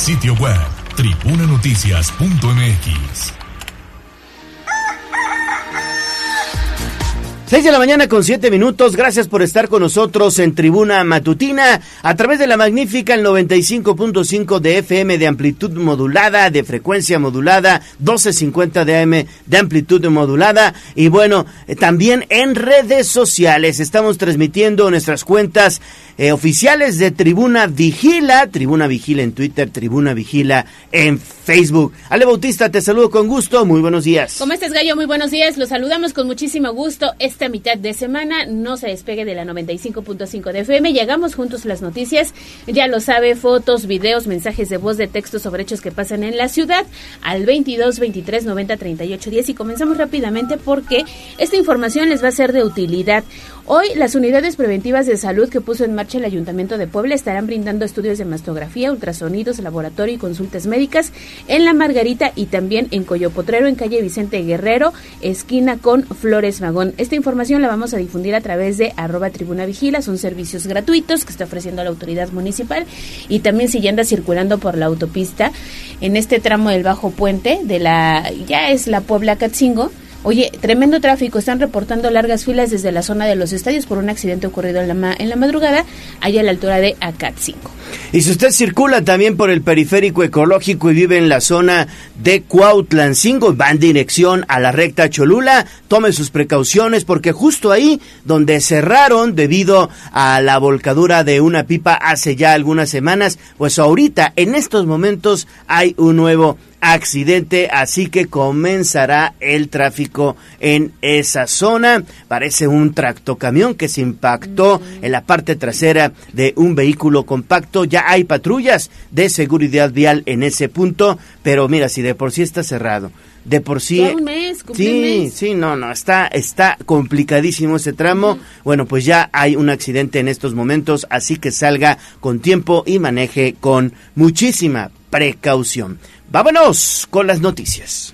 Sitio web, tribunanoticias.mx. 6:07 a.m. Gracias por estar con nosotros en Tribuna Matutina a través de la magnífica el 95.5 de FM de amplitud modulada, de frecuencia modulada, 1250 de AM de amplitud modulada y bueno, también en redes sociales. Estamos transmitiendo nuestras cuentas oficiales de Tribuna Vigila en Twitter, Tribuna Vigila en Facebook. Ale Bautista, te saludo con gusto, muy buenos días. ¿Cómo estás, Gallo? Muy buenos días, los saludamos con muchísimo gusto. Esta mitad de semana no se despegue de la 95.5 de FM, llegamos juntos las noticias, ya lo sabe, fotos, videos, mensajes de voz, de texto sobre hechos que pasan en la ciudad, al 22 23 90 38 10 y comenzamos rápidamente porque esta información les va a ser de utilidad. Hoy las unidades preventivas de salud que puso en marcha el Ayuntamiento de Puebla estarán brindando estudios de mastografía, ultrasonidos, laboratorio y consultas médicas en La Margarita y también en Coyopotrero, en calle Vicente Guerrero, esquina con Flores Magón. Esta información la vamos a difundir a través de @tribunavigila, son servicios gratuitos que está ofreciendo la autoridad municipal y también si ya anda circulando por la autopista en este tramo del Bajo Puente de ya es la Puebla-Catzingo. Oye, tremendo tráfico, están reportando largas filas desde la zona de los estadios por un accidente ocurrido en la madrugada, allá a la altura de Acatzingo. Y si usted circula también por el periférico ecológico y vive en la zona de Cuautlancingo, va en dirección a la recta Cholula, tome sus precauciones porque justo ahí donde cerraron debido a la volcadura de una pipa hace ya algunas semanas, pues ahorita en estos momentos hay un nuevo accidente, así que comenzará el tráfico en esa zona. Parece un tractocamión que se impactó en la parte trasera de un vehículo compacto. Ya hay patrullas de seguridad vial en ese punto, pero mira, si de por sí está cerrado, de por sí un mes. Está complicadísimo ese tramo. Bueno, pues ya hay un accidente en estos momentos, así que salga con tiempo y maneje con muchísima precaución. Vámonos con las noticias.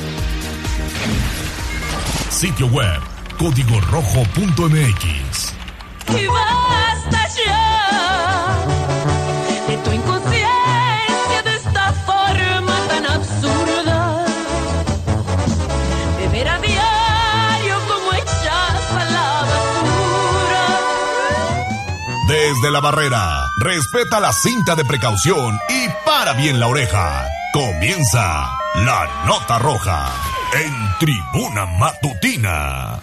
Sitio web, códigorojo.mx. Y basta ya de tu inconsciencia, de esta forma tan absurda de ver a diario como echas a la basura. Desde la barrera, respeta la cinta de precaución y para bien la oreja. Comienza la Nota Roja en Tribuna Matutina.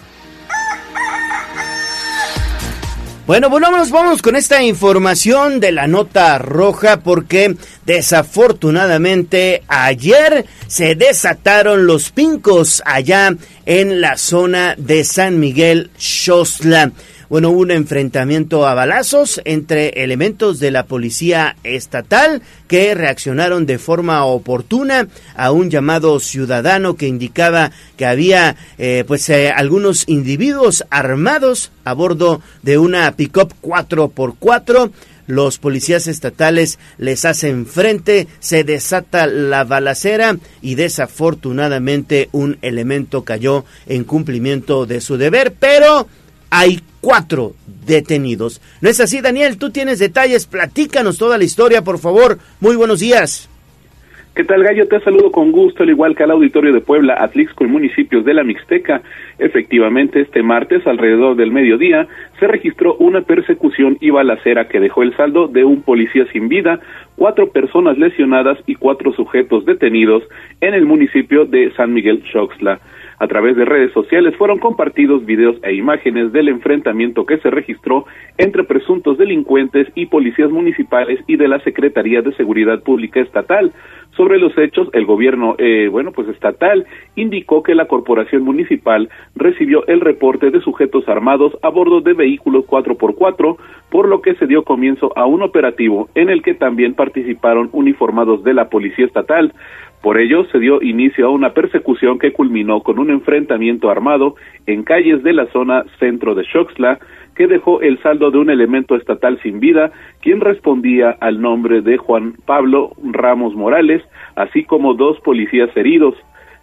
Bueno, vamos con esta información de la Nota Roja porque desafortunadamente ayer se desataron los pincos allá en la zona de San Miguel Xoxtla. Bueno, hubo un enfrentamiento a balazos entre elementos de la policía estatal que reaccionaron de forma oportuna a un llamado ciudadano que indicaba que había algunos individuos armados a bordo de una pick-up 4x4. Los policías estatales les hacen frente, se desata la balacera y desafortunadamente un elemento cayó en cumplimiento de su deber, pero hay 4 detenidos. ¿No es así, Daniel? Tú tienes detalles, platícanos toda la historia, por favor. Muy buenos días. ¿Qué tal, Gallo? Te saludo con gusto, al igual que al auditorio de Puebla, Atlixco y municipios de la Mixteca. Efectivamente, este martes, alrededor del mediodía, se registró una persecución y balacera que dejó el saldo de un policía sin vida, 4 personas lesionadas y 4 sujetos detenidos en el municipio de San Miguel Xoxtla. A través de redes sociales fueron compartidos videos e imágenes del enfrentamiento que se registró entre presuntos delincuentes y policías municipales y de la Secretaría de Seguridad Pública Estatal. Sobre los hechos, el gobierno estatal indicó que la corporación municipal recibió el reporte de sujetos armados a bordo de vehículos 4x4, por lo que se dio comienzo a un operativo en el que también participaron uniformados de la Policía Estatal. Por ello, se dio inicio a una persecución que culminó con un enfrentamiento armado en calles de la zona centro de Xoxtla, que dejó el saldo de un elemento estatal sin vida, quien respondía al nombre de Juan Pablo Ramos Morales, así como 2 policías heridos.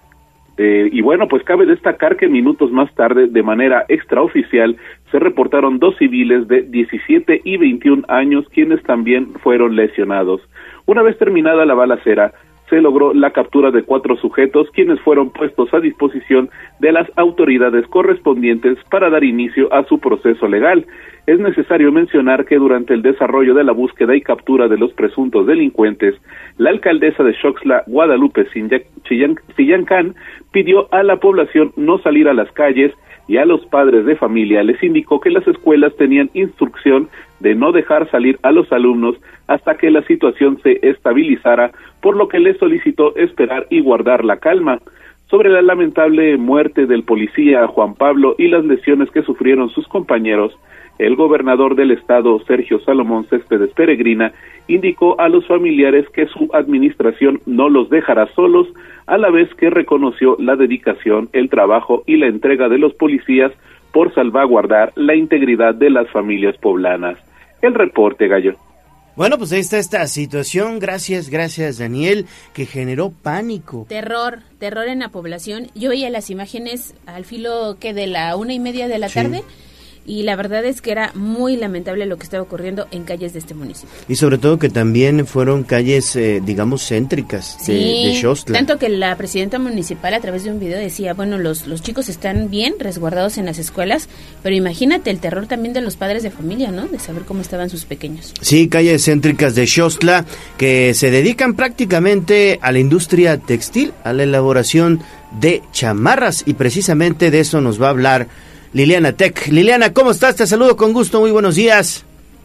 Cabe destacar que minutos más tarde, de manera extraoficial, se reportaron 2 civiles de 17 y 21 años, quienes también fueron lesionados. Una vez terminada la balacera, se logró la captura de 4 sujetos, quienes fueron puestos a disposición de las autoridades correspondientes para dar inicio a su proceso legal. Es necesario mencionar que durante el desarrollo de la búsqueda y captura de los presuntos delincuentes, la alcaldesa de Xoxtla, Guadalupe Sillancán, pidió a la población no salir a las calles y a los padres de familia les indicó que las escuelas tenían instrucción de no dejar salir a los alumnos hasta que la situación se estabilizara, por lo que les solicitó esperar y guardar la calma. Sobre la lamentable muerte del policía Juan Pablo y las lesiones que sufrieron sus compañeros, el gobernador del estado, Sergio Salomón Céspedes Peregrina, indicó a los familiares que su administración no los dejará solos, a la vez que reconoció la dedicación, el trabajo y la entrega de los policías por salvaguardar la integridad de las familias poblanas. El reporte, Gallo. Bueno, pues ahí está esta situación, gracias Daniel, que generó pánico. Terror en la población. Yo veía las imágenes al filo que de la 1:30 de la tarde. Y la verdad es que era muy lamentable lo que estaba ocurriendo en calles de este municipio. Y sobre todo que también fueron calles, digamos, céntricas de Xoxtla. Tanto que la presidenta municipal a través de un video decía, bueno, los chicos están bien resguardados en las escuelas, pero imagínate el terror también de los padres de familia, ¿no? De saber cómo estaban sus pequeños. Sí, calles céntricas de Xoxtla que se dedican prácticamente a la industria textil, a la elaboración de chamarras, y precisamente de eso nos va a hablar Liliana Tech. Liliana, ¿cómo estás? Te saludo con gusto, muy buenos días.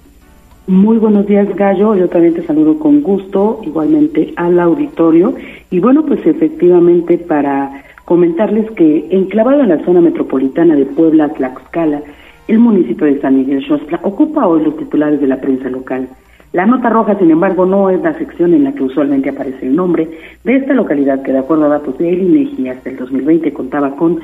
Muy buenos días, Gallo, yo también te saludo con gusto, igualmente al auditorio, y bueno, pues efectivamente para comentarles que enclavado en la zona metropolitana de Puebla, Tlaxcala, el municipio de San Miguel Xoxtla ocupa hoy los titulares de la prensa local. La nota roja, sin embargo, no es la sección en la que usualmente aparece el nombre de esta localidad que, de acuerdo a datos de INEGI, hasta el 2020 contaba con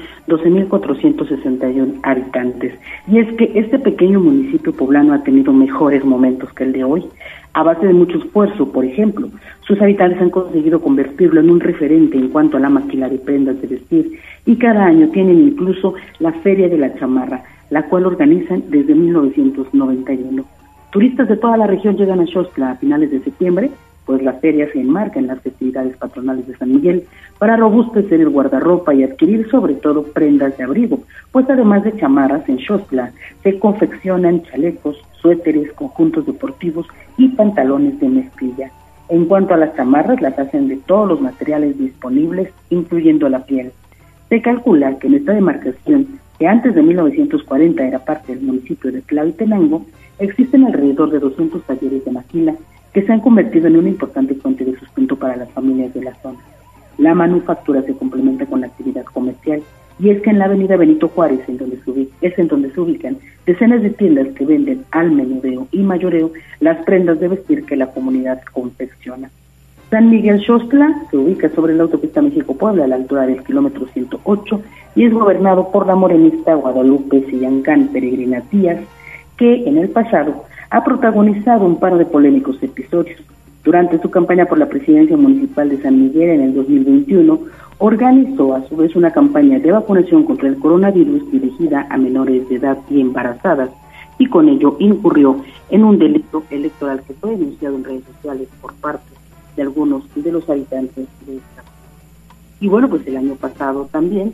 12,461 habitantes. Y es que este pequeño municipio poblano ha tenido mejores momentos que el de hoy. A base de mucho esfuerzo, por ejemplo, sus habitantes han conseguido convertirlo en un referente en cuanto a la maquila de prendas de vestir, y cada año tienen incluso la Feria de la Chamarra, la cual organizan desde 1991. Turistas de toda la región llegan a Xoxtla a finales de septiembre, pues la feria se enmarca en las festividades patronales de San Miguel para robustecer el guardarropa y adquirir sobre todo prendas de abrigo, pues además de chamarras en Xoxtla se confeccionan chalecos, suéteres, conjuntos deportivos y pantalones de mezclilla. En cuanto a las chamarras, las hacen de todos los materiales disponibles, incluyendo la piel. Se calcula que en esta demarcación, que antes de 1940 era parte del municipio de Tlaltenango, existen alrededor de 200 talleres de maquila que se han convertido en una importante fuente de sustento para las familias de la zona. La manufactura se complementa con la actividad comercial, y es que en la avenida Benito Juárez es en donde se ubican decenas de tiendas que venden al menudeo y mayoreo las prendas de vestir que la comunidad confecciona. San Miguel Xoxtla se ubica sobre la autopista México-Puebla a la altura del kilómetro 108 y es gobernado por la morenista Guadalupe Sillancán Peregrina Díaz, que en el pasado ha protagonizado un par de polémicos episodios. Durante su campaña por la presidencia municipal de San Miguel en el 2021, organizó a su vez una campaña de vacunación contra el coronavirus dirigida a menores de edad y embarazadas, y con ello incurrió en un delito electoral que fue denunciado en redes sociales por parte de algunos de los habitantes de esta. Y bueno, pues el año pasado también,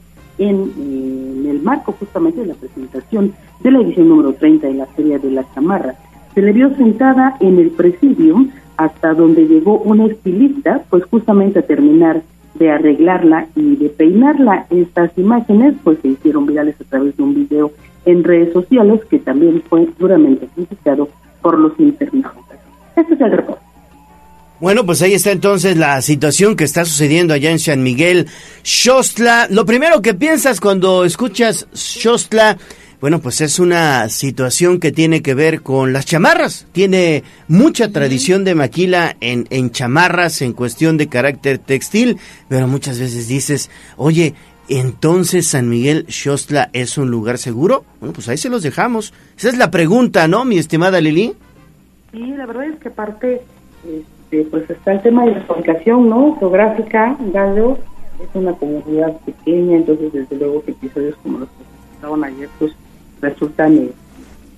en el marco justamente de la presentación de la edición número 30 de la Feria de la Chamarra, se le vio sentada en el presidium hasta donde llegó una estilista, pues justamente a terminar de arreglarla y de peinarla. Estas imágenes pues se hicieron virales a través de un video en redes sociales que también fue duramente criticado por los internautas. Este es el reporte. Bueno, pues ahí está entonces la situación que está sucediendo allá en San Miguel Xoxtla. Lo primero que piensas cuando escuchas Xoxtla, bueno, pues es una situación que tiene que ver con las chamarras. Tiene mucha tradición de maquila en chamarras, en cuestión de carácter textil, pero muchas veces dices, oye, ¿entonces San Miguel Xoxtla es un lugar seguro? Bueno, pues ahí se los dejamos. Esa es la pregunta, ¿no, mi estimada Lili? Sí, la verdad es que aparte pues está el tema de la ubicación, ¿no? Geográfica, Gallo es una comunidad pequeña, entonces desde luego que episodios como los que estaban ayer pues resultan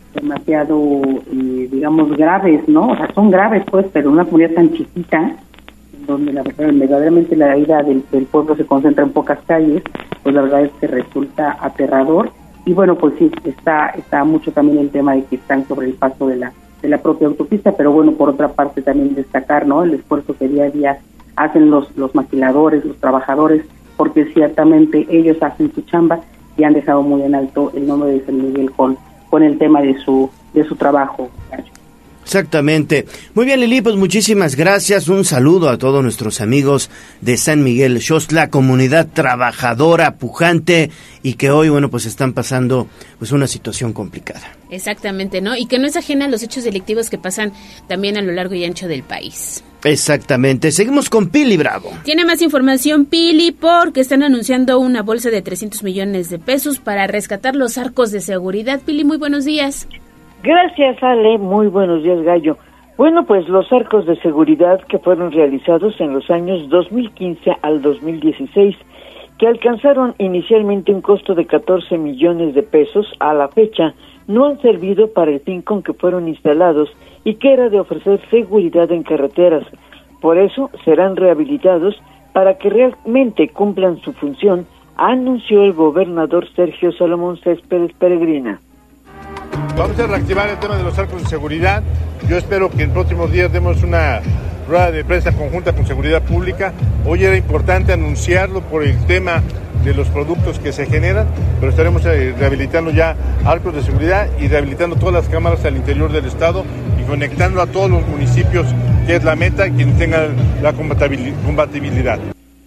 demasiado, digamos, graves, ¿no? O sea, son graves, pues, pero una comunidad tan chiquita, donde verdaderamente la vida del pueblo se concentra en pocas calles, pues la verdad es que resulta aterrador. Y bueno, pues sí, está mucho también el tema de que están sobre el paso de la propia autopista, pero bueno, por otra parte también destacar, ¿no?, el esfuerzo que día a día hacen los maquiladores, los trabajadores, porque ciertamente ellos hacen su chamba y han dejado muy en alto el nombre de San Miguel con el tema de su trabajo. Exactamente. Muy bien, Lili, pues muchísimas gracias. Un saludo a todos nuestros amigos de San Miguel Xostla, comunidad trabajadora, pujante, y que hoy, bueno, pues están pasando pues una situación complicada. Exactamente, ¿no? Y que no es ajena a los hechos delictivos que pasan también a lo largo y ancho del país. Exactamente. Seguimos con Pili Bravo. Tiene más información, Pili, porque están anunciando una bolsa de 300 millones de pesos para rescatar los arcos de seguridad. Pili, muy buenos días. Gracias, Ale. Muy buenos días, Gallo. Bueno, pues los arcos de seguridad que fueron realizados en los años 2015 al 2016, que alcanzaron inicialmente un costo de 14 millones de pesos, a la fecha no han servido para el fin con que fueron instalados y que era de ofrecer seguridad en carreteras. Por eso serán rehabilitados para que realmente cumplan su función, anunció el gobernador Sergio Salomón Céspedes Peregrina. Vamos a reactivar el tema de los arcos de seguridad. Yo espero que en próximos días demos una rueda de prensa conjunta con Seguridad Pública. Hoy era importante anunciarlo por el tema de los productos que se generan, pero estaremos rehabilitando ya arcos de seguridad y rehabilitando todas las cámaras al interior del estado y conectando a todos los municipios, que es la meta, quienes tengan la compatibilidad.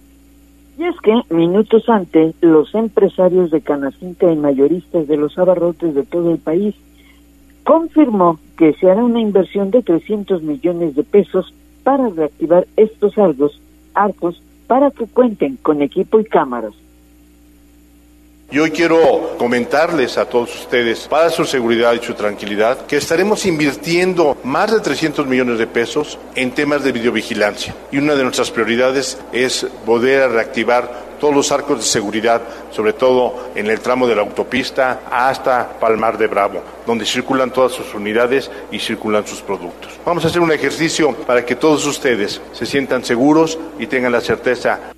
Y es que minutos antes, los empresarios de Canacintra y mayoristas de los abarrotes de todo el país confirmó que se hará una inversión de 300 millones de pesos para reactivar estos arcos para que cuenten con equipo y cámaras. Y hoy quiero comentarles a todos ustedes, para su seguridad y su tranquilidad, que estaremos invirtiendo más de 300 millones de pesos en temas de videovigilancia. Y una de nuestras prioridades es poder reactivar todos los arcos de seguridad, sobre todo en el tramo de la autopista hasta Palmar de Bravo, donde circulan todas sus unidades y circulan sus productos. Vamos a hacer un ejercicio para que todos ustedes se sientan seguros y tengan la certeza.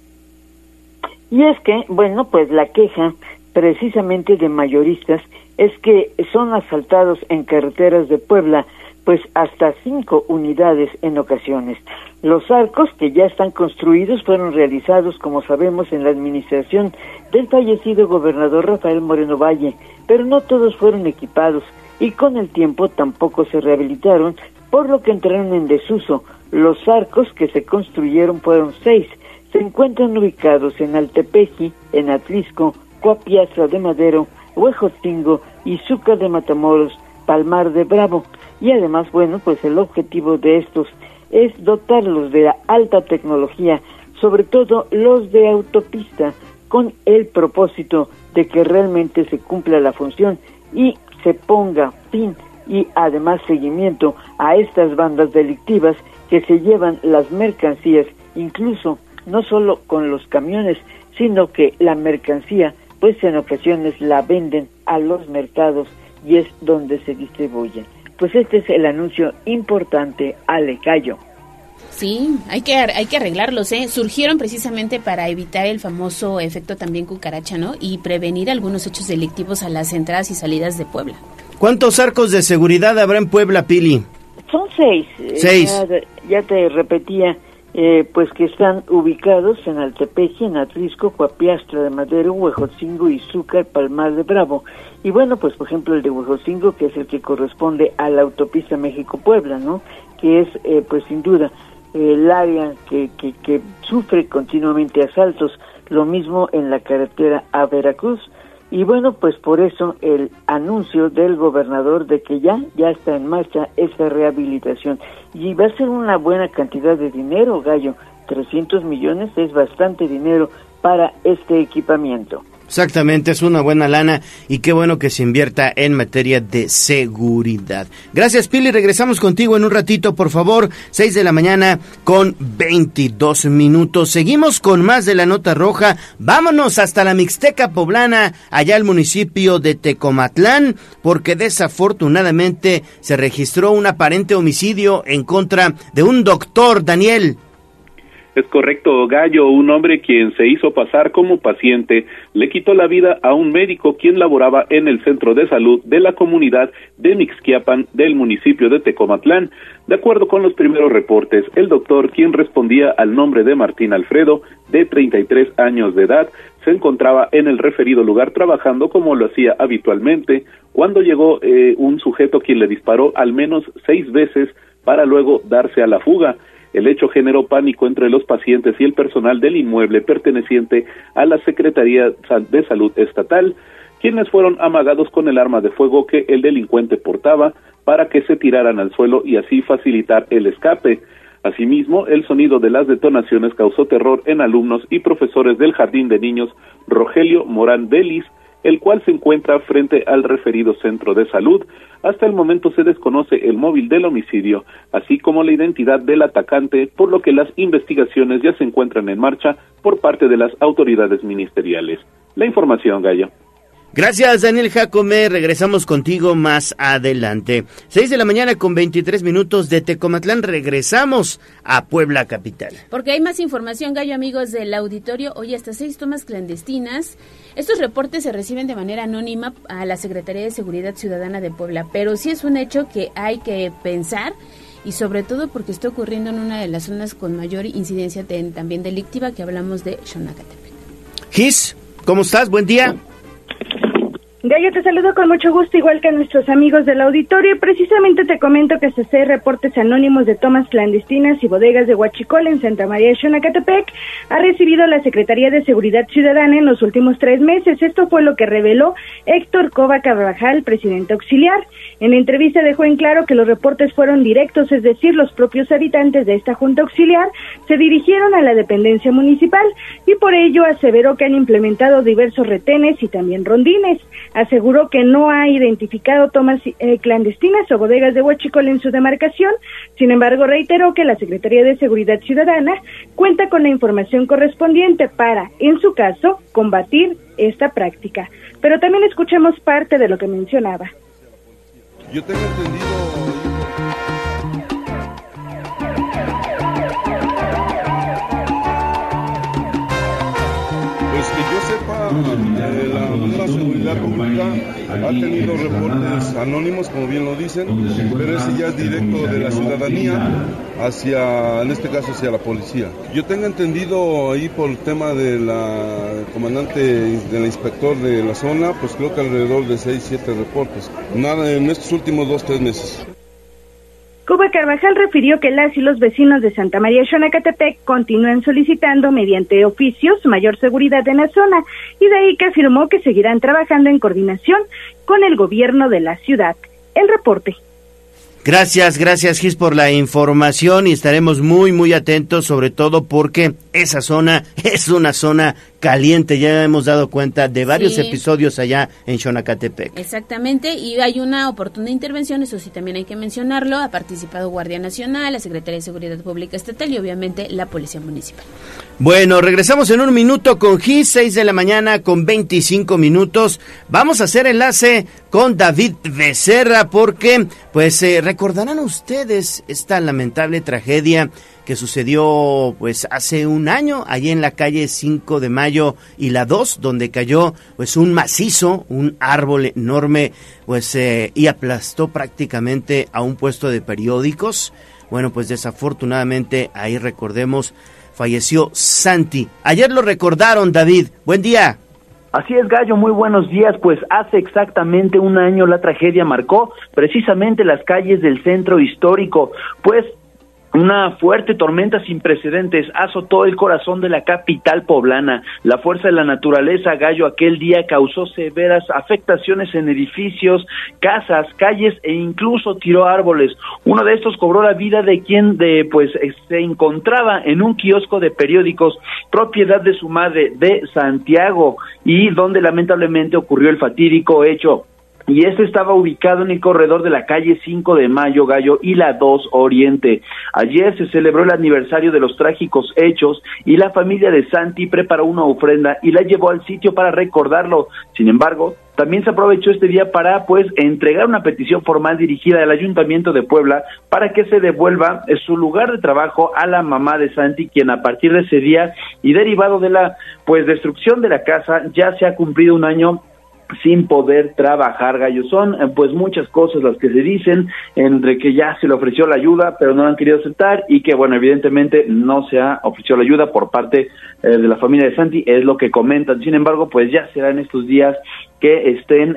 Y es que, bueno, pues la queja precisamente de mayoristas es que son asaltados en carreteras de Puebla pues hasta 5 unidades en ocasiones. Los arcos que ya están construidos fueron realizados, como sabemos, en la administración del fallecido gobernador Rafael Moreno Valle, pero no todos fueron equipados y con el tiempo tampoco se rehabilitaron, por lo que entraron en desuso. Los arcos que se construyeron fueron 6, se encuentran ubicados en Altepeji, en Atlisco, Coapiazla de Madero, Huejotzingo, Izúcar de Matamoros, Palmar de Bravo. Y además, bueno, pues el objetivo de estos es dotarlos de la alta tecnología, sobre todo los de autopista, con el propósito de que realmente se cumpla la función y se ponga fin y además seguimiento a estas bandas delictivas que se llevan las mercancías, incluso no solo con los camiones, sino que la mercancía pues en ocasiones la venden a los mercados y es donde se distribuyen. Pues este es el anuncio importante, Ale Gallo. Sí, hay que arreglarlos, ¿eh? Surgieron precisamente para evitar el famoso efecto también cucaracha, ¿no? Y prevenir algunos hechos delictivos a las entradas y salidas de Puebla. ¿Cuántos arcos de seguridad habrá en Puebla, Pili? Son 6. 6. Ya te repetía, pues que están ubicados en Altepeji, en Atlisco, Coapiazla de Madero, Huejotzingo, Izúcar, Palmar de Bravo. Y bueno, pues por ejemplo el de Huejotzingo, que es el que corresponde a la autopista México-Puebla, ¿no? Que es, pues sin duda, el área que sufre continuamente asaltos, lo mismo en la carretera a Veracruz. Y bueno, pues por eso el anuncio del gobernador de que ya está en marcha esa rehabilitación. Y va a ser una buena cantidad de dinero, Gallo. 300 millones es bastante dinero para este equipamiento. Exactamente, es una buena lana y qué bueno que se invierta en materia de seguridad. Gracias, Pili, regresamos contigo en un ratito, por favor, 6 de la mañana con 22 minutos. Seguimos con más de la Nota Roja, vámonos hasta la Mixteca Poblana, allá al municipio de Tecomatlán, porque desafortunadamente se registró un aparente homicidio en contra de un doctor, Daniel. Es correcto, Gallo, un hombre quien se hizo pasar como paciente le quitó la vida a un médico quien laboraba en el centro de salud de la comunidad de Mixquiapan del municipio de Tecomatlán. De acuerdo con los primeros reportes, el doctor, quien respondía al nombre de Martín Alfredo, de 33 años de edad, se encontraba en el referido lugar trabajando como lo hacía habitualmente, cuando llegó un sujeto quien le disparó al menos 6 veces para luego darse a la fuga. El hecho generó pánico entre los pacientes y el personal del inmueble perteneciente a la Secretaría de Salud Estatal, quienes fueron amagados con el arma de fuego que el delincuente portaba para que se tiraran al suelo y así facilitar el escape. Asimismo, el sonido de las detonaciones causó terror en alumnos y profesores del Jardín de Niños Rogelio Morán Vélez, el cual se encuentra frente al referido centro de salud. Hasta el momento se desconoce el móvil del homicidio, así como la identidad del atacante, por lo que las investigaciones ya se encuentran en marcha por parte de las autoridades ministeriales. La información, Gallo. Gracias, Daniel Jacome. Regresamos contigo más adelante. 6 de la mañana con 23 minutos de Tecomatlán. Regresamos a Puebla capital. Porque hay más información, Gallo, amigos del auditorio. Hoy hasta 6 tomas clandestinas. Estos reportes se reciben de manera anónima a la Secretaría de Seguridad Ciudadana de Puebla, pero sí es un hecho que hay que pensar, y sobre todo porque está ocurriendo en una de las zonas con mayor incidencia también delictiva, que hablamos de Xonacatepec. Gis, ¿cómo estás? Buen día. Gallo, te saludo con mucho gusto, igual que a nuestros amigos del auditorio. Precisamente te comento que hasta 6 reportes anónimos de tomas clandestinas y bodegas de huachicol en Santa María de Xonacatepec ha recibido la Secretaría de Seguridad Ciudadana en los últimos 3 meses. Esto fue lo que reveló Héctor Cova Carvajal, presidente auxiliar. En la entrevista dejó en claro que los reportes fueron directos, es decir, los propios habitantes de esta junta auxiliar se dirigieron a la dependencia municipal y por ello aseveró que han implementado diversos retenes y también rondines. Aseguró que no ha identificado tomas clandestinas o bodegas de huachicol en su demarcación. Sin embargo, reiteró que la Secretaría de Seguridad Ciudadana cuenta con la información correspondiente para, en su caso, combatir esta práctica. Pero también escuchemos parte de lo que mencionaba. Yo tengo entendido... Pues que yo sepa, la misma seguridad pública ha tenido reportes anónimos, como bien lo dicen, pero ese ya es directo de la ciudadanía hacia, en este caso, hacia la policía. Yo tengo entendido ahí por el tema de la comandante, del inspector de la zona, pues creo que alrededor de 6-7 reportes. Nada en estos últimos 2-3 meses. Cova Carvajal refirió que las y los vecinos de Santa María Xonacatepec continúan solicitando mediante oficios mayor seguridad en la zona y de ahí que afirmó que seguirán trabajando en coordinación con el gobierno de la ciudad. El reporte. Gracias Gis por la información y estaremos muy atentos, sobre todo porque esa zona es una zona caliente, ya hemos dado cuenta de varios episodios allá en Xonacatepec. Exactamente, y hay una oportuna intervención, eso sí también hay que mencionarlo, ha participado Guardia Nacional, la Secretaría de Seguridad Pública Estatal y obviamente la Policía Municipal. Bueno, regresamos en un minuto con Gis, 6 de la mañana con 25 minutos. Vamos a hacer enlace con David Becerra porque, pues, recordarán ustedes esta lamentable tragedia que sucedió pues hace un año allí en la calle 5 de Mayo y la 2, donde cayó pues un macizo, un árbol enorme, pues y aplastó prácticamente a un puesto de periódicos. Bueno, pues desafortunadamente ahí, recordemos, falleció Santi. Ayer lo recordaron, David. Buen día. Así es, Gallo, muy buenos días. Pues hace exactamente un año la tragedia marcó precisamente las calles del centro histórico, pues Una fuerte tormenta sin precedentes azotó el corazón de la capital poblana. La fuerza de la naturaleza, Gallo, aquel día causó severas afectaciones en edificios, casas, calles e incluso tiró árboles. Uno de estos cobró la vida de quien se encontraba en un kiosco de periódicos, propiedad de su madre de Santiago, y donde lamentablemente ocurrió el fatídico hecho. Y este estaba ubicado en el corredor de la calle 5 de Mayo, Gallo, y la 2 Oriente. Ayer se celebró el aniversario de los trágicos hechos y la familia de Santi preparó una ofrenda y la llevó al sitio para recordarlo. Sin embargo, también se aprovechó este día para, entregar una petición formal dirigida al Ayuntamiento de Puebla para que se devuelva su lugar de trabajo a la mamá de Santi, quien a partir de ese día y derivado de la, destrucción de la casa, ya se ha cumplido un año sin poder trabajar, Gallo. Son muchas cosas las que se dicen, entre que ya se le ofreció la ayuda pero no la han querido aceptar y que evidentemente no se ha ofrecido la ayuda por parte de la familia de Santi, es lo que comentan. Sin embargo, ya será en estos días que estén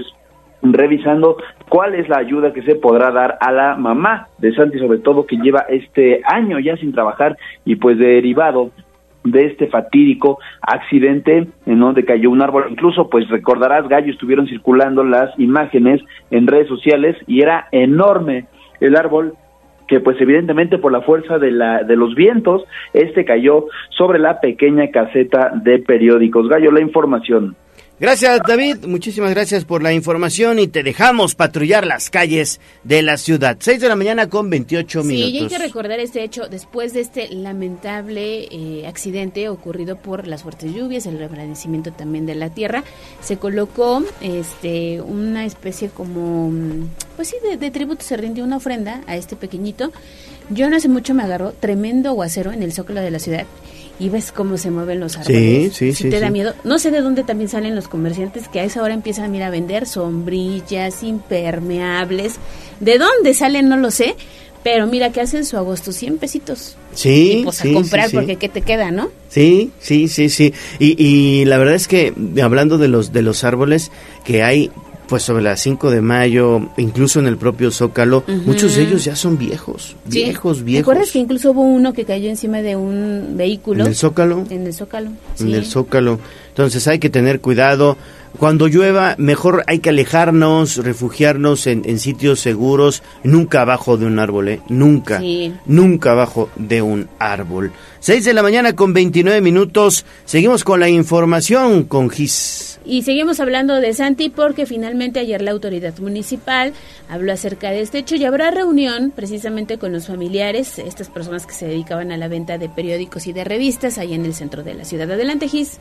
revisando cuál es la ayuda que se podrá dar a la mamá de Santi, sobre todo que lleva este año ya sin trabajar y derivado de este fatídico accidente en donde cayó un árbol. Incluso, recordarás, Gallo, estuvieron circulando las imágenes en redes sociales y era enorme el árbol que evidentemente por la fuerza de los vientos, cayó sobre la pequeña caseta de periódicos. Gallo, la información. Gracias, David, muchísimas gracias por la información y te dejamos patrullar las calles de la ciudad. 6 de la mañana con 28 minutos. Sí, y hay que recordar este hecho después de este lamentable accidente ocurrido por las fuertes lluvias, el reblandecimiento también de la tierra. Se colocó una especie como, de tributo, se rindió una ofrenda a este pequeñito. Yo no hace mucho me agarró tremendo aguacero en el zócalo de la ciudad. Y ves cómo se mueven los árboles. Sí, te da miedo. No sé de dónde también salen los comerciantes que a esa hora empiezan a vender sombrillas, impermeables. ¿De dónde salen? No lo sé. Pero mira que hacen su agosto, 100 pesitos. Sí, y a comprar porque ¿qué te queda, no? Sí. Y la verdad es que hablando de los árboles que hay sobre las 5 de mayo, incluso en el propio Zócalo, muchos de ellos ya son viejos. ¿Te acuerdas que incluso hubo uno que cayó encima de un vehículo? ¿En el Zócalo? En el Zócalo, sí. En el Zócalo. Entonces hay que tener cuidado. Cuando llueva, mejor hay que alejarnos, refugiarnos en sitios seguros, nunca abajo de un árbol, nunca, nunca abajo de un árbol. 6 de la mañana con 29 minutos, seguimos con la información con Gis. Y seguimos hablando de Santi porque finalmente ayer la autoridad municipal habló acerca de este hecho y habrá reunión precisamente con los familiares, estas personas que se dedicaban a la venta de periódicos y de revistas ahí en el centro de la ciudad. Adelante, Gis.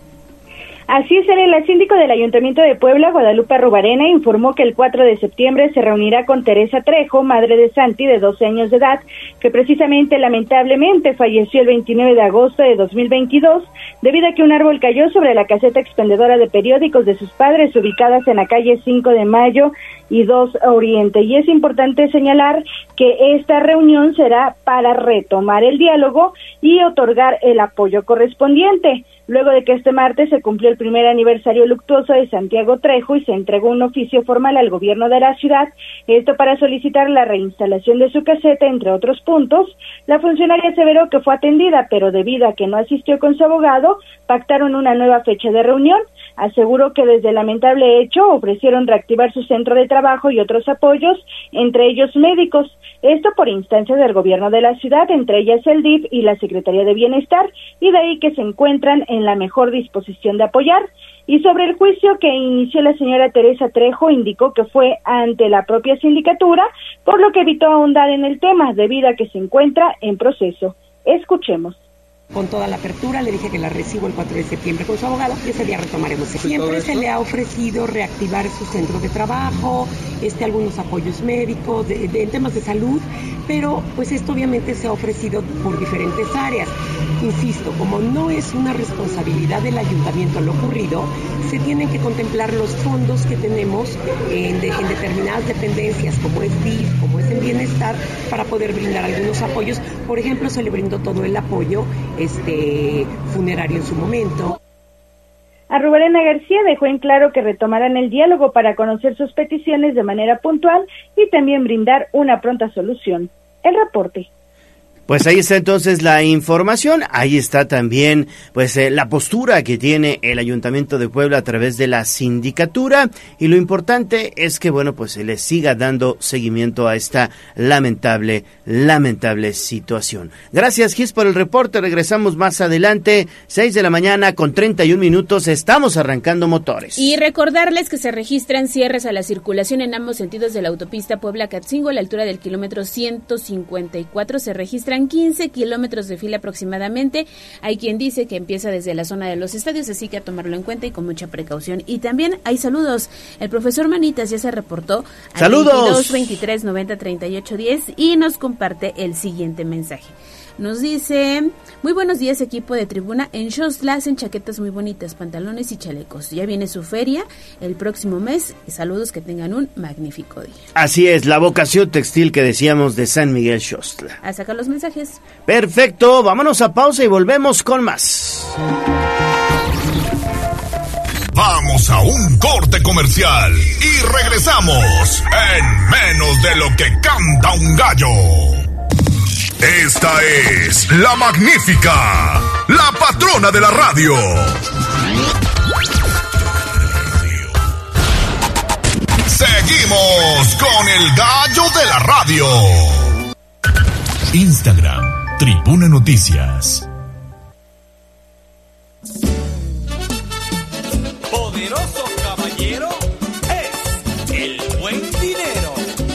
Así es, el síndico del Ayuntamiento de Puebla, Guadalupe Arrubarena, informó que el 4 de septiembre se reunirá con Teresa Trejo, madre de Santi, de 12 años de edad, que precisamente, lamentablemente, falleció el 29 de agosto de 2022, debido a que un árbol cayó sobre la caseta expendedora de periódicos de sus padres, ubicadas en la calle 5 de Mayo y 2 Oriente. Y es importante señalar que esta reunión será para retomar el diálogo y otorgar el apoyo correspondiente. Luego de que este martes se cumplió el primer aniversario luctuoso de Santiago Trejo y se entregó un oficio formal al gobierno de la ciudad, esto para solicitar la reinstalación de su caseta, entre otros puntos, la funcionaria aseveró que fue atendida, pero debido a que no asistió con su abogado, pactaron una nueva fecha de reunión. Aseguró que desde el lamentable hecho ofrecieron reactivar su centro de trabajo y otros apoyos, entre ellos médicos. Esto por instancia del gobierno de la ciudad, entre ellas el DIF y la Secretaría de Bienestar, y de ahí que se encuentran en la mejor disposición de apoyar. Y sobre el juicio que inició la señora Teresa Trejo, indicó que fue ante la propia sindicatura, por lo que evitó ahondar en el tema, debido a que se encuentra en proceso. Escuchemos. Con toda la apertura, le dije que la recibo el 4 de septiembre con su abogado y ese día retomaremos. Siempre se le ha ofrecido reactivar su centro de trabajo, algunos apoyos médicos, en temas de salud, pero pues esto obviamente se ha ofrecido por diferentes áreas. Insisto, como no es una responsabilidad del ayuntamiento lo ocurrido, se tienen que contemplar los fondos que tenemos en determinadas dependencias, como es DIF, como es el Bienestar, para poder brindar algunos apoyos. Por ejemplo, se le brindó todo el apoyo funerario en su momento. Arrubarena García dejó en claro que retomarán el diálogo para conocer sus peticiones de manera puntual y también brindar una pronta solución. El reporte. Pues ahí está entonces la información, ahí está también pues la postura que tiene el Ayuntamiento de Puebla a través de la sindicatura, y lo importante es que bueno pues se le siga dando seguimiento a esta lamentable situación. Gracias, Gis, por el reporte. Regresamos más adelante, 6 de la mañana con 31 minutos, estamos arrancando motores. Y recordarles que se registran cierres a la circulación en ambos sentidos de la autopista Puebla-Catzingo a la altura del kilómetro 154, se registran 15 kilómetros de fila aproximadamente. Hay quien dice que empieza desde la zona de los estadios, así que a tomarlo en cuenta y con mucha precaución. Y también hay saludos. El profesor Manitas ya se reportó al ¡saludos! 22 23 90 38 10 y nos comparte el siguiente mensaje. Nos dice: muy buenos días, equipo de Tribuna. En Xostla hacen chaquetas muy bonitas, pantalones y chalecos. Ya viene su feria el próximo mes. Saludos, que tengan un magnífico día. Así es, la vocación textil que decíamos de San Miguel Xostla. A sacar los mensajes. Perfecto, vámonos a pausa y volvemos con más. Vamos a un corte comercial y regresamos en menos de lo que canta un gallo. Esta es la magnífica, la patrona de la radio. Seguimos con el gallo de la radio. Instagram, Tribuna Noticias. Poderoso caballero es el buen dinero.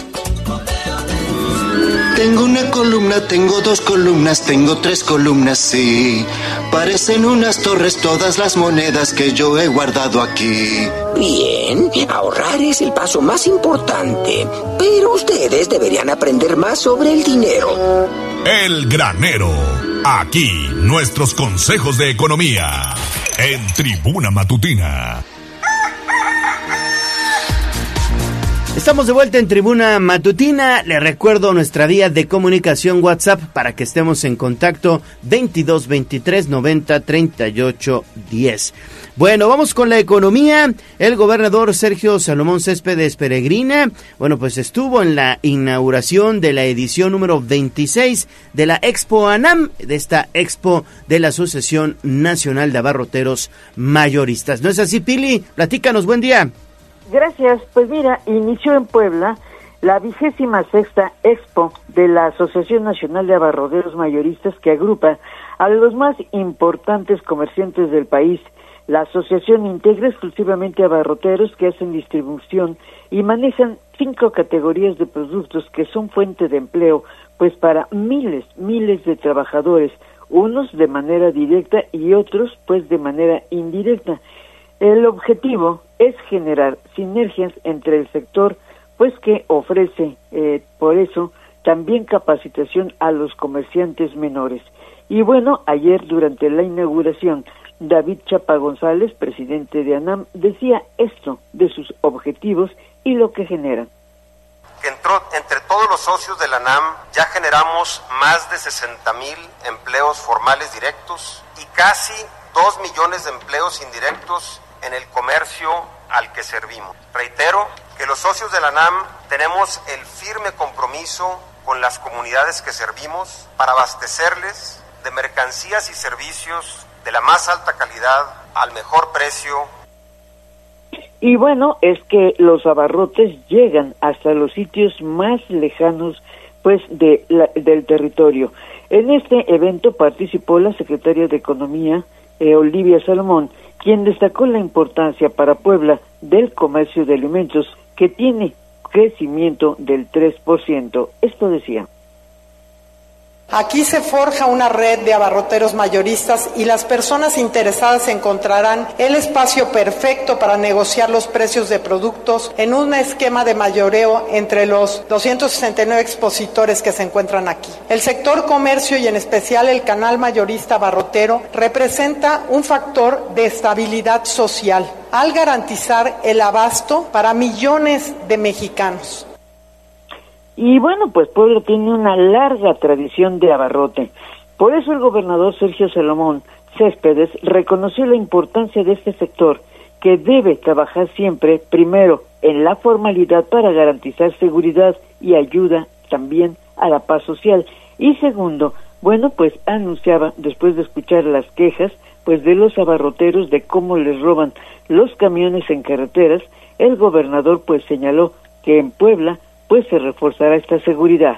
Tengo una columna, tengo dos columnas, tengo tres columnas, sí. Parecen unas torres todas las monedas que yo he guardado aquí. Bien, ahorrar es el paso más importante, pero ustedes deberían aprender más sobre el dinero. El Granero. Aquí nuestros consejos de economía. En Tribuna Matutina. Estamos de vuelta en Tribuna Matutina. Le recuerdo nuestra vía de comunicación WhatsApp para que estemos en contacto, 22 23 90 38 10. Bueno, vamos con la economía. El gobernador Sergio Salomón Céspedes Peregrina, bueno, pues estuvo en la inauguración de la edición número 26 de la Expo ANAM, de esta Expo de la Asociación Nacional de Abarroteros Mayoristas. ¿No es así, Pili? Platícanos, buen día. Gracias. Pues mira, inició en Puebla la 26ª Expo de la Asociación Nacional de Abarroteros Mayoristas, que agrupa a los más importantes comerciantes del país. La asociación integra exclusivamente abarroteros que hacen distribución y manejan 5 categorías de productos que son fuente de empleo, pues para miles de trabajadores, unos de manera directa y otros pues de manera indirecta. El objetivo es generar sinergias entre el sector, pues que ofrece, por eso, también capacitación a los comerciantes menores. Y bueno, ayer durante la inauguración, David Chapa González, presidente de ANAM, decía esto de sus objetivos y lo que generan. Entre todos los socios de la ANAM ya generamos más de 60,000 empleos formales directos y casi 2 millones de empleos indirectos en el comercio al que servimos. Reitero que los socios de la ANAM tenemos el firme compromiso con las comunidades que servimos para abastecerles de mercancías y servicios de la más alta calidad al mejor precio. Y bueno, es que los abarrotes llegan hasta los sitios más lejanos pues del territorio. En este evento participó la secretaria de Economía, Olivia Salomón, quien destacó la importancia para Puebla del comercio de alimentos, que tiene crecimiento del 3%. Esto decía. Aquí se forja una red de abarroteros mayoristas y las personas interesadas encontrarán el espacio perfecto para negociar los precios de productos en un esquema de mayoreo entre los 269 expositores que se encuentran aquí. El sector comercio y en especial el canal mayorista abarrotero representa un factor de estabilidad social al garantizar el abasto para millones de mexicanos. Y bueno, pues Puebla tiene una larga tradición de abarrote. Por eso el gobernador Sergio Salomón Céspedes reconoció la importancia de este sector, que debe trabajar siempre, primero, en la formalidad para garantizar seguridad y ayuda también a la paz social. Y segundo, bueno, pues anunciaba, después de escuchar las quejas, pues de los abarroteros de cómo les roban los camiones en carreteras, el gobernador pues señaló que en Puebla pues se reforzará esta seguridad.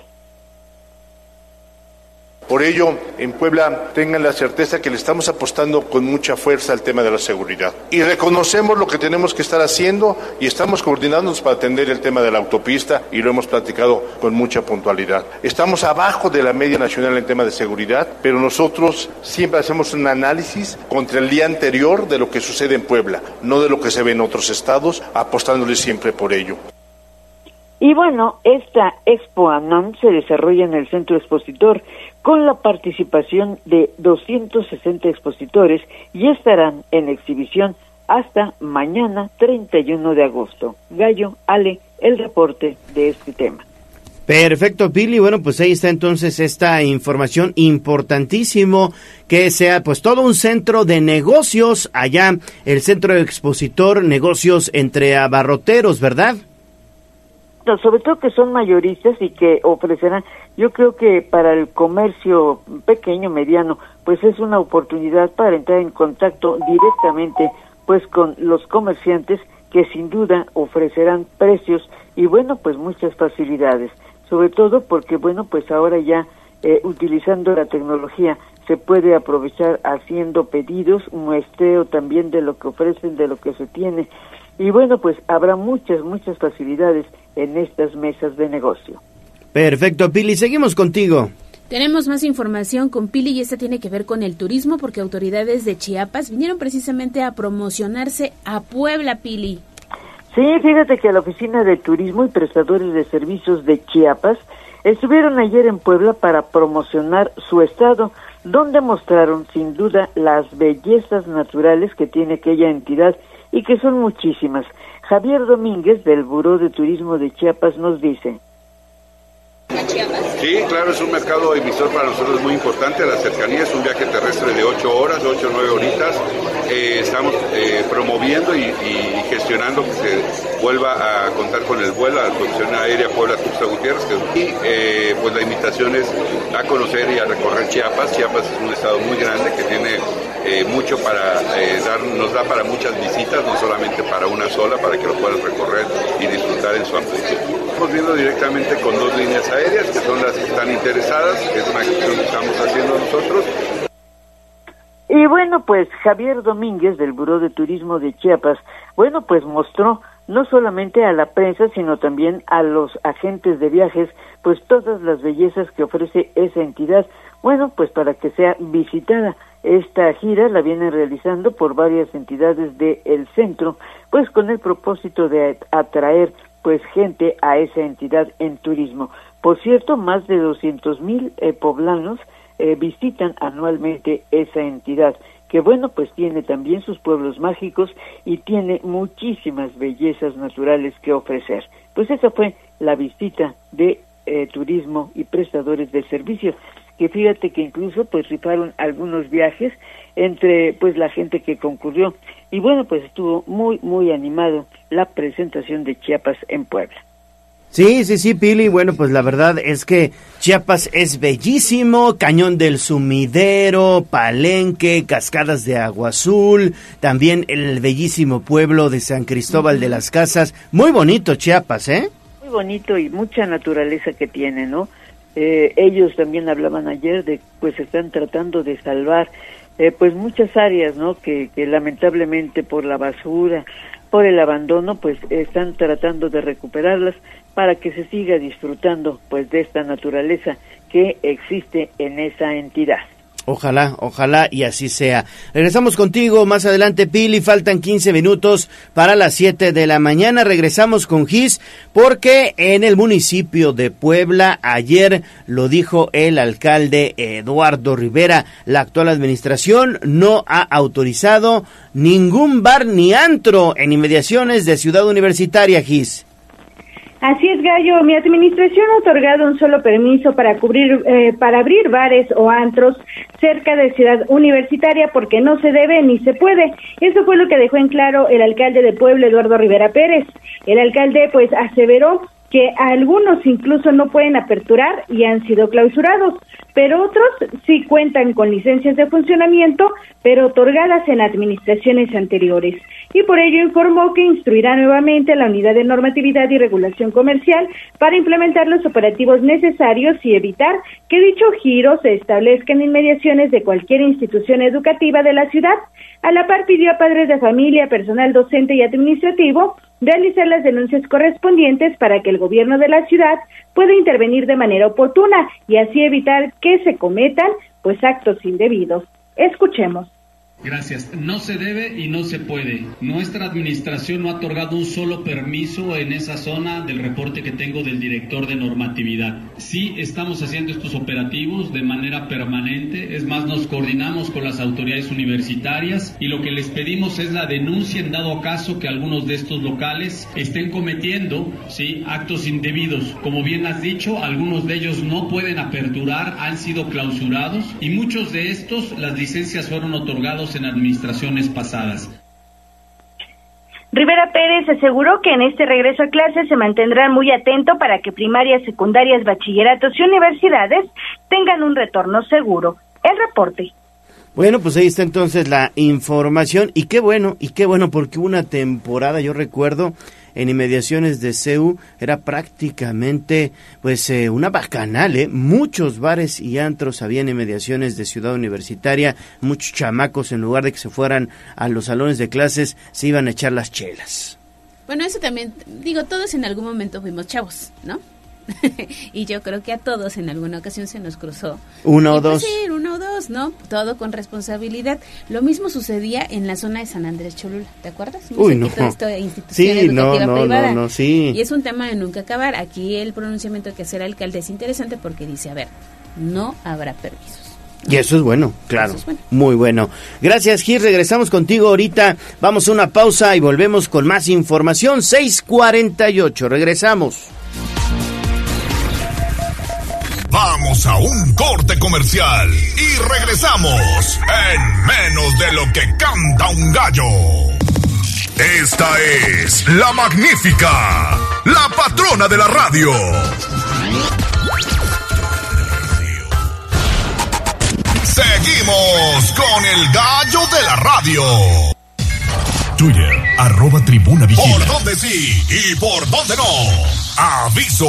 Por ello, en Puebla tengan la certeza que le estamos apostando con mucha fuerza al tema de la seguridad. Y reconocemos lo que tenemos que estar haciendo y estamos coordinándonos para atender el tema de la autopista y lo hemos platicado con mucha puntualidad. Estamos abajo de la media nacional en tema de seguridad, pero nosotros siempre hacemos un análisis contra el día anterior de lo que sucede en Puebla, no de lo que se ve en otros estados, apostándole siempre por ello. Y bueno, esta Expo ANAM se desarrolla en el Centro Expositor con la participación de 260 expositores y estarán en exhibición hasta mañana 31 de agosto. Gallo, Ale, el reporte de este tema. Perfecto, Pili. Bueno, pues ahí está entonces esta información importantísimo, que sea pues todo un centro de negocios allá, el Centro Expositor, negocios entre abarroteros, ¿verdad? No, sobre todo que son mayoristas y que ofrecerán, yo creo que para el comercio pequeño, mediano, pues es una oportunidad para entrar en contacto directamente pues con los comerciantes que sin duda ofrecerán precios y bueno, pues muchas facilidades, sobre todo porque bueno, pues ahora ya utilizando la tecnología se puede aprovechar haciendo pedidos, muestreo también de lo que ofrecen, de lo que se tiene. Y bueno, pues habrá muchas facilidades en estas mesas de negocio. Perfecto, Pili, seguimos contigo. Tenemos más información con Pili y esta tiene que ver con el turismo porque autoridades de Chiapas vinieron precisamente a promocionarse a Puebla, Pili. Sí, fíjate que la Oficina de Turismo y Prestadores de Servicios de Chiapas estuvieron ayer en Puebla para promocionar su estado, donde mostraron sin duda las bellezas naturales que tiene aquella entidad y que son muchísimas. Javier Domínguez, del Buró de Turismo de Chiapas, nos dice. Sí, claro, es un mercado emisor para nosotros muy importante. La cercanía es un viaje terrestre de 8 horas, 8 o 9 horitas. Estamos promoviendo y gestionando que se vuelva a contar con el vuelo a la condición aérea Puebla-Tuxtla Gutiérrez. Y pues la invitación es a conocer y a recorrer Chiapas. Chiapas es un estado muy grande que tiene mucho para nos da para muchas visitas, no solamente para una sola, para que lo puedan recorrer y disfrutar en su amplitud. Estamos viendo directamente con 2 líneas aéreas, que son las que están interesadas, que es una acción que estamos haciendo nosotros. Y bueno, pues Javier Domínguez, del Buró de Turismo de Chiapas, bueno, pues mostró no solamente a la prensa, sino también a los agentes de viajes, pues todas las bellezas que ofrece esa entidad, bueno, pues para que sea visitada. Esta gira la vienen realizando por varias entidades del centro, pues con el propósito de atraer pues gente a esa entidad en turismo. Por cierto, más de 200,000 poblanos visitan anualmente esa entidad, que bueno, pues tiene también sus pueblos mágicos y tiene muchísimas bellezas naturales que ofrecer. Pues esa fue la visita de turismo y prestadores de servicios, que fíjate que incluso pues rifaron algunos viajes entre pues la gente que concurrió y bueno, pues estuvo muy animado la presentación de Chiapas en Puebla. Sí, Pili, bueno, pues la verdad es que Chiapas es bellísimo, Cañón del Sumidero, Palenque, Cascadas de Agua Azul, también el bellísimo pueblo de San Cristóbal de las Casas, muy bonito Chiapas, ¿eh? Muy bonito y mucha naturaleza que tiene, ¿no? Ellos también hablaban ayer de, pues están tratando de salvar, pues muchas áreas, ¿no? Que lamentablemente por la basura, por el abandono, pues están tratando de recuperarlas para que se siga disfrutando, pues, de esta naturaleza que existe en esa entidad. Ojalá y así sea. Regresamos contigo más adelante, Pili, faltan 15 minutos para las 7 de la mañana, regresamos con Gis, porque en el municipio de Puebla, ayer lo dijo el alcalde Eduardo Rivera, la actual administración no ha autorizado ningún bar ni antro en inmediaciones de Ciudad Universitaria, Gis. Así es, Gallo. Mi administración ha otorgado un solo permiso para abrir bares o antros cerca de Ciudad Universitaria porque no se debe ni se puede. Eso fue lo que dejó en claro el alcalde de Puebla, Eduardo Rivera Pérez. El alcalde, pues, aseveró que algunos incluso no pueden aperturar y han sido clausurados, pero otros sí cuentan con licencias de funcionamiento, pero otorgadas en administraciones anteriores. Y por ello informó que instruirá nuevamente a la Unidad de Normatividad y Regulación Comercial para implementar los operativos necesarios y evitar que dicho giro se establezca en inmediaciones de cualquier institución educativa de la ciudad. A la par pidió a padres de familia, personal docente y administrativo realizar las denuncias correspondientes para que el gobierno de la ciudad pueda intervenir de manera oportuna y así evitar que se cometan actos indebidos. Escuchemos. Gracias. No se debe y no se puede. Nuestra administración no ha otorgado un solo permiso en esa zona del reporte que tengo del director de normatividad. Sí estamos haciendo estos operativos de manera permanente. Es más, nos coordinamos con las autoridades universitarias y lo que les pedimos es la denuncia en dado caso que algunos de estos locales estén cometiendo actos indebidos. Como bien has dicho, algunos de ellos no pueden aperturar, han sido clausurados y muchos de estos las licencias fueron otorgados en administraciones pasadas. Rivera Pérez aseguró que en este regreso a clases se mantendrán muy atento para que primarias, secundarias, bachilleratos y universidades tengan un retorno seguro. El reporte. Bueno, pues ahí está entonces la información y qué bueno porque una temporada, yo recuerdo, en inmediaciones de CEU era prácticamente una bacanal, muchos bares y antros había en inmediaciones de Ciudad Universitaria, muchos chamacos en lugar de que se fueran a los salones de clases se iban a echar las chelas. Bueno, eso también, todos en algún momento fuimos chavos, ¿no? Y yo creo que a todos en alguna ocasión se nos cruzó uno o dos, ¿no? Todo con responsabilidad. Lo mismo sucedía en la zona de San Andrés Cholula, ¿te acuerdas? Uy, no. Esta institución educativa privada. No, sí. Y es un tema de nunca acabar. Aquí el pronunciamiento que hace el alcalde es interesante porque dice, a ver, no habrá permisos. Y eso es bueno, claro, muy bueno. Gracias, Gil, regresamos contigo ahorita, vamos a una pausa y volvemos con más información, 6:48, regresamos. Vamos a un corte comercial y regresamos en menos de lo que canta un gallo. Esta es la magnífica, la patrona de la radio. Seguimos con el gallo de la radio. Twitter, @tribunavigila. ¿Por dónde sí y por dónde no? Aviso.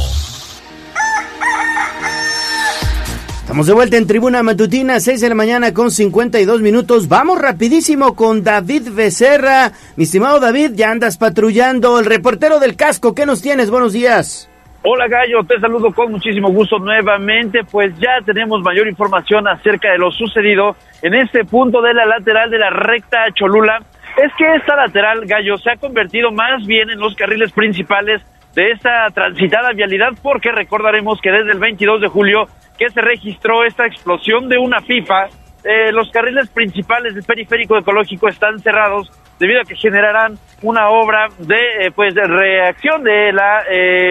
Estamos de vuelta en Tribuna Matutina, 6 de la mañana con 52 minutos. Vamos rapidísimo con David Becerra. Mi estimado David, ya andas patrullando. El reportero del casco, ¿qué nos tienes? Buenos días. Hola Gallo, te saludo con muchísimo gusto nuevamente, pues ya tenemos mayor información acerca de lo sucedido en este punto de la lateral de la recta Cholula. Es que esta lateral, Gallo, se ha convertido más bien en los carriles principales de esta transitada vialidad, porque recordaremos que desde el 22 de julio que se registró esta explosión de una pipa, los carriles principales del periférico ecológico están cerrados debido a que generarán una obra de reacción de la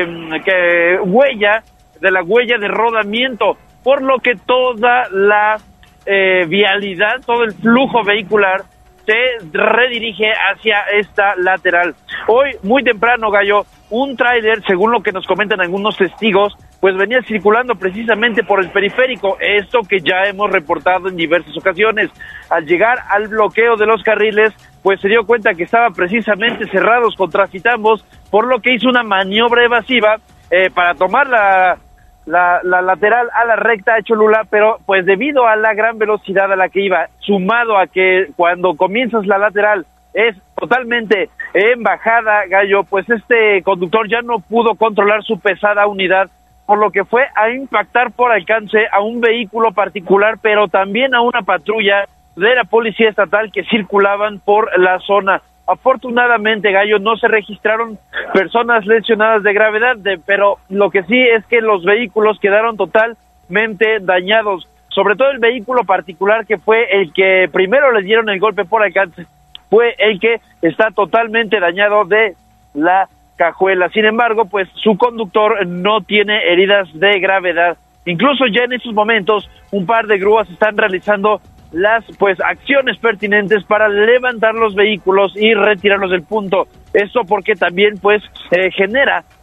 huella de rodamiento, por lo que toda la vialidad, todo el flujo vehicular se redirige hacia esta lateral. Hoy, muy temprano, Gallo, un tráiler, según lo que nos comentan algunos testigos, pues venía circulando precisamente por el periférico, esto que ya hemos reportado en diversas ocasiones. Al llegar al bloqueo de los carriles, pues se dio cuenta que estaban precisamente cerrados con transitambos, por lo que hizo una maniobra evasiva para tomar la lateral a la recta de Cholula, pero pues debido a la gran velocidad a la que iba, sumado a que cuando comienzas la lateral es totalmente en bajada, Gallo, pues este conductor ya no pudo controlar su pesada unidad, por lo que fue a impactar por alcance a un vehículo particular, pero también a una patrulla de la Policía Estatal que circulaban por la zona. Afortunadamente, Gallo, no se registraron personas lesionadas de gravedad, pero lo que sí es que los vehículos quedaron totalmente dañados, sobre todo el vehículo particular, que fue el que primero les dieron el golpe por alcance, fue el que está totalmente dañado de la cajuela. Sin embargo, pues su conductor no tiene heridas de gravedad. Incluso ya en estos momentos un par de grúas están realizando las acciones pertinentes para levantar los vehículos y retirarlos del punto. Esto porque también genera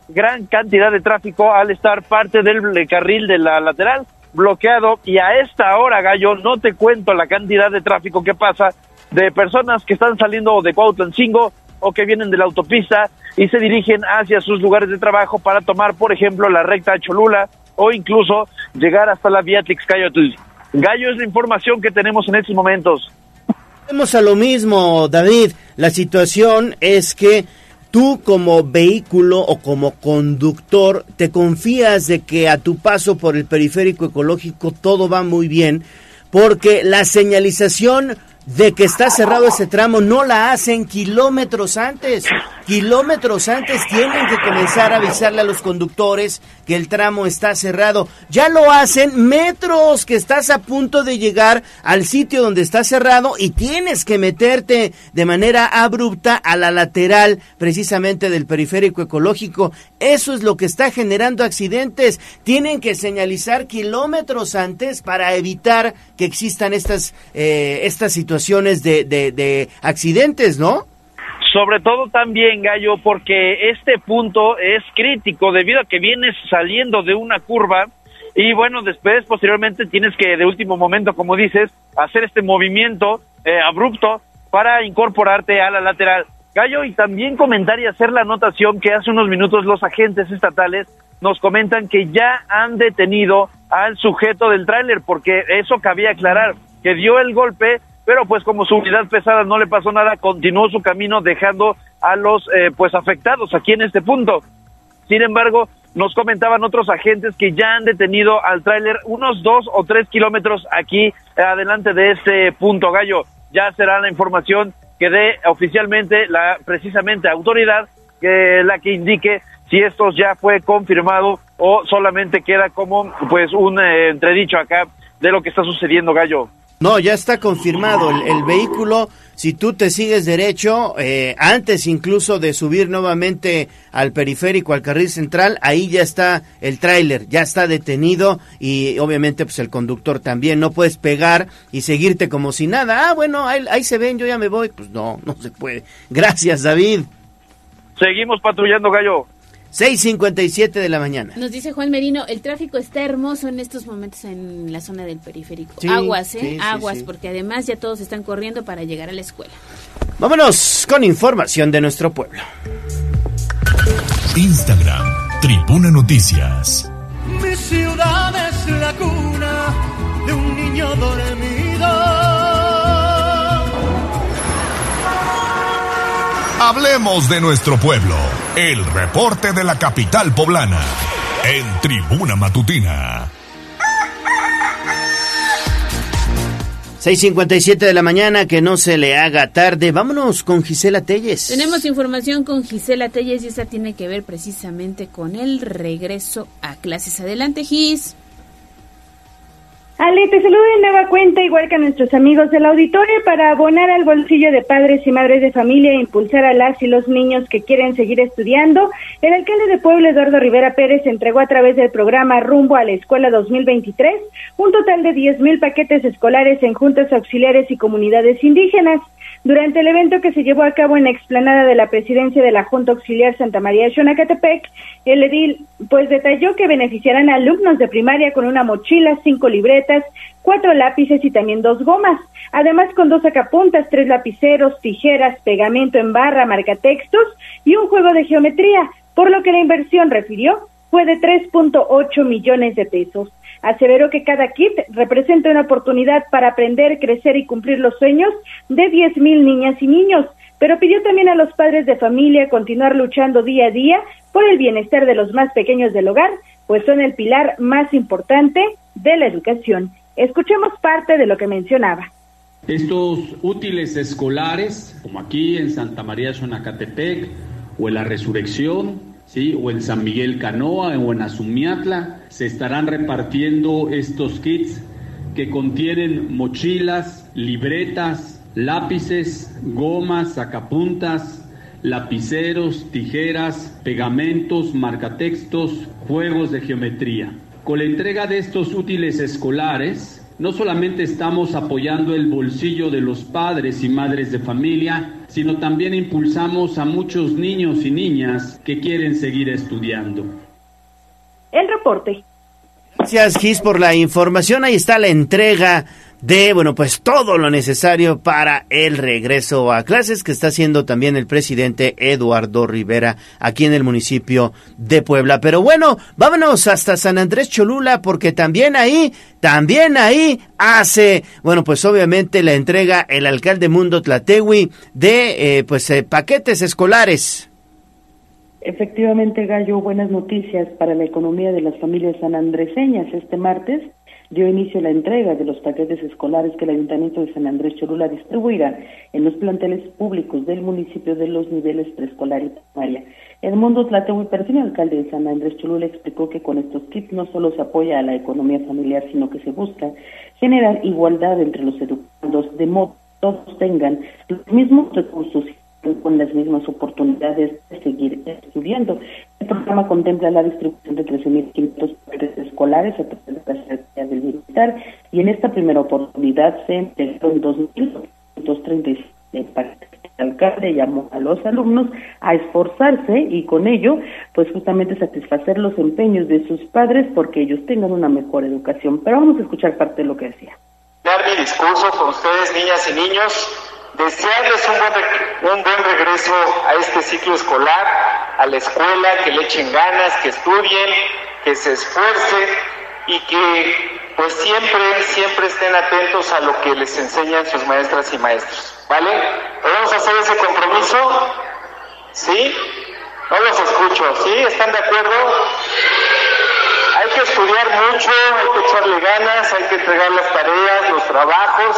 gran cantidad de tráfico al estar parte del carril de la lateral bloqueado, y a esta hora, Gallo, no te cuento la cantidad de tráfico que pasa de personas que están saliendo de Cuautlancingo o que vienen de la autopista y se dirigen hacia sus lugares de trabajo para tomar, por ejemplo, la recta a Cholula o incluso llegar hasta la vía Tixcayotl. Gallo, es la información que tenemos en estos momentos. Vamos a lo mismo, David. La situación es que tú como vehículo o como conductor te confías de que a tu paso por el periférico ecológico todo va muy bien, porque la señalización de que está cerrado ese tramo no la hacen kilómetros antes. Kilómetros antes tienen que comenzar a avisarle a los conductores que el tramo está cerrado. Ya lo hacen metros que estás a punto de llegar al sitio donde está cerrado y tienes que meterte de manera abrupta a la lateral precisamente del periférico ecológico. Eso es lo que está generando accidentes. Tienen que señalizar kilómetros antes para evitar que existan estas situaciones de accidentes, ¿no? Sobre todo también, Gallo, porque este punto es crítico debido a que vienes saliendo de una curva y bueno, después posteriormente tienes que de último momento, como dices, hacer este movimiento abrupto para incorporarte a la lateral. Gallo, y también comentar y hacer la anotación que hace unos minutos los agentes estatales nos comentan que ya han detenido al sujeto del tráiler, porque eso cabía aclarar, que dio el golpe, pero pues como su unidad pesada no le pasó nada, continuó su camino dejando a los afectados aquí en este punto. Sin embargo, nos comentaban otros agentes que ya han detenido al tráiler unos 2 o 3 kilómetros aquí adelante de este punto, Gallo. Ya será la información que dé oficialmente la precisamente autoridad, la que indique si esto ya fue confirmado o solamente queda como pues un entredicho acá de lo que está sucediendo, Gallo. No, ya está confirmado. El vehículo, si tú te sigues derecho, antes incluso de subir nuevamente al periférico, al carril central, ahí ya está el tráiler, ya está detenido y obviamente pues el conductor también. No puedes pegar y seguirte como si nada. Bueno, ahí se ven, yo ya me voy. Pues no se puede. Gracias, David. Seguimos patrullando, Gallo. 6:57 de la mañana. Nos dice Juan Merino, el tráfico está hermoso en estos momentos en la zona del periférico. Sí, aguas, sí, aguas, sí. Porque además ya todos están corriendo para llegar a la escuela. Vámonos con información de nuestro pueblo. Instagram, Tribuna Noticias. Mi ciudad es la cuna de un niño dormido. Hablemos de nuestro pueblo. El reporte de la capital poblana. En Tribuna Matutina. 6:57 de la mañana, que no se le haga tarde. Vámonos con Gisela Telles. Tenemos información con Gisela Telles y esta tiene que ver precisamente con el regreso a clases. Adelante, Gis. Ale, te saludo de nueva cuenta, igual que a nuestros amigos del auditorio, para abonar al bolsillo de padres y madres de familia e impulsar a las y los niños que quieren seguir estudiando. El alcalde de Puebla, Eduardo Rivera Pérez, entregó a través del programa Rumbo a la Escuela 2023 un total de 10,000 paquetes escolares en juntas auxiliares y comunidades indígenas. Durante el evento que se llevó a cabo en la explanada de la presidencia de la Junta Auxiliar Santa María Xonacatepec, el edil pues detalló que beneficiarán a alumnos de primaria con una mochila, 5 libretas, 4 lápices y también 2 gomas, además con 2 sacapuntas, 3 lapiceros, tijeras, pegamento en barra, marcatextos y un juego de geometría, por lo que la inversión, refirió, fue de 3.8 millones de pesos. Aseveró que cada kit representa una oportunidad para aprender, crecer y cumplir los sueños de 10,000 niñas y niños, pero pidió también a los padres de familia continuar luchando día a día por el bienestar de los más pequeños del hogar, pues son el pilar más importante de la educación. Escuchemos parte de lo que mencionaba. Estos útiles escolares, como aquí en Santa María Xonacatepec o en La Resurrección, ¿sí?, o en San Miguel Canoa o en Azumiatla, se estarán repartiendo estos kits que contienen mochilas, libretas, lápices, gomas, sacapuntas, lapiceros, tijeras, pegamentos, marcatextos, juegos de geometría. Con la entrega de estos útiles escolares, No solamente estamos apoyando el bolsillo de los padres y madres de familia, sino también impulsamos a muchos niños y niñas que quieren seguir estudiando. El reporte. Gracias, Gis, por la información. Ahí está la entrega de, pues todo lo necesario para el regreso a clases que está haciendo también el presidente Eduardo Rivera aquí en el municipio de Puebla. Pero bueno, vámonos hasta San Andrés Cholula porque también ahí hace, pues obviamente la entrega el alcalde Mundo Tlategui de, paquetes escolares. Efectivamente, Gallo, buenas noticias para la economía de las familias sanandreseñas. Este martes dio inicio la entrega de los paquetes escolares que el Ayuntamiento de San Andrés Cholula distribuirá en los planteles públicos del municipio de los niveles preescolar y primaria. Edmundo Tlategui Persino, alcalde de San Andrés Cholula, explicó que con estos kits no solo se apoya a la economía familiar, sino que se busca generar igualdad entre los educandos, de modo que todos tengan los mismos recursos con las mismas oportunidades de seguir estudiando. El programa contempla la distribución de 13.500 paquetes escolares a través de la Secretaría del Bienestar y en esta primera oportunidad se entregaron 2.237 paquetes. El alcalde llamó a los alumnos a esforzarse y con ello, justamente satisfacer los empeños de sus padres porque ellos tengan una mejor educación. Pero vamos a escuchar parte de lo que decía. Dar mi discurso con ustedes, niñas y niños, desearles un buen regreso a este ciclo escolar, a la escuela, que le echen ganas, que estudien, que se esfuercen y que siempre estén atentos a lo que les enseñan sus maestras y maestros, ¿vale? ¿Podemos hacer ese compromiso? ¿Sí? No los escucho, ¿sí? ¿Están de acuerdo? Hay que estudiar mucho, hay que echarle ganas, hay que entregar las tareas, los trabajos.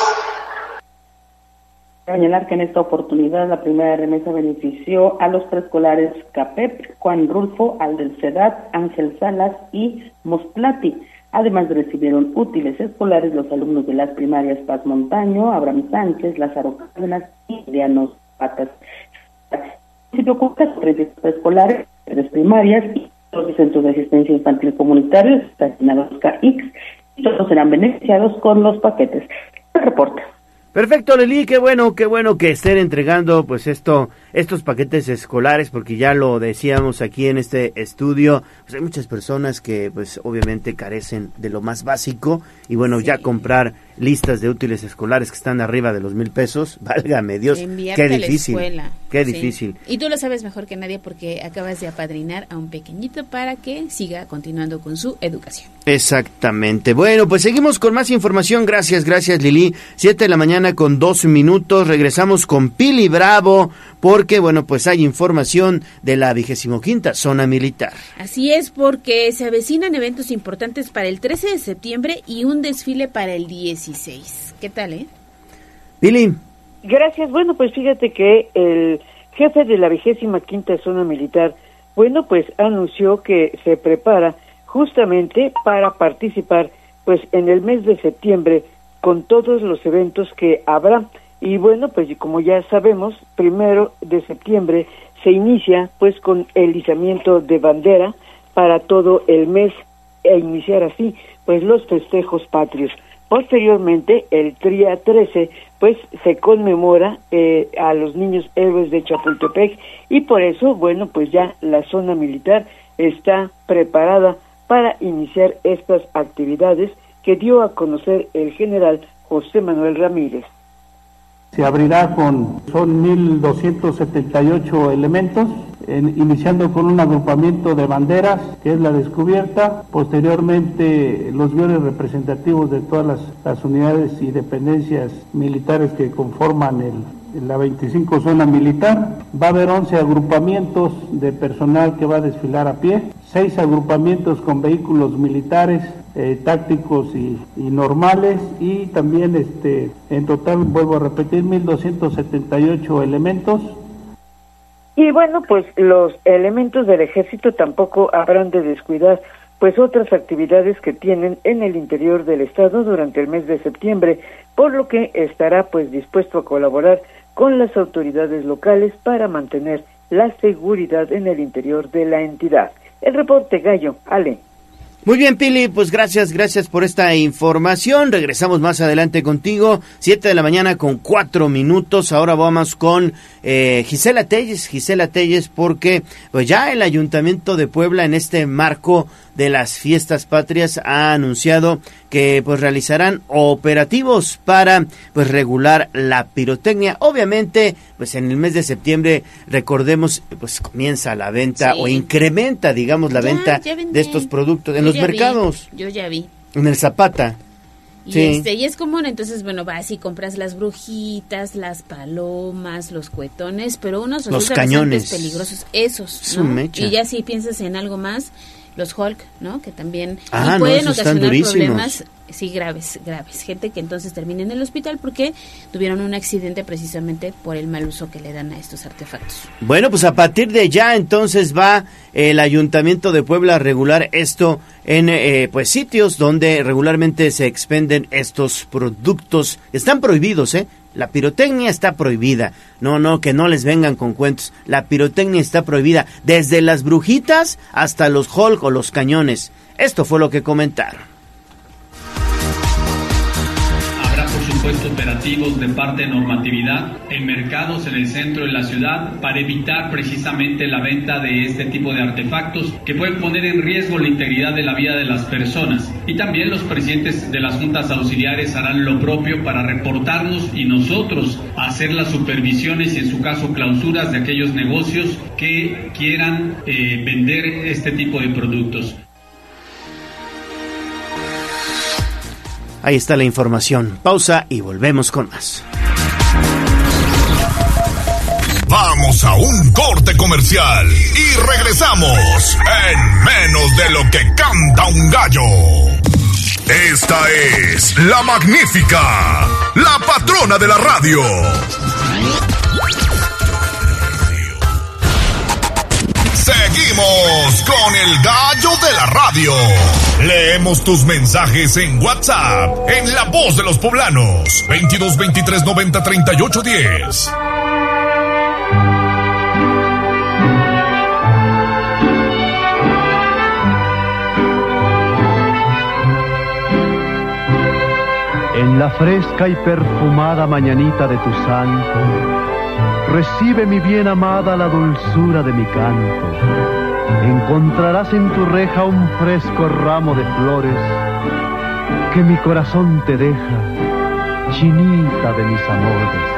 Señalar que en esta oportunidad la primera remesa benefició a los preescolares CAPEP, Juan Rulfo, Aldelcedat, Ángel Salas y Mosplati. Además recibieron útiles escolares los alumnos de las primarias Paz Montaño, Abraham Sánchez, Lázaro Cárdenas y Dianos Patas. El municipio cuenta con 30 preescolares, 3 primarias y 2 centros de asistencia infantil comunitarios, destinados a X, y todos serán beneficiados con los paquetes. El reporte. Perfecto, Lili, qué bueno que estén entregando estos paquetes escolares, porque ya lo decíamos aquí en este estudio, hay muchas personas que obviamente carecen de lo más básico y sí. Ya comprar listas de útiles escolares que están arriba de los 1,000 pesos, válgame Dios, qué difícil, qué difícil. Y tú lo sabes mejor que nadie porque acabas de apadrinar a un pequeñito para que siga continuando con su educación. Exactamente. Bueno, pues seguimos con más información. Gracias Lili. 7:00 con 2 minutos. Regresamos con Pili Bravo porque, hay información de la 25ª zona militar. Así es, porque se avecinan eventos importantes para el 13 de septiembre y un desfile para el 16. ¿Qué tal, Pili? Gracias. Fíjate que el jefe de la 25ª zona militar, anunció que se prepara justamente para participar en el mes de septiembre con todos los eventos que habrá. Y como ya sabemos, 1 de septiembre se inicia con el izamiento de bandera para todo el mes e iniciar así los festejos patrios. Posteriormente, el día 13, se conmemora a los niños héroes de Chapultepec y por eso, ya la zona militar está preparada para iniciar estas actividades que dio a conocer el general José Manuel Ramírez. Se abrirá son 1,278 elementos, iniciando con un agrupamiento de banderas, que es la descubierta, posteriormente los guiones representativos de todas las unidades y dependencias militares que conforman la 25 zona militar. Va a haber 11 agrupamientos de personal que va a desfilar a pie, 6 agrupamientos con vehículos militares, tácticos y normales, y también en total, vuelvo a repetir, 1,278 elementos. Y los elementos del ejército tampoco habrán de descuidar otras actividades que tienen en el interior del estado durante el mes de septiembre, por lo que estará dispuesto a colaborar con las autoridades locales para mantener la seguridad en el interior de la entidad. El reporte, Gallo, Ale. Muy bien, Pili, pues gracias por esta información. Regresamos más adelante contigo, 7 de la mañana con 4 minutos. Ahora vamos con Gisela Telles, porque pues ya el Ayuntamiento de Puebla, en este marco de las fiestas patrias, ha anunciado que pues realizarán operativos para pues regular la pirotecnia. Obviamente, pues en el mes de septiembre, recordemos, pues comienza la venta, sí, o incrementa, digamos, la venta de estos productos en los mercados. Yo ya vi. En el Zapata. Y, sí, y es común, entonces, bueno, vas y compras las brujitas, las palomas, los cuetones, pero unos los cañones peligrosos, esos, ¿no? Y ya si piensas en algo más, los Hulk, ¿no? Que también y pueden ocasionar problemas, sí, graves. Gente que entonces termina en el hospital porque tuvieron un accidente precisamente por el mal uso que le dan a estos artefactos. Bueno, pues a partir de ya entonces va el Ayuntamiento de Puebla a regular esto en pues sitios donde regularmente se expenden estos productos. Están prohibidos, La pirotecnia está prohibida. No, que no les vengan con cuentos. La pirotecnia está prohibida, desde las brujitas hasta los Hulk o los cañones. Esto fue lo que comentaron. Habrá, por supuesto, operativos de parte de normatividad en mercados en el centro de la ciudad para evitar precisamente la venta de este tipo de artefactos que pueden poner en riesgo la integridad de la vida de las personas. Y también los presidentes de las juntas auxiliares harán lo propio para reportarnos y nosotros hacer las supervisiones y en su caso clausuras de aquellos negocios que quieran vender este tipo de productos. Ahí está la información. Pausa y volvemos con más. Vamos a un corte comercial y regresamos en menos de lo que canta un gallo. Esta es la magnífica, la patrona de la radio. Seguimos con el gallo de la radio. Leemos tus mensajes en WhatsApp, en La Voz de los Poblanos, 22 23 90 38 10. En la fresca y perfumada mañanita de tu santo, recibe mi bien amada la dulzura de mi canto. Encontrarás en tu reja un fresco ramo de flores que mi corazón te deja, chinita de mis amores.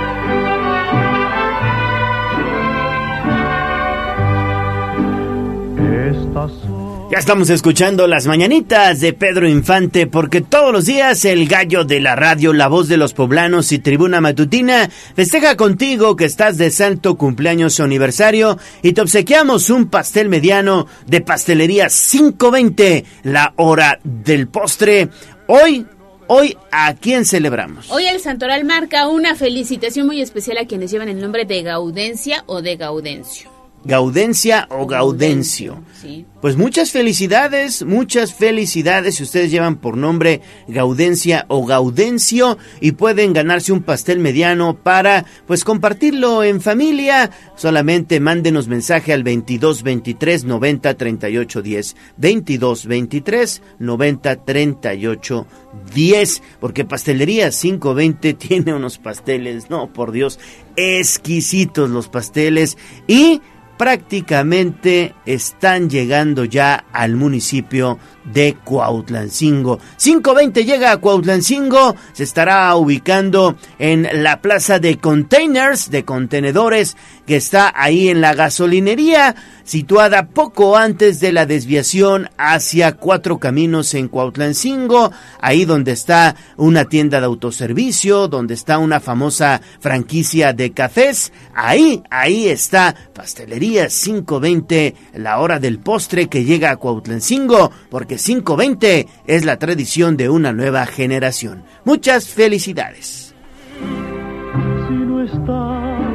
Ya estamos escuchando las mañanitas de Pedro Infante, porque todos los días el gallo de la radio, La Voz de los Poblanos y Tribuna Matutina festeja contigo que estás de santo cumpleaños o aniversario y te obsequiamos un pastel mediano de Pastelería 520, la hora del postre. Hoy, ¿a quién celebramos? Hoy el Santoral marca una felicitación muy especial a quienes llevan el nombre de Gaudencia o de Gaudencio. Gaudencia o Gaudencio. Sí. Pues muchas felicidades si ustedes llevan por nombre Gaudencia o Gaudencio y pueden ganarse un pastel mediano para pues compartirlo en familia. Solamente mándenos mensaje al 22 23 90 38 10, 22 23 90 38 10, porque Pastelería 520 tiene unos pasteles, no, por Dios, exquisitos los pasteles, y prácticamente están llegando ya al municipio de Cuautlancingo. 520 llega a Cuautlancingo, se estará ubicando en la plaza de containers, de contenedores, que está ahí en la gasolinería, situada poco antes de la desviación hacia Cuatro Caminos en Cuautlancingo, ahí donde está una tienda de autoservicio, donde está una famosa franquicia de cafés, ahí está Pastelería 520, la hora del postre que llega a Cuautlancingo, porque 520 es la tradición de una nueva generación. Muchas felicidades. Si no estás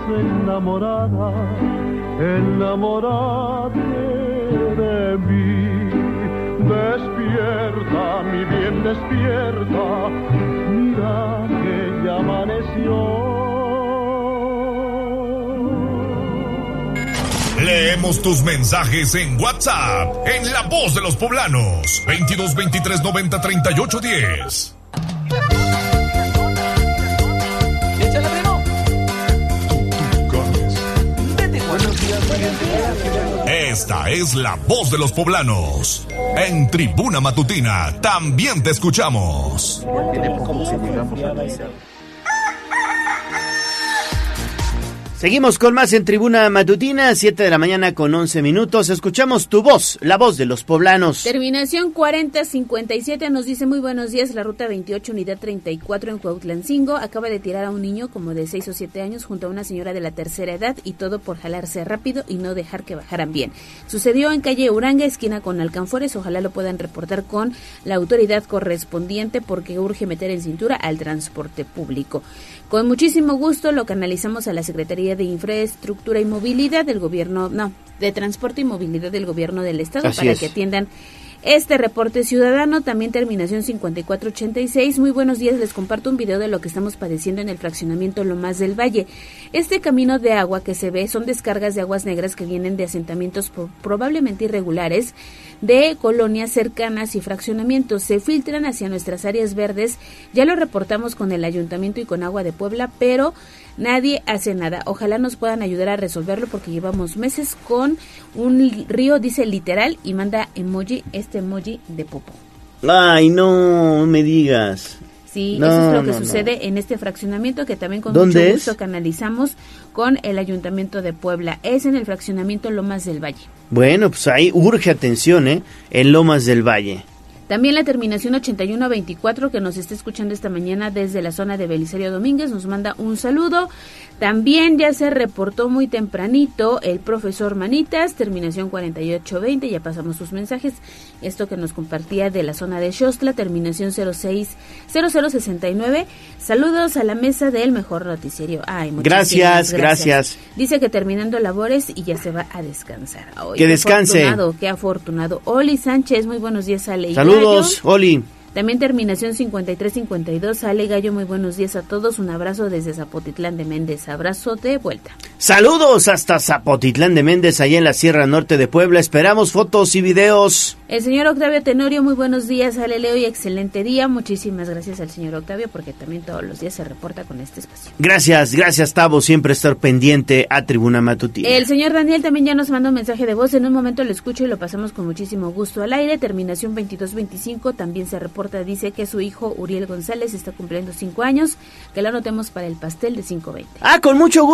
enamórate de mí, despierta, mi bien, despierta, mira que ya amaneció. Leemos tus mensajes en WhatsApp, en La Voz de los Poblanos, 22 23 90 38 10. Esta es La Voz de los Poblanos. En Tribuna Matutina también te escuchamos. Seguimos con más en Tribuna Matutina, 7 de la mañana con 11 minutos. Escuchamos tu voz, la voz de los poblanos. Terminación 4057 nos dice: muy buenos días, la ruta 28, unidad 34 en Cuautlancingo acaba de tirar a un niño como de 6 o 7 años junto a una señora de la tercera edad, y todo por jalarse rápido y no dejar que bajaran bien. Sucedió en calle Uranga, esquina con Alcanfores. Ojalá lo puedan reportar con la autoridad correspondiente porque urge meter en cintura al transporte público. Con muchísimo gusto lo canalizamos a la Secretaría de Infraestructura y Movilidad del Gobierno, de Transporte y Movilidad del Gobierno del Estado. Así para es. Que atiendan este reporte ciudadano. También terminación 5486. Muy buenos días, les comparto un video de lo que estamos padeciendo en el fraccionamiento Lomas del Valle. Este camino de agua que se ve son descargas de aguas negras que vienen de asentamientos probablemente irregulares de colonias cercanas y fraccionamientos. Se filtran hacia nuestras áreas verdes. Ya lo reportamos con el Ayuntamiento y con Agua de Puebla, pero nadie hace nada. Ojalá nos puedan ayudar a resolverlo porque llevamos meses con un río, dice literal, y manda emoji, emoji de popo. Ay, no me digas. Sí, no, eso es lo que sucede en este fraccionamiento que también con mucho gusto canalizamos con el Ayuntamiento de Puebla. Es en el fraccionamiento Lomas del Valle. Bueno, pues ahí urge atención, en Lomas del Valle. También la terminación 8124 que nos está escuchando esta mañana desde la zona de Belisario Domínguez nos manda un saludo. También ya se reportó muy tempranito el profesor Manitas, terminación 4820, ya pasamos sus mensajes. Esto que nos compartía de la zona de Xostla, terminación 0069. Saludos a la mesa del mejor noticiero. Ay, muchísimas gracias. Dice que terminando labores y ya se va a descansar. Ay, que descanse. Qué afortunado. Oli Sánchez, muy buenos días, Ale. Saludos, Oli. También terminación 5352, Ale Gallo, muy buenos días a todos, un abrazo desde Zapotitlán de Méndez, abrazo de vuelta. Saludos hasta Zapotitlán de Méndez, allá en la Sierra Norte de Puebla, esperamos fotos y videos. El señor Octavio Tenorio, muy buenos días, Ale Leo, y excelente día, muchísimas gracias al señor Octavio, porque también todos los días se reporta con este espacio. Gracias Tavo, siempre estar pendiente a Tribuna Matutina. El señor Daniel también ya nos manda un mensaje de voz, en un momento lo escucho y lo pasamos con muchísimo gusto al aire, terminación 2225, también se reporta. Dice que su hijo Uriel González está cumpliendo 5 años, que lo anotemos para el pastel de 520. Con mucho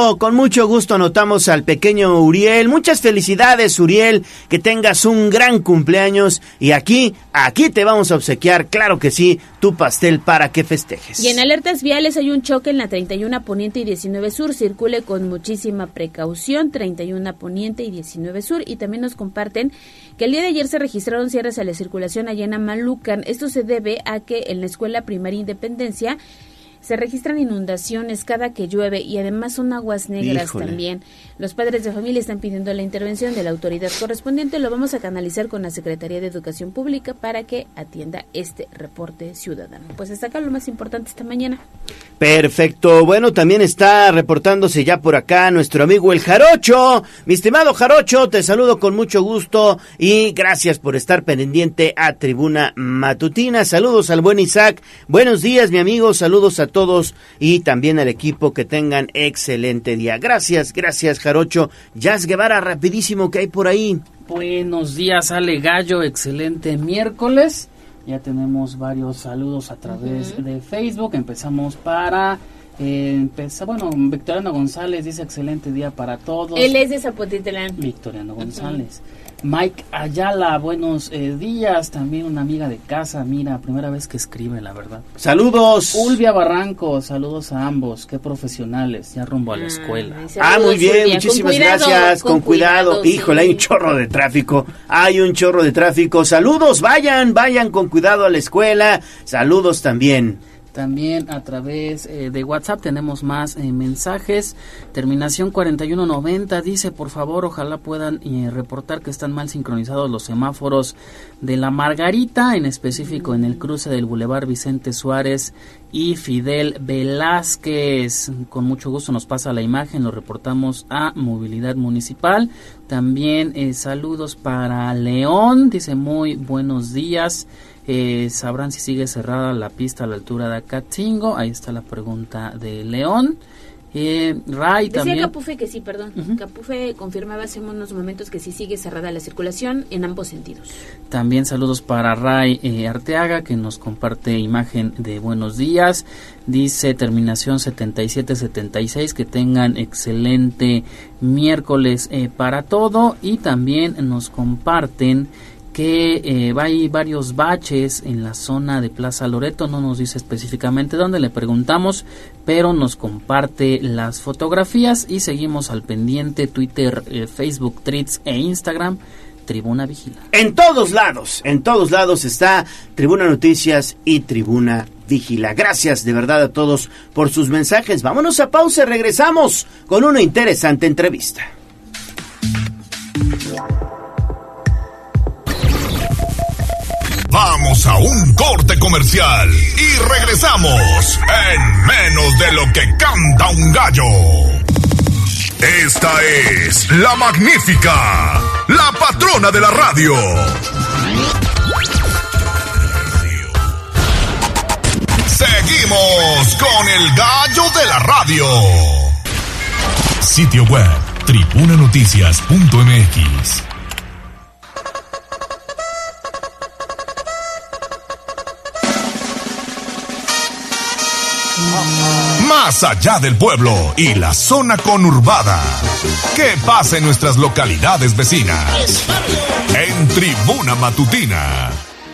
gusto anotamos al pequeño Uriel. Muchas felicidades, Uriel, que tengas un gran cumpleaños y aquí te vamos a obsequiar, claro que sí, tu pastel para que festejes. Y en alertas viales hay un choque en la 31 Poniente y 19 Sur, circule con muchísima precaución, 31 Poniente y 19 Sur, y también nos comparten que el día de ayer se registraron cierres a la circulación allá en Amalucan. Esto se debe a que en la Escuela Primaria Independencia se registran inundaciones cada que llueve y además son aguas negras. También. Los padres de familia están pidiendo la intervención de la autoridad correspondiente. Lo vamos a canalizar con la Secretaría de Educación Pública para que atienda este reporte ciudadano. Pues hasta acá lo más importante esta mañana. Perfecto. Bueno, también está reportándose ya por acá nuestro amigo el Jarocho. Mi estimado Jarocho, te saludo con mucho gusto y gracias por estar pendiente a Tribuna Matutina. Saludos al buen Isaac. Buenos días, mi amigo. Saludos a todos y también al equipo, que tengan excelente día. Gracias Jarocho. Jazz Guevara, rapidísimo, ¿qué hay por ahí? Buenos días, Ale Gallo, excelente miércoles. Ya tenemos varios saludos a través de Facebook. Empezamos para Victoriano González dice excelente día para todos. Él es de Zapotitlán. Victoriano González. Mike Ayala, buenos días, también una amiga de casa, mira, primera vez que escribe, la verdad. Saludos. Ulvia Barranco, saludos a ambos, qué profesionales, ya rumbo a la escuela. Muy bien, Ulvia, muchísimas gracias, con cuidado. Híjole, sí. Hay un chorro de tráfico, saludos, vayan con cuidado a la escuela, saludos también. También a través de WhatsApp tenemos más mensajes. Terminación 4190 dice, por favor, ojalá puedan reportar que están mal sincronizados los semáforos de la Margarita, en específico en el cruce del Boulevard Vicente Suárez y Fidel Velázquez. Con mucho gusto nos pasa la imagen, lo reportamos a Movilidad Municipal. También saludos para León, dice muy buenos días. Sabrán si sigue cerrada la pista a la altura de Acatingo. Ahí está la pregunta de León. Ray decía también. Capufe que sí, perdón. Capufe confirmaba hace unos momentos que sí sigue cerrada la circulación en ambos sentidos. También saludos para Ray Arteaga, que nos comparte imagen de buenos días. Dice terminación 7776, que tengan excelente miércoles para todo. Y también nos comparten que hay varios baches en la zona de Plaza Loreto, no nos dice específicamente dónde, le preguntamos, pero nos comparte las fotografías y seguimos al pendiente. Twitter, Facebook, Threads e Instagram, Tribuna Vigila. En todos lados está Tribuna Noticias y Tribuna Vigila. Gracias de verdad a todos por sus mensajes. Vámonos a pausa y regresamos con una interesante entrevista. Vamos a un corte comercial y regresamos en menos de lo que canta un gallo. Esta es la magnífica, la patrona de la radio. Seguimos con el gallo de la radio. Sitio web, tribunanoticias.mx. Más allá del pueblo y la zona conurbada, ¿qué pasa en nuestras localidades vecinas? En Tribuna Matutina.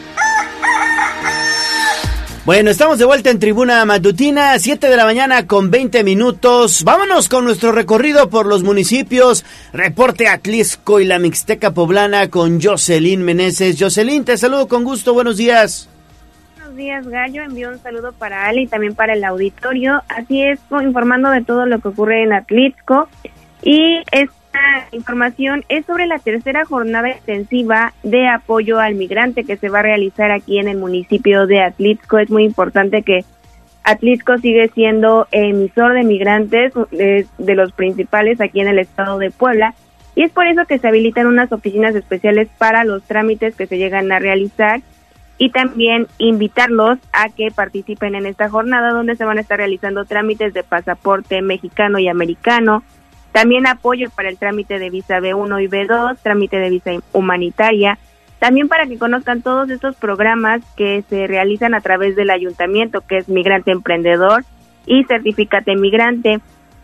Bueno, estamos de vuelta en Tribuna Matutina, 7 de la mañana con 20 minutos. Vámonos con nuestro recorrido por los municipios. Reporte Atlixco y la Mixteca Poblana con Jocelyn Meneses. Jocelyn, te saludo con gusto, buenos días. Buenos días, Gallo. Envío un saludo para Ali y también para el auditorio. Así es, informando de todo lo que ocurre en Atlixco. Y esta información es sobre la tercera jornada intensiva de apoyo al migrante que se va a realizar aquí en el municipio de Atlixco. Es muy importante que Atlixco sigue siendo emisor de migrantes, de los principales aquí en el estado de Puebla. Y es por eso que se habilitan unas oficinas especiales para los trámites que se llegan a realizar. Y también invitarlos a que participen en esta jornada donde se van a estar realizando trámites de pasaporte mexicano y americano, también apoyo para el trámite de visa B1 y B2, trámite de visa humanitaria, también para que conozcan todos estos programas que se realizan a través del ayuntamiento, que es Migrante Emprendedor y Certifícate Migrante.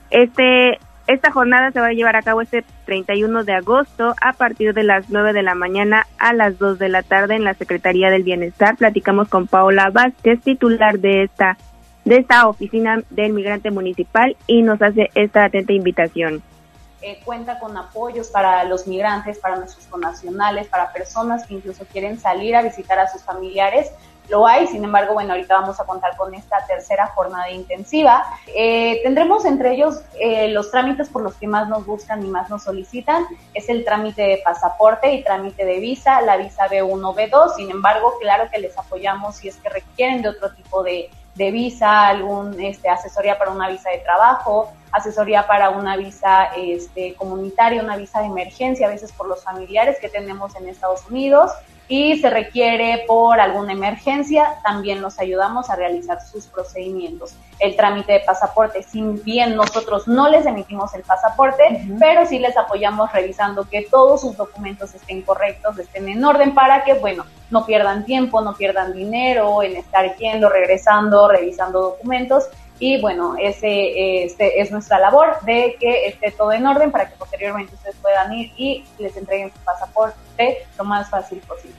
Esta jornada se va a llevar a cabo este 31 de agosto a partir de las 9 de la mañana a las 2 de la tarde en la Secretaría del Bienestar. Platicamos con Paola Vázquez, titular de esta oficina del migrante municipal, y nos hace esta atenta invitación. Cuenta con apoyos para los migrantes, para nuestros connacionales, para personas que incluso quieren salir a visitar a sus familiares. Lo hay, sin embargo, bueno, ahorita vamos a contar con esta tercera jornada intensiva. Tendremos entre ellos los trámites por los que más nos buscan y más nos solicitan. Es el trámite de pasaporte y trámite de visa, la visa B1, B2. Sin embargo, claro que les apoyamos si es que requieren de otro tipo de visa, algún asesoría para una visa de trabajo, asesoría para una visa comunitaria, una visa de emergencia, a veces por los familiares que tenemos en Estados Unidos, y se requiere por alguna emergencia, también los ayudamos a realizar sus procedimientos. El trámite de pasaporte, si bien nosotros no les emitimos el pasaporte, pero sí les apoyamos revisando que todos sus documentos estén correctos, estén en orden, para que, bueno, no pierdan tiempo, no pierdan dinero en estar yendo, regresando, revisando documentos. Y bueno, ese es nuestra labor, de que esté todo en orden para que posteriormente ustedes puedan ir y les entreguen su pasaporte lo más fácil posible.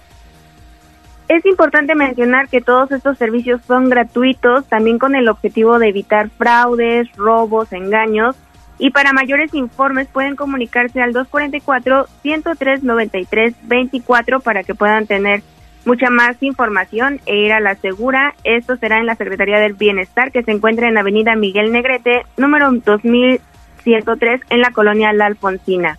Es importante mencionar que todos estos servicios son gratuitos, también con el objetivo de evitar fraudes, robos, engaños. Y para mayores informes pueden comunicarse al 244-103-93-24 para que puedan tener mucha más información e ir a la segura. Esto será en la Secretaría del Bienestar, que se encuentra en Avenida Miguel Negrete, número 2103, en la colonia La Alfonsina.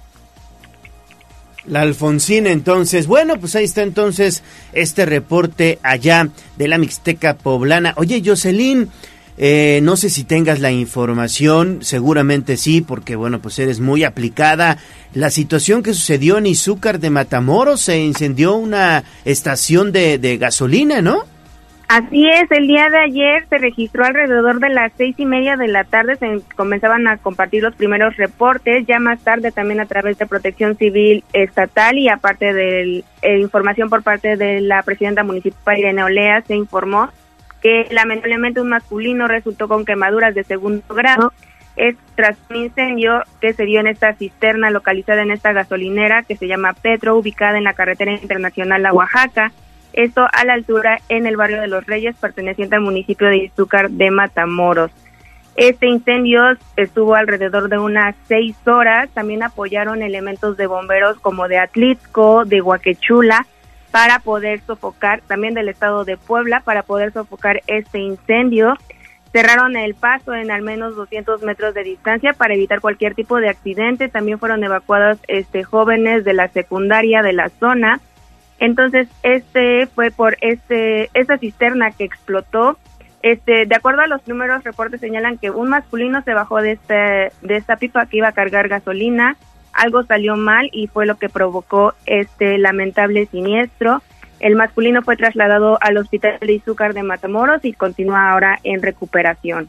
La Alfonsina, entonces. Bueno, pues ahí está entonces este reporte allá de la Mixteca Poblana. Oye, Jocelyn, no sé si tengas la información, seguramente sí, porque bueno, pues eres muy aplicada. La situación que sucedió en Izúcar de Matamoros, se incendió una estación de gasolina, ¿no? Así es, el día de ayer se registró alrededor de las 6:30 de la tarde, se comenzaban a compartir los primeros reportes, ya más tarde también a través de Protección Civil Estatal y aparte de información por parte de la presidenta municipal Irene Olea, se informó que lamentablemente un masculino resultó con quemaduras de segundo grado. Es tras un incendio que se dio en esta cisterna localizada en esta gasolinera que se llama Petro, ubicada en la carretera internacional a Oaxaca. Esto a la altura en el barrio de Los Reyes, perteneciente al municipio de Izúcar de Matamoros. Este incendio estuvo alrededor de unas 6 horas. También apoyaron elementos de bomberos como de Atlixco, de Huaquechula, para poder sofocar, también del estado de Puebla, para poder sofocar este incendio. Cerraron el paso en al menos 200 metros de distancia para evitar cualquier tipo de accidente. También fueron evacuados jóvenes de la secundaria de la zona. Entonces, fue por esta cisterna que explotó. De acuerdo a los primeros reportes señalan que un masculino se bajó de esta pipa que iba a cargar gasolina. Algo salió mal y fue lo que provocó este lamentable siniestro. El masculino fue trasladado al hospital de Izúcar de Matamoros y continúa ahora en recuperación.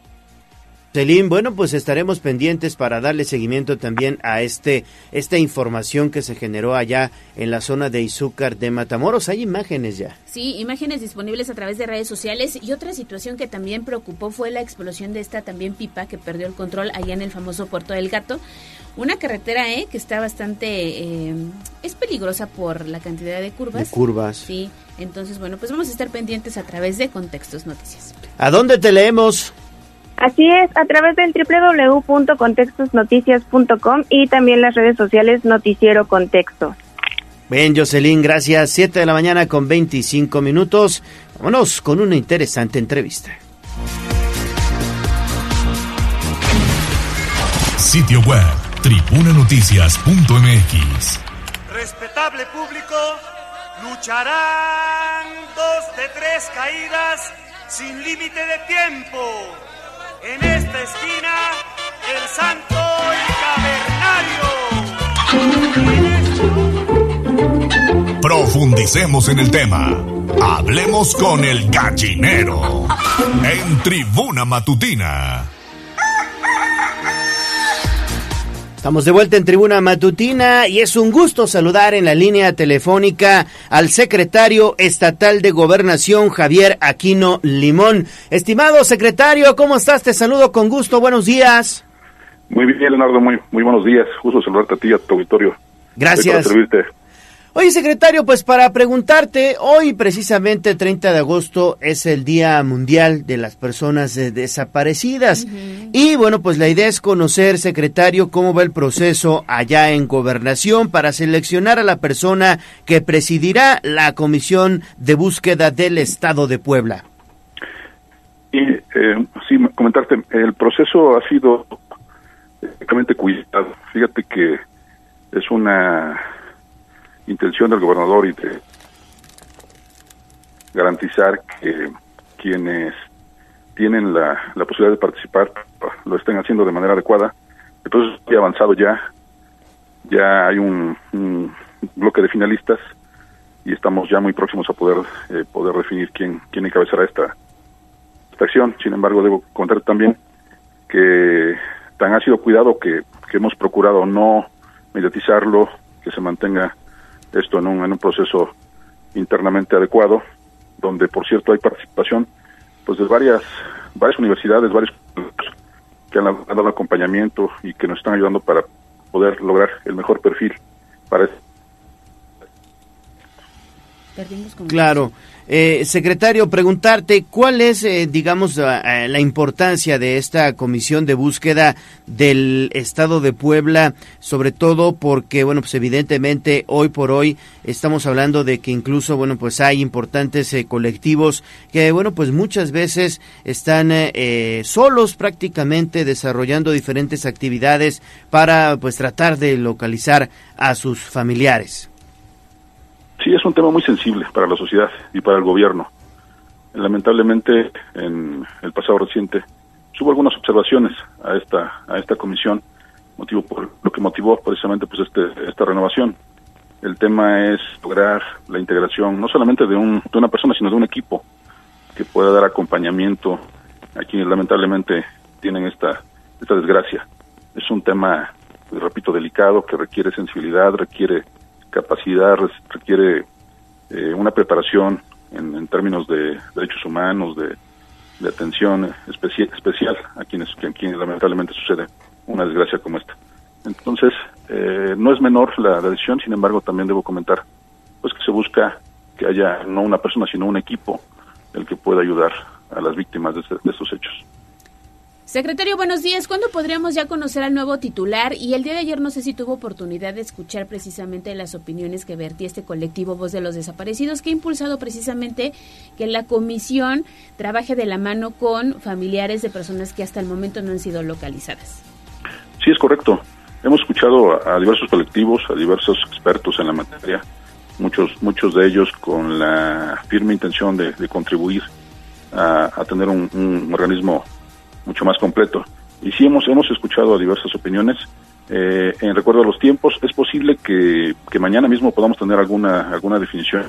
Celín, bueno, pues estaremos pendientes para darle seguimiento también a esta información que se generó allá en la zona de Izúcar de Matamoros. Hay imágenes ya. Sí, imágenes disponibles a través de redes sociales. Y otra situación que también preocupó fue la explosión de esta también pipa que perdió el control allá en el famoso Puerto del Gato. Una carretera que está bastante, es peligrosa por la cantidad de curvas. De curvas. Sí, entonces bueno, pues vamos a estar pendientes a través de Contextos Noticias. ¿A dónde te leemos? Así es, a través del www.contextosnoticias.com y también las redes sociales Noticiero Contexto. Bien, Jocelyn, gracias. 7 de la mañana con 25 minutos. Vámonos con una interesante entrevista. Sitio web, tribunanoticias.mx. Respetable público, lucharán 2 de 3 caídas sin límite de tiempo. En esta esquina, el Santo y Cavernario. Profundicemos en el tema. Hablemos con el gallinero en Tribuna Matutina. Estamos de vuelta en Tribuna Matutina y es un gusto saludar en la línea telefónica al secretario estatal de Gobernación, Javier Aquino Limón. Estimado secretario, ¿cómo estás? Te saludo con gusto, buenos días. Muy bien, Leonardo, muy buenos días. Gusto saludarte a ti y a tu auditorio. Gracias. Para servirte. Oye, secretario, pues para preguntarte, hoy precisamente 30 de agosto es el Día Mundial de las Personas Desaparecidas. Uh-huh. Y bueno, pues la idea es conocer, secretario, cómo va el proceso allá en Gobernación para seleccionar a la persona que presidirá la Comisión de Búsqueda del Estado de Puebla. Y sí, comentarte, el proceso ha sido exactamente cuidado. Fíjate que es una intención del gobernador y de garantizar que quienes tienen la posibilidad de participar lo estén haciendo de manera adecuada. Entonces, muy avanzado ya hay un bloque de finalistas y estamos ya muy próximos a poder definir quién encabezará esta acción. Sin embargo, debo contar también que tan ha sido cuidado que hemos procurado no mediatizarlo, que se mantenga esto en un proceso internamente adecuado, donde por cierto hay participación pues de varias universidades, varios que han dado acompañamiento y que nos están ayudando para poder lograr el mejor perfil para esto. perdimos como... Claro. Secretario, preguntarte, ¿cuál es, digamos, la importancia de esta comisión de búsqueda del Estado de Puebla, sobre todo porque, bueno, pues evidentemente hoy por hoy estamos hablando de que incluso, bueno, pues hay importantes colectivos que, bueno, pues muchas veces están solos prácticamente desarrollando diferentes actividades para, pues, tratar de localizar a sus familiares? Sí, es un tema muy sensible para la sociedad y para el gobierno. Lamentablemente, en el pasado reciente, hubo algunas observaciones a esta comisión, motivo por lo que motivó precisamente pues esta renovación. El tema es lograr la integración no solamente de una persona, sino de un equipo que pueda dar acompañamiento a quienes lamentablemente tienen esta desgracia. Es un tema, repito, delicado, que requiere sensibilidad, requiere capacidad, requiere una preparación en términos de derechos humanos, de atención especial a quienes lamentablemente sucede una desgracia como esta. Entonces, no es menor la decisión, sin embargo, también debo comentar pues que se busca que haya no una persona, sino un equipo el que pueda ayudar a las víctimas de estos hechos. Secretario, buenos días. ¿Cuándo podríamos ya conocer al nuevo titular? Y el día de ayer no sé si tuvo oportunidad de escuchar precisamente las opiniones que vertía este colectivo Voz de los Desaparecidos, que ha impulsado precisamente que la comisión trabaje de la mano con familiares de personas que hasta el momento no han sido localizadas. Sí, es correcto. Hemos escuchado a diversos colectivos, a diversos expertos en la materia, muchos de ellos con la firme intención de contribuir a tener un organismo mucho más completo. Y sí hemos escuchado a diversas opiniones. En recuerdo a los tiempos, es posible que mañana mismo podamos tener alguna definición.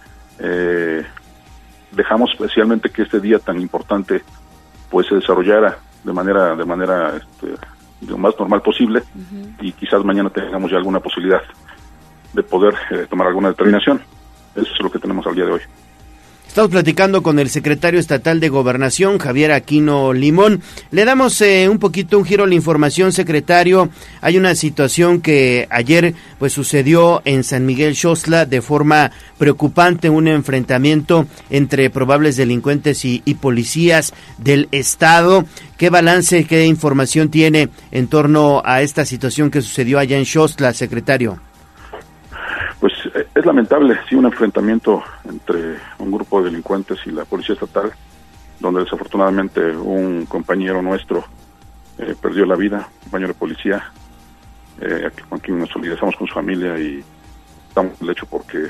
Dejamos especialmente que este día tan importante pues se desarrollara de manera lo más normal posible, y quizás mañana tengamos ya alguna posibilidad de poder tomar alguna determinación. Eso es lo que tenemos al día de hoy. Estamos platicando con el secretario estatal de Gobernación, Javier Aquino Limón. Le damos un giro a la información, secretario. Hay una situación que ayer pues sucedió en San Miguel Xochitl de forma preocupante, un enfrentamiento entre probables delincuentes y policías del estado. ¿Qué balance, qué información tiene en torno a esta situación que sucedió allá en Xochitl, secretario? Pues es lamentable, sí, un enfrentamiento entre un grupo de delincuentes y la policía estatal, donde desafortunadamente un compañero nuestro perdió la vida, un compañero de policía, con quien nos solidarizamos con su familia, y estamos en el hecho porque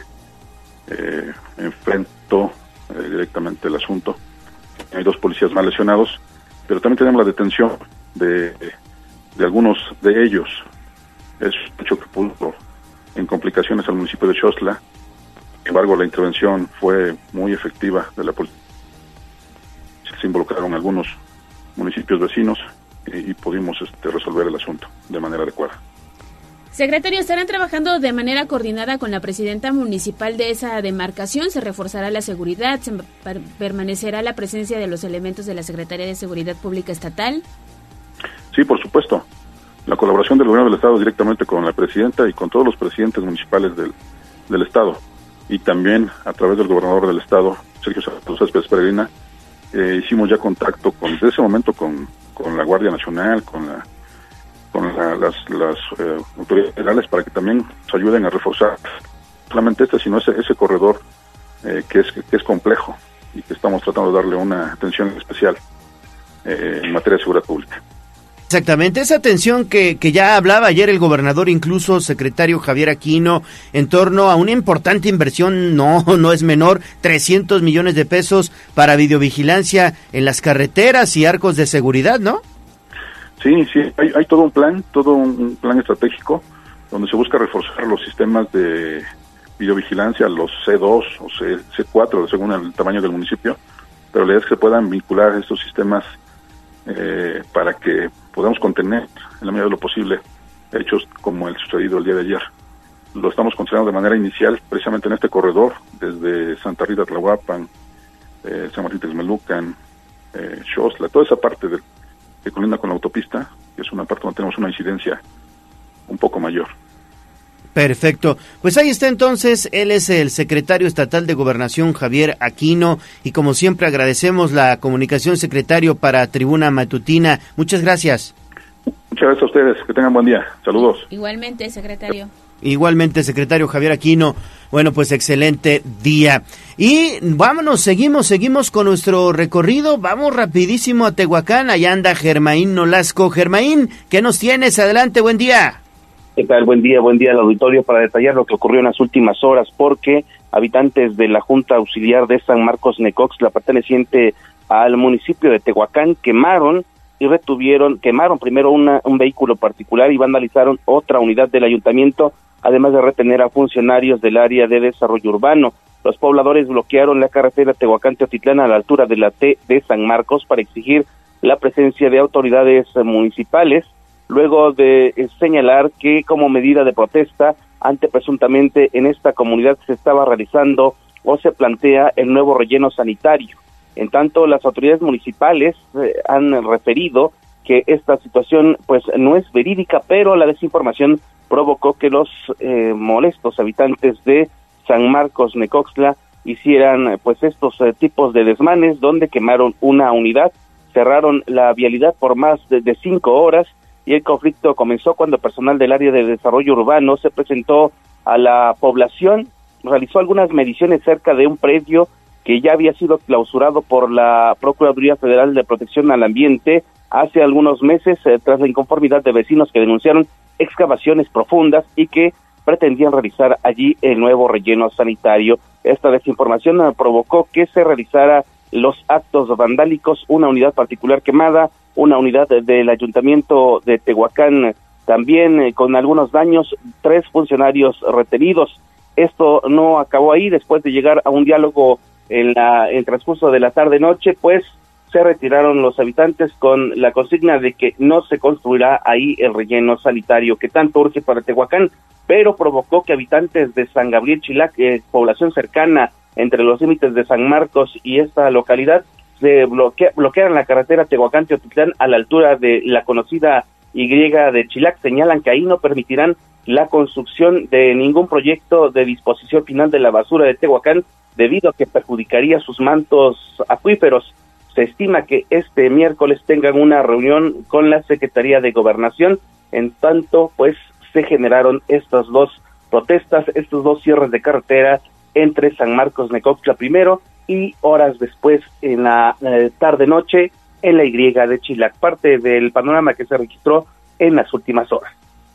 enfrentó directamente el asunto. Hay 2 policías más lesionados, pero también tenemos la detención de algunos de ellos. Es un hecho que puso en complicaciones al municipio de Xochitl. Sin embargo, la intervención fue muy efectiva de la policía. Se involucraron algunos municipios vecinos y pudimos resolver el asunto de manera adecuada. Secretario, ¿estarán trabajando de manera coordinada con la presidenta municipal de esa demarcación? ¿Se reforzará la seguridad? ¿Se permanecerá la presencia de los elementos de la Secretaría de Seguridad Pública Estatal? Sí, por supuesto. La colaboración del gobierno del estado directamente con la presidenta y con todos los presidentes municipales del estado, y también a través del gobernador del estado, Sergio Salazar Céspedes Peregrina, hicimos ya contacto desde ese momento con la Guardia Nacional, con las autoridades federales, para que también nos ayuden a reforzar no solamente sino ese corredor que es complejo, y que estamos tratando de darle una atención especial en materia de seguridad pública. Exactamente, esa atención que ya hablaba ayer el gobernador, incluso secretario Javier Aquino, en torno a una importante inversión, no es menor, 300 millones de pesos para videovigilancia en las carreteras y arcos de seguridad, ¿no? Sí, hay todo un plan estratégico donde se busca reforzar los sistemas de videovigilancia, los C2 o C4, según el tamaño del municipio, pero la idea es que se puedan vincular estos sistemas para que podamos contener en la medida de lo posible hechos como el sucedido el día de ayer. Lo estamos considerando de manera inicial precisamente en este corredor, desde Santa Rita Tlahuapan, San Martín Texmelucan, Xochitl, toda esa parte que colinda con la autopista, que es una parte donde tenemos una incidencia un poco mayor. Perfecto. Pues ahí está entonces, él es el secretario estatal de Gobernación, Javier Aquino, y como siempre agradecemos la comunicación, secretario, para Tribuna Matutina. Muchas gracias. Muchas gracias a ustedes, que tengan buen día. Saludos. Igualmente, secretario. Igualmente, secretario Javier Aquino. Bueno, pues excelente día. Y vámonos, seguimos con nuestro recorrido. Vamos rapidísimo a Tehuacán. Allá anda Germaín Nolasco. Germaín, ¿qué nos tienes? Adelante, buen día. ¿Qué tal? Buen día al auditorio para detallar lo que ocurrió en las últimas horas, porque habitantes de la Junta Auxiliar de San Marcos Necoxtla, perteneciente al municipio de Tehuacán, quemaron primero un vehículo particular y vandalizaron otra unidad del ayuntamiento, además de retener a funcionarios del área de desarrollo urbano. Los pobladores bloquearon la carretera Tehuacán-Teotitlán a la altura de la T de San Marcos para exigir la presencia de autoridades municipales, luego de señalar que como medida de protesta ante presuntamente en esta comunidad se estaba realizando o se plantea el nuevo relleno sanitario. En tanto, las autoridades municipales han referido que esta situación pues no es verídica, pero la desinformación provocó que los molestos habitantes de San Marcos Necoxtla hicieran pues estos tipos de desmanes, donde quemaron una unidad, cerraron la vialidad por más de 5 horas, y el conflicto comenzó cuando personal del área de desarrollo urbano se presentó a la población, realizó algunas mediciones cerca de un predio que ya había sido clausurado por la Procuraduría Federal de Protección al Ambiente hace algunos meses, tras la inconformidad de vecinos que denunciaron excavaciones profundas y que pretendían realizar allí el nuevo relleno sanitario. Esta desinformación provocó que se realizara los actos vandálicos, una unidad particular quemada, una unidad del ayuntamiento de Tehuacán también con algunos daños, 3 funcionarios retenidos. Esto no acabó ahí. Después de llegar a un diálogo en el transcurso de la tarde-noche, pues se retiraron los habitantes con la consigna de que no se construirá ahí el relleno sanitario que tanto urge para Tehuacán, pero provocó que habitantes de San Gabriel Chilac, población cercana entre los límites de San Marcos y esta localidad, se bloquearon la carretera Tehuacán-Teotitlán a la altura de la conocida Y de Chilac. Señalan que ahí no permitirán la construcción de ningún proyecto de disposición final de la basura de Tehuacán, debido a que perjudicaría sus mantos acuíferos. Se estima que este miércoles tengan una reunión con la Secretaría de Gobernación. En tanto, pues, se generaron estas 2 protestas, estos 2 cierres de carretera entre San Marcos Necoxtla primero y horas después en la tarde-noche en la Y de Chilac. Parte del panorama que se registró en las últimas horas.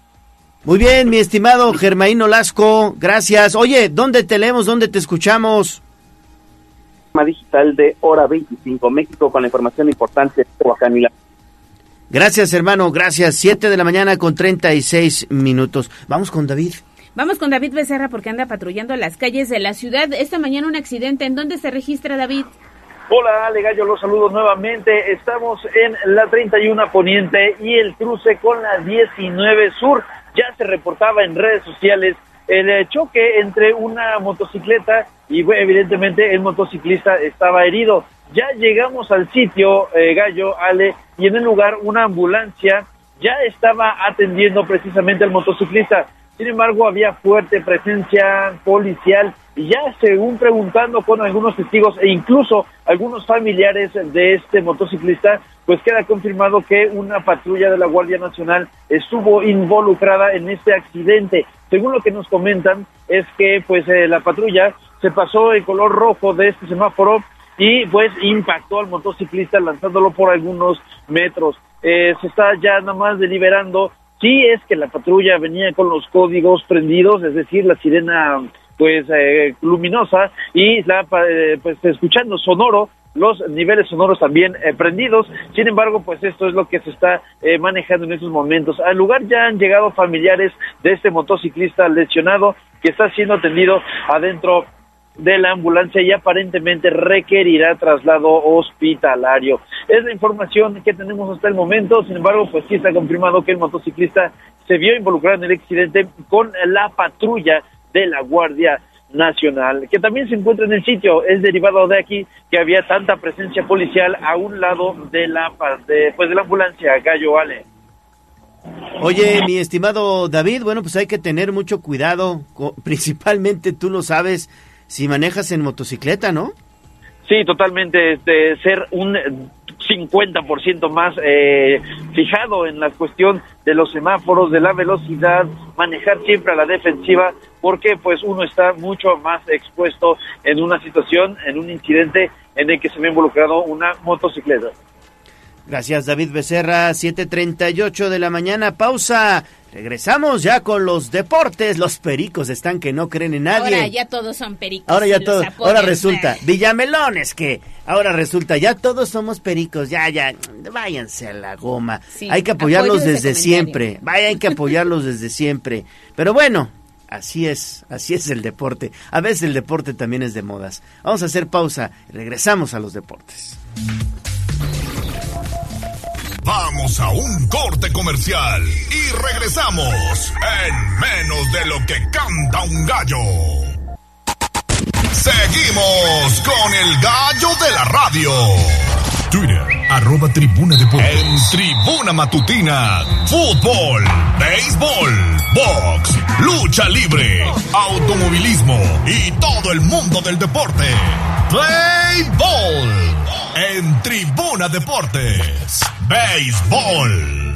Muy bien, mi estimado Germaín Nolasco, gracias. Oye, ¿dónde te leemos, dónde te escuchamos? Digital de Hora 25 México con la información importante de Tehuacán y la... Gracias, hermano, gracias. 7 de la mañana con 36 minutos. Vamos con David. Vamos con David Becerra porque anda patrullando las calles de la ciudad. Esta mañana un accidente. ¿En dónde se registra, David? Hola, Ale Gallo, los saludo nuevamente. Estamos en la 31 Poniente y el cruce con la 19 Sur. Ya se reportaba en redes sociales el choque entre una motocicleta y evidentemente el motociclista estaba herido. Ya llegamos al sitio, Gallo, Ale, y en el lugar una ambulancia ya estaba atendiendo precisamente al motociclista. Sin embargo, había fuerte presencia policial y ya según preguntando con algunos testigos e incluso algunos familiares de este motociclista, pues queda confirmado que una patrulla de la Guardia Nacional estuvo involucrada en este accidente. Según lo que nos comentan, es que pues la patrulla se pasó el color rojo de este semáforo y pues impactó al motociclista lanzándolo por algunos metros. Se está ya nada más deliberando si es que la patrulla venía con los códigos prendidos, es decir, la sirena pues luminosa y la pues escuchando sonoro, los niveles sonoros también prendidos. Sin embargo, pues esto es lo que se está manejando en estos momentos. Al lugar ya han llegado familiares de este motociclista lesionado que está siendo atendido adentro de la ambulancia y aparentemente requerirá traslado hospitalario. Es la información que tenemos hasta el momento. Sin embargo, pues sí está confirmado que el motociclista se vio involucrado en el accidente con la patrulla de la Guardia Nacional, que también se encuentra en el sitio. Es derivado de aquí que había tanta presencia policial a un lado de la ambulancia. Gallo, Ale. Oye, mi estimado David, bueno, pues hay que tener mucho cuidado, principalmente tú lo sabes, si manejas en motocicleta, ¿no? Sí, totalmente, ser un 50% más fijado en la cuestión de los semáforos, de la velocidad, manejar siempre a la defensiva, porque pues uno está mucho más expuesto en una situación, en un incidente en el que se ve involucrado una motocicleta. Gracias, David Becerra. 7:38 de la mañana, pausa. Regresamos ya con los deportes. Los pericos están que no creen en nadie. Ahora ya todos son pericos. Ahora ya todos. Ahora resulta, Villamelones, que ahora resulta, ya todos somos pericos. Ya, váyanse a la goma. Sí, hay que apoyarlos desde siempre. Hay que apoyarlos desde siempre. Pero bueno, así es el deporte. A veces el deporte también es de modas. Vamos a hacer pausa. Regresamos a los deportes. Vamos a un corte comercial y regresamos en menos de lo que canta un gallo. Seguimos con el gallo de la radio. Twitter, @Tribuna Deportes. En Tribuna Matutina, fútbol, béisbol, box, lucha libre, automovilismo y todo el mundo del deporte. Play Ball. En Tribuna Deportes, béisbol.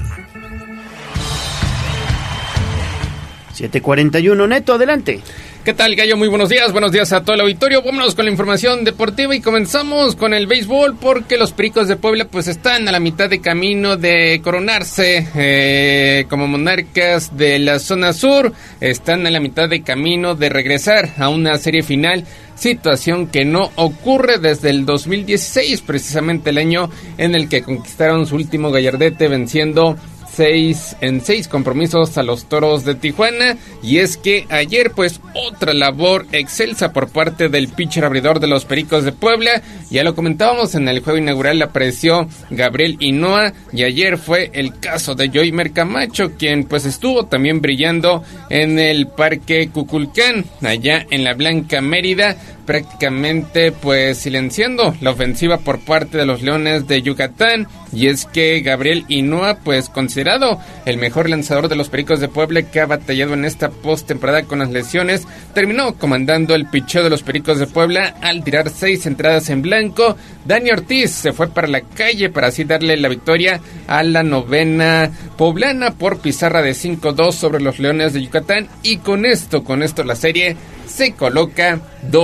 7:41, Neto, adelante. ¿Qué tal, Gallo? Muy buenos días a todo el auditorio. Vámonos con la información deportiva y comenzamos con el béisbol porque los Pericos de Puebla pues están a la mitad de camino de coronarse como monarcas de la zona sur. Están a la mitad de camino de regresar a una serie final, situación que no ocurre desde el 2016, precisamente el año en el que conquistaron su último gallardete venciendo 6 compromisos a los Toros de Tijuana. Y es que ayer pues otra labor excelsa por parte del pitcher abridor de los Pericos de Puebla. Ya lo comentábamos, en el juego inaugural apareció Gabriel Hinoa y ayer fue el caso de Joymer Camacho, quien pues estuvo también brillando en el Parque Cuculcán, allá en la Blanca Mérida, prácticamente pues silenciando la ofensiva por parte de los Leones de Yucatán. Y es que Gabriel Hinoa, pues considerado el mejor lanzador de los Pericos de Puebla, que ha batallado en esta postemporada con las lesiones, terminó comandando el picheo de los Pericos de Puebla al tirar 6 entradas en blanco. Dani Ortiz se fue para la calle para así darle la victoria a la novena poblana por pizarra de 5-2 sobre los Leones de Yucatán, y con esto la serie se coloca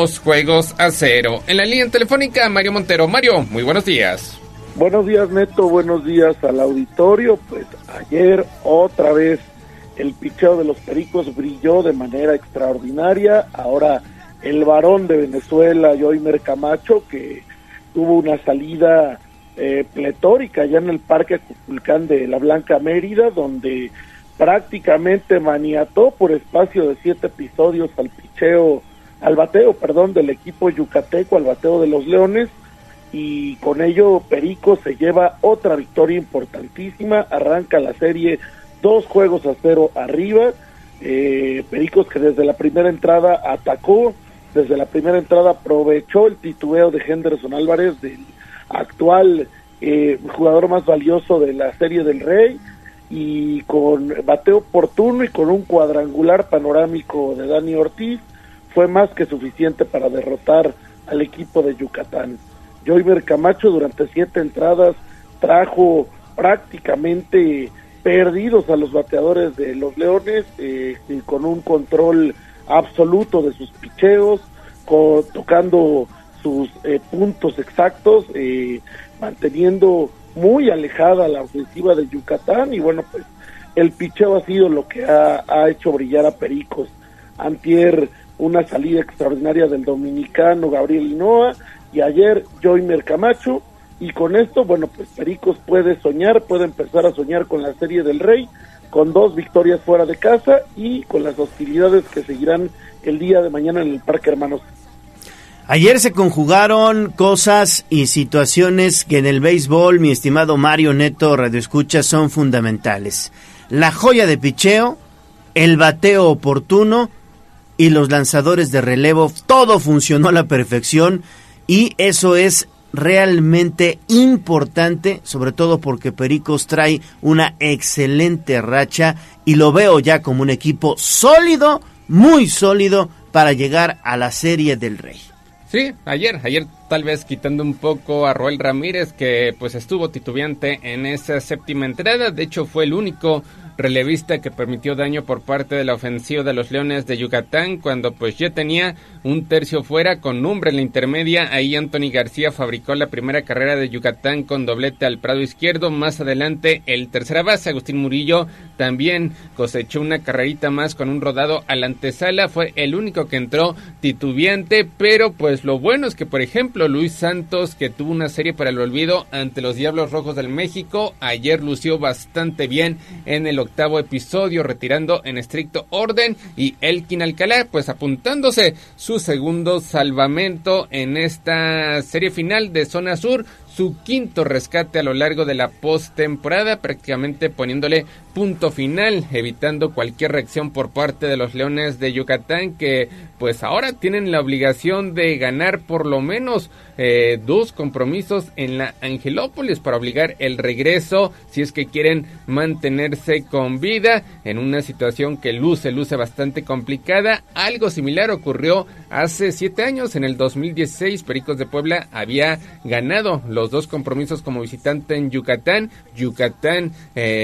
2-0. En la línea telefónica, Mario Montero. Mario, muy buenos días. Buenos días, Neto, buenos días al auditorio. Pues ayer otra vez el picheo de los Pericos brilló de manera extraordinaria. Ahora el varón de Venezuela, Joymer Camacho, que tuvo una salida pletórica ya en el Parque Cuculcán de la Blanca Mérida, donde prácticamente maniató por espacio de 7 episodios al bateo del equipo yucateco, al bateo de los Leones, y con ello Pericos se lleva otra victoria importantísima. Arranca la serie 2-0 arriba. Pericos, que desde la primera entrada atacó, desde la primera entrada aprovechó el titubeo de Henderson Álvarez, del actual jugador más valioso de la Serie del Rey, y con bateo oportuno y con un cuadrangular panorámico de Dani Ortiz fue más que suficiente para derrotar al equipo de Yucatán. Joymer Camacho durante 7 entradas trajo prácticamente perdidos a los bateadores de los Leones, con un control absoluto de sus picheos, tocando sus puntos exactos, manteniendo muy alejada la ofensiva de Yucatán. Y bueno, pues el picheo ha sido lo que ha hecho brillar a Pericos. Antier una salida extraordinaria del dominicano Gabriel Hinoa, y ayer Joymer Camacho, y con esto, bueno, pues Pericos puede empezar a soñar con la Serie del Rey, con 2 victorias fuera de casa y con las hostilidades que seguirán el día de mañana en el Parque Hermanos. Ayer se conjugaron cosas y situaciones que en el béisbol, mi estimado Mario Neto radioescucha, son fundamentales. La joya de picheo, el bateo oportuno y los lanzadores de relevo, todo funcionó a la perfección, y eso es realmente importante, sobre todo porque Pericos trae una excelente racha y lo veo ya como un equipo sólido, muy sólido para llegar a la Serie del Rey. Sí, ayer tal vez quitando un poco a Roel Ramírez, que pues estuvo titubeante en esa séptima entrada. De hecho fue el único relevista que permitió daño por parte de la ofensiva de los Leones de Yucatán, cuando pues ya tenía un tercio fuera con Lumbre en la intermedia. Ahí Anthony García fabricó la primera carrera de Yucatán con doblete al prado izquierdo. Más adelante el tercera base Agustín Murillo también cosechó una carrerita más con un rodado a la antesala. Fue el único que entró titubeante, pero pues lo bueno es que, por ejemplo, Luis Santos, que tuvo una serie para el olvido ante los Diablos Rojos del México, ayer lució bastante bien en el octavo episodio, retirando en estricto orden, y Elkin Alcalá pues apuntándose su segundo salvamento en esta serie final de Zona Sur, su quinto rescate a lo largo de la postemporada, prácticamente poniéndole punto final, evitando cualquier reacción por parte de los Leones de Yucatán, que pues ahora tienen la obligación de ganar por lo menos 2 compromisos en la Angelópolis para obligar el regreso, si es que quieren mantenerse con vida en una situación que luce bastante complicada. Algo similar ocurrió hace 7 años, en el 2016, Pericos de Puebla había ganado los 2 compromisos como visitante en Yucatán. Yucatán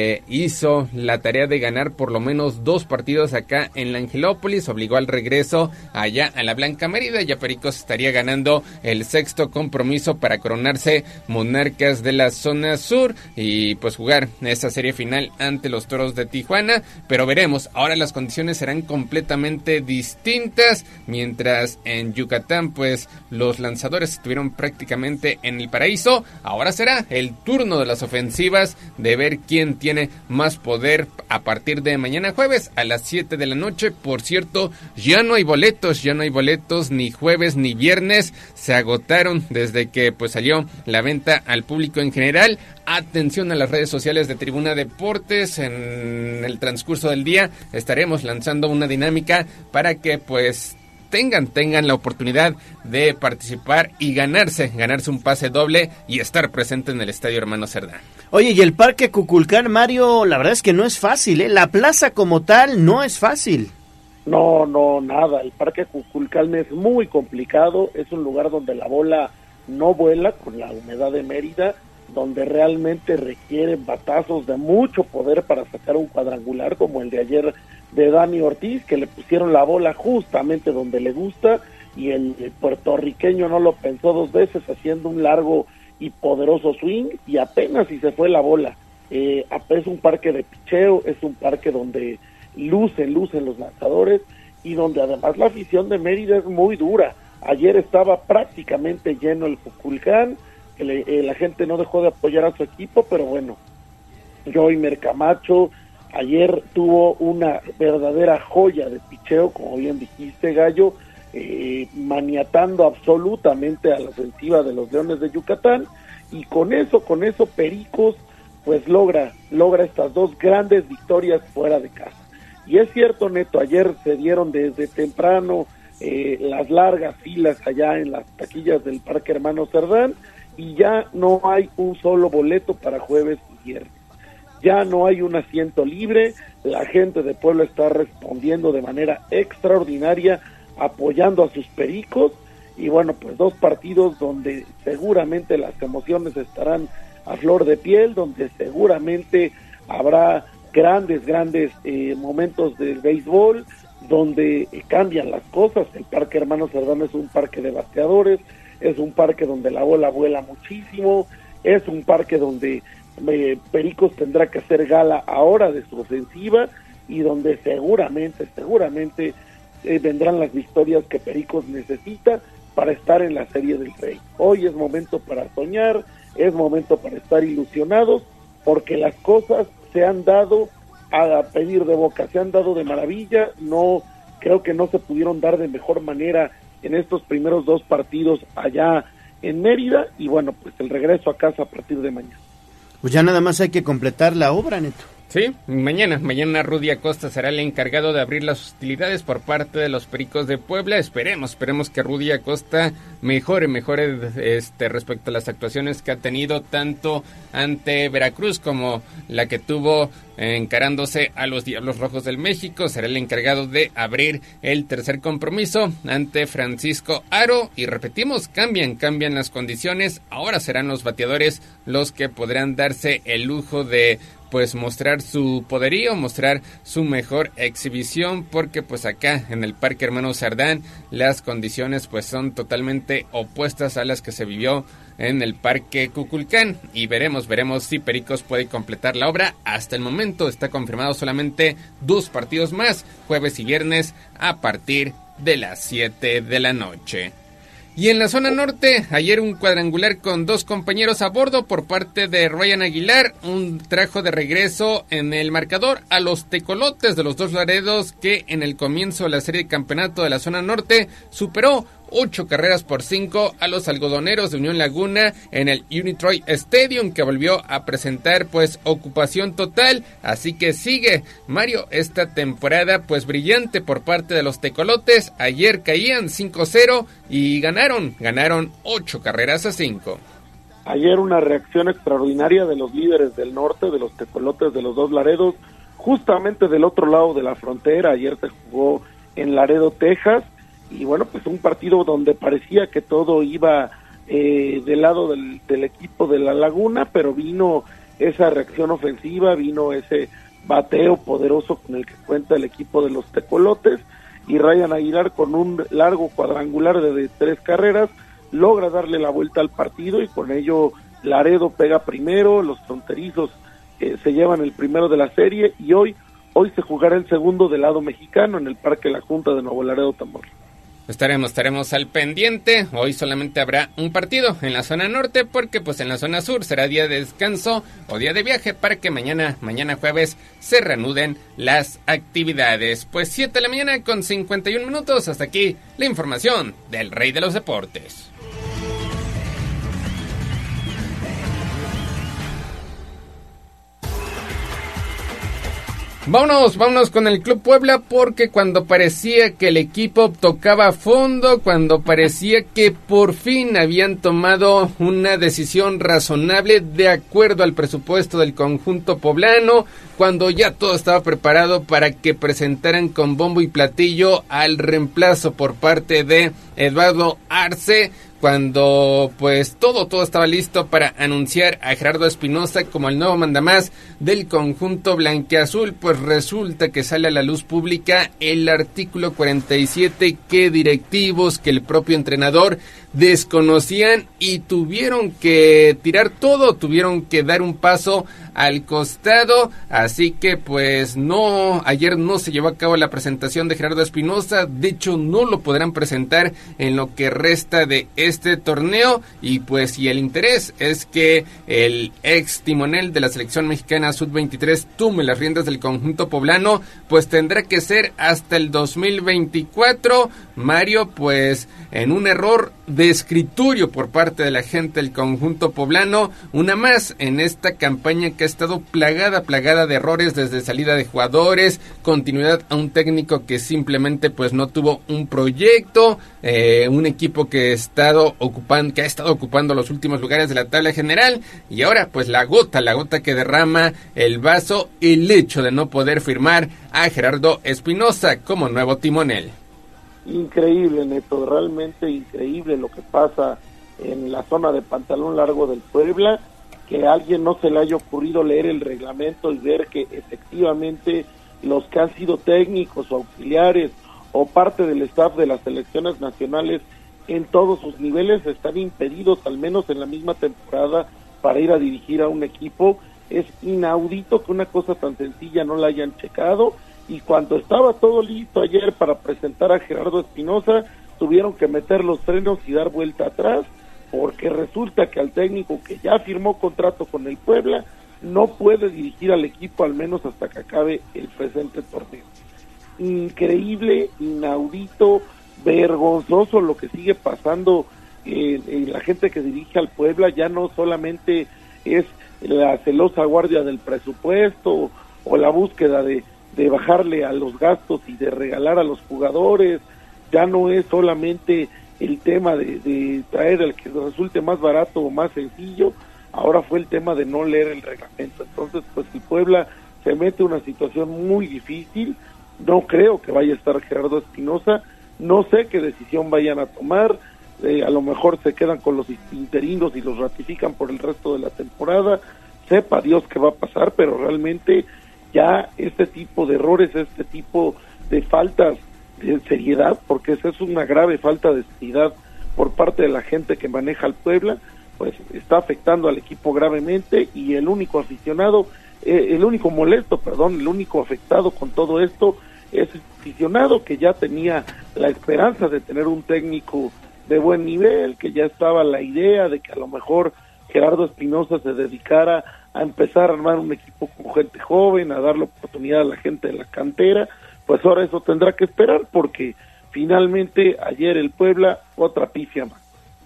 hizo la tarea de ganar por lo menos 2 partidos acá en la Angelópolis, obligó al regreso allá a la Blanca Mérida. Ya Pericos estaría ganando el 6º compromiso para coronarse monarcas de la Zona Sur y pues jugar esa serie final ante los Toros de Tijuana. Pero veremos, ahora las condiciones serán completamente distintas. Mientras en Yucatán pues los lanzadores estuvieron prácticamente en el paraíso, ahora será el turno de las ofensivas de ver quién tiene más poder a partir de mañana jueves a las 7 de la noche. Por cierto, ya no hay boletos ni jueves ni viernes, se agotaron desde que pues salió la venta al público en general. Atención a las redes sociales de Tribuna Deportes, en el transcurso del día estaremos lanzando una dinámica para que pues tengan la oportunidad de participar y ganarse un pase doble y estar presente en el Estadio Hermano Cerdán. Oye, y el Parque Cuculcán, Mario, la verdad es que no es fácil, ¿eh? La plaza como tal no es fácil. No, nada, el Parque Cuculcán es muy complicado, es un lugar donde la bola no vuela con la humedad de Mérida, donde realmente requieren batazos de mucho poder para sacar un cuadrangular como el de ayer de Dani Ortiz, que le pusieron la bola justamente donde le gusta, y el puertorriqueño no lo pensó 2 veces, haciendo un largo y poderoso swing, y apenas si se fue la bola. Es un parque de picheo, es un parque donde lucen los lanzadores, y donde además la afición de Mérida es muy dura. Ayer estaba prácticamente lleno el Cuculcán, la gente no dejó de apoyar a su equipo, pero bueno, Joymer Camacho ayer tuvo una verdadera joya de picheo, como bien dijiste, Gallo, maniatando absolutamente a la ofensiva de los Leones de Yucatán, y con eso Pericos pues logra estas 2 grandes victorias fuera de casa. Y es cierto, Neto, ayer se dieron desde temprano las largas filas allá en las taquillas del Parque Hermano Cerdán, y ya no hay un solo boleto para jueves y viernes. Ya no hay un asiento libre, la gente de Puebla está respondiendo de manera extraordinaria, apoyando a sus Pericos, y bueno, pues 2 partidos donde seguramente las emociones estarán a flor de piel, donde seguramente habrá grandes momentos del béisbol, donde cambian las cosas. El Parque Hermano Cerdán es un parque de bateadores, es un parque donde la bola vuela muchísimo, es un parque donde Pericos tendrá que hacer gala ahora de su ofensiva, y donde seguramente vendrán las victorias que Pericos necesita para estar en la Serie del Rey. Hoy es momento para soñar, es momento para estar ilusionados, porque las cosas se han dado a pedir de boca, se han dado de maravilla. No creo que no se pudieron dar de mejor manera en estos primeros 2 partidos allá en Mérida, y bueno, pues el regreso a casa a partir de mañana. Pues ya nada más hay que completar la obra, Neto. Sí, mañana Rudy Acosta será el encargado de abrir las hostilidades por parte de los Pericos de Puebla. Esperemos que Rudy Acosta mejore respecto a las actuaciones que ha tenido tanto ante Veracruz como la que tuvo encarándose a los Diablos Rojos del México. Será el encargado de abrir el tercer compromiso ante Francisco Aro, y repetimos, cambian las condiciones. Ahora serán los bateadores los que podrán darse el lujo de pues mostrar su poderío, mostrar su mejor exhibición, porque pues acá en el Parque Hermano Cerdán las condiciones pues son totalmente opuestas a las que se vivió en el Parque Cuculcán, y veremos si Pericos puede completar la obra. Hasta el momento está confirmado solamente 2 partidos más, jueves y viernes a partir de las 7 de la noche. Y en la zona norte, ayer un cuadrangular con 2 compañeros a bordo por parte de Ryan Aguilar, trajo de regreso en el marcador a los Tecolotes de los Dos Laredos, que en el comienzo de la serie de campeonato de la zona norte superó 8-5 a los algodoneros de Unión Laguna en el Unitroy Stadium, que volvió a presentar pues ocupación total. Así que sigue, Mario, esta temporada pues brillante por parte de los Tecolotes. Ayer caían 5-0 y ganaron 8-5. Ayer una reacción extraordinaria de los líderes del norte, de los Tecolotes de los Dos Laredos, justamente del otro lado de la frontera. Ayer se jugó en Laredo, Texas, y bueno, pues un partido donde parecía que todo iba del lado del equipo de La Laguna, pero vino esa reacción ofensiva, vino ese bateo poderoso con el que cuenta el equipo de los Tecolotes, y Ryan Aguilar, con un largo cuadrangular de 3 carreras, logra darle la vuelta al partido, y con ello Laredo pega primero, los fronterizos se llevan el primero de la serie, y hoy se jugará el segundo del lado mexicano en el Parque La Junta de Nuevo Laredo, Tamaulipas. Estaremos al pendiente. Hoy solamente habrá un partido en la zona norte, porque pues en la zona sur será día de descanso o día de viaje, para que mañana jueves se reanuden las actividades. Pues 7 de la mañana con 51 minutos. Hasta aquí la información del Rey de los Deportes. Vámonos con el Club Puebla, porque cuando parecía que el equipo tocaba fondo, cuando parecía que por fin habían tomado una decisión razonable de acuerdo al presupuesto del conjunto poblano, cuando ya todo estaba preparado para que presentaran con bombo y platillo al reemplazo por parte de Eduardo Arce, cuando pues todo estaba listo para anunciar a Gerardo Espinoza como el nuevo mandamás del conjunto blanquiazul, pues resulta que sale a la luz pública el artículo 47 que directivos, que el propio entrenador desconocían, y tuvieron que tirar todo, tuvieron que dar un paso al costado. Así que pues ayer no se llevó a cabo la presentación de Gerardo Espinoza, de hecho no lo podrán presentar en lo que resta de este torneo, y pues y el interés es que el ex timonel de la selección mexicana sub-23 tome las riendas del conjunto poblano, pues tendrá que ser hasta el 2024, Mario, pues en un error de escriturio por parte de la gente del conjunto poblano, una más en esta campaña que ha estado plagada de errores, desde salida de jugadores, continuidad a un técnico que simplemente pues no tuvo un proyecto, un equipo que ha estado ocupando los últimos lugares de la tabla general, y ahora pues la gota que derrama el vaso, el hecho de no poder firmar a Gerardo Espinoza como nuevo timonel. Increíble, Neto, realmente increíble lo que pasa en la zona de Pantalón Largo del Puebla, que a alguien no se le haya ocurrido leer el reglamento y ver que efectivamente los que han sido técnicos o auxiliares o parte del staff de las selecciones nacionales en todos sus niveles están impedidos, al menos en la misma temporada, para ir a dirigir a un equipo. Es inaudito que una cosa tan sencilla no la hayan checado, y cuando estaba todo listo ayer para presentar a Gerardo Espinoza, tuvieron que meter los frenos y dar vuelta atrás, porque resulta que al técnico que ya firmó contrato con el Puebla no puede dirigir al equipo, al menos hasta que acabe el presente torneo. Increíble, inaudito, vergonzoso lo que sigue pasando. La gente que dirige al Puebla ya no solamente es la celosa guardia del presupuesto o la búsqueda de bajarle a los gastos y de regalar a los jugadores. Ya no es solamente el tema de traer al que resulte más barato o más sencillo, ahora fue el tema de no leer el reglamento. Entonces, pues el Puebla se mete en una situación muy difícil. No creo que vaya a estar Gerardo Espinosa, no sé qué decisión vayan a tomar, a lo mejor se quedan con los interinos y los ratifican por el resto de la temporada, sepa Dios qué va a pasar, pero realmente ya este tipo de errores, este tipo de faltas de seriedad, porque esa es una grave falta de seriedad por parte de la gente que maneja al Puebla, pues está afectando al equipo gravemente, y el único afectado con todo esto es el aficionado, que ya tenía la esperanza de tener un técnico de buen nivel, que ya estaba la idea de que a lo mejor Gerardo Espinosa se dedicara a empezar a armar un equipo con gente joven, a darle oportunidad a la gente de la cantera. Pues ahora eso tendrá que esperar, porque finalmente ayer el Puebla, otra pifia más.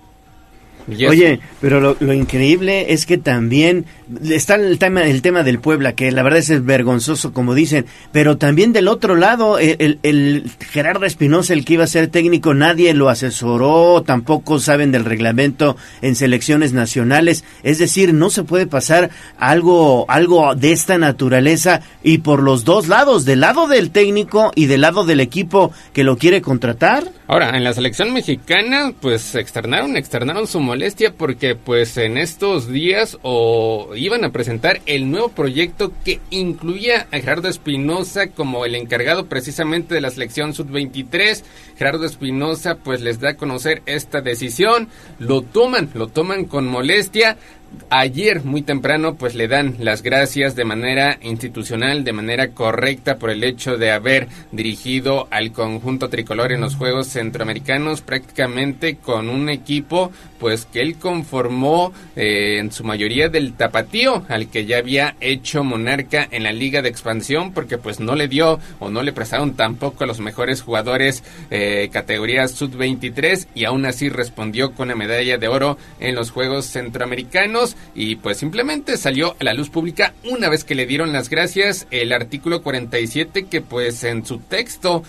Oye, pero lo increíble es que también está el tema del Puebla, que la verdad es vergonzoso, como dicen, pero también del otro lado, el Gerardo Espinosa, el que iba a ser técnico, nadie lo asesoró, tampoco saben del reglamento en selecciones nacionales, es decir, no se puede pasar algo de esta naturaleza, y por los dos lados, del lado del técnico y del lado del equipo que lo quiere contratar. Ahora, en la selección mexicana, pues externaron su molestia, porque pues en estos días iban a presentar el nuevo proyecto que incluía a Gerardo Espinosa como el encargado precisamente de la selección sub-23. Gerardo Espinosa pues les da a conocer esta decisión, lo toman con molestia. Ayer muy temprano pues le dan las gracias de manera institucional, de manera correcta, por el hecho de haber dirigido al conjunto tricolor en los Juegos Centroamericanos, prácticamente con un equipo pues que él conformó en su mayoría del tapatío, al que ya había hecho monarca en la Liga de Expansión, porque pues no le dio o no le prestaron tampoco a los mejores jugadores categorías sub-23, y aún así respondió con la medalla de oro en los Juegos Centroamericanos. Y pues simplemente salió a la luz pública una vez que le dieron las gracias el artículo 47, que pues en su texto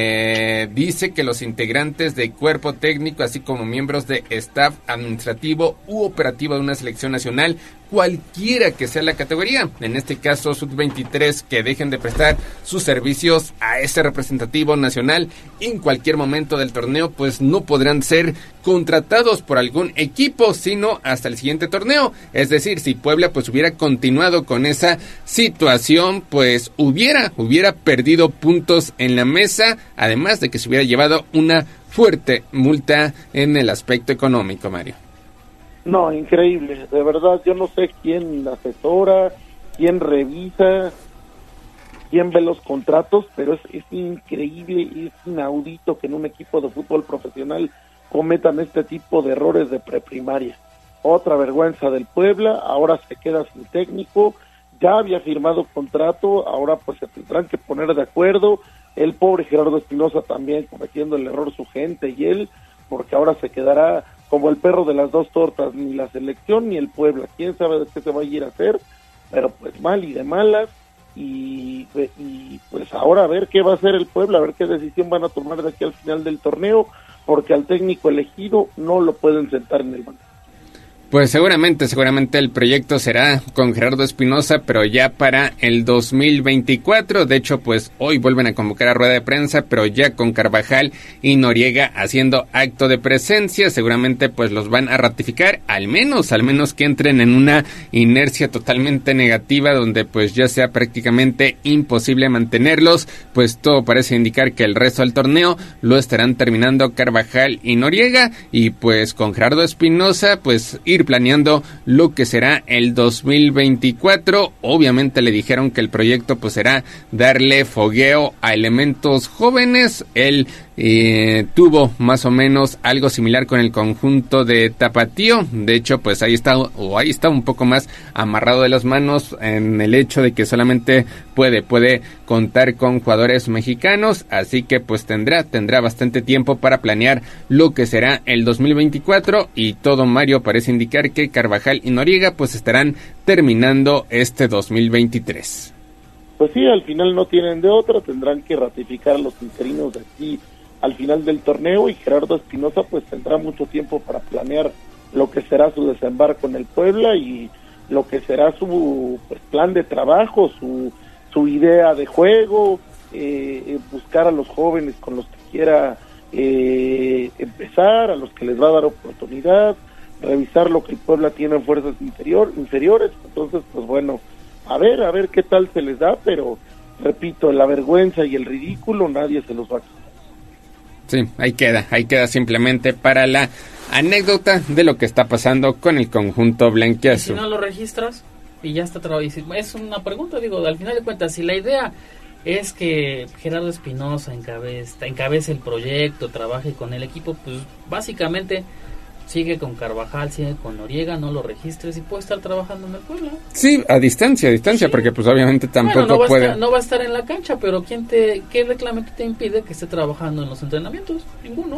dice que los integrantes de cuerpo técnico, así como miembros de staff administrativo u operativo de una selección nacional, cualquiera que sea la categoría, en este caso sub-23, que dejen de prestar sus servicios a ese representativo nacional en cualquier momento del torneo, pues no podrán ser contratados por algún equipo, sino hasta el siguiente torneo. Es decir, si Puebla pues hubiera continuado con esa situación, pues hubiera perdido puntos en la mesa, además de que se hubiera llevado una fuerte multa en el aspecto económico, Mario. No, increíble, de verdad, yo no sé quién asesora, quién revisa, quién ve los contratos, pero es increíble, es inaudito que en un equipo de fútbol profesional cometan este tipo de errores de preprimaria. Otra vergüenza del Puebla, ahora se queda sin técnico, ya había firmado contrato, ahora pues se tendrán que poner de acuerdo, el pobre Gerardo Espinosa también cometiendo el error su gente y él, porque ahora se quedará como el perro de las dos tortas, ni la selección ni el Puebla, quién sabe de qué se va a ir a hacer, pero pues mal y de malas, y pues ahora a ver qué va a hacer el Puebla, a ver qué decisión van a tomar de aquí al final del torneo, porque al técnico elegido no lo pueden sentar en el banco. Pues seguramente el proyecto será con Gerardo Espinosa, pero ya para el 2024. De hecho, pues hoy vuelven a convocar a rueda de prensa, pero ya con Carvajal y Noriega haciendo acto de presencia. Seguramente pues los van a ratificar, al menos que entren en una inercia totalmente negativa, donde pues ya sea prácticamente imposible mantenerlos. Pues todo parece indicar que el resto del torneo lo estarán terminando Carvajal y Noriega, y pues con Gerardo Espinosa pues ir planeando lo que será el 2024. Obviamente le dijeron que el proyecto pues será darle fogueo a elementos jóvenes. Él tuvo más o menos algo similar con el conjunto de Tapatío. De hecho pues ahí está un poco más amarrado de las manos en el hecho de que solamente puede contar con jugadores mexicanos, así que pues tendrá bastante tiempo para planear lo que será el 2024, y todo, Mario, parece indicar que Carvajal y Noriega pues estarán terminando este 2023. pues sí, al final no tienen de otra, tendrán que ratificar a los interinos de aquí al final del torneo, y Gerardo Espinosa pues tendrá mucho tiempo para planear lo que será su desembarco en el Puebla y lo que será su pues, plan de trabajo, su idea de juego, buscar a los jóvenes con los que quiera empezar, a los que les va a dar oportunidad, revisar lo que el Puebla tiene en fuerzas inferiores. Entonces, pues bueno, a ver qué tal se les da, pero repito, la vergüenza y el ridículo nadie se los va a quitar. Sí, ahí queda simplemente para la anécdota de lo que está pasando con el conjunto blanquiazul. ¿Y si no lo registras? Y ya está trabajando. Es una pregunta, digo, al final de cuentas, si la idea es que Gerardo Espinosa encabece el proyecto, trabaje con el equipo, pues básicamente sigue con Carvajal, sigue con Noriega, no lo registres y puede estar trabajando en el Puebla. Sí, a distancia, sí. Porque pues obviamente tampoco no puede. No va a estar en la cancha, pero ¿qué reglamento te impide que esté trabajando en los entrenamientos? Ninguno.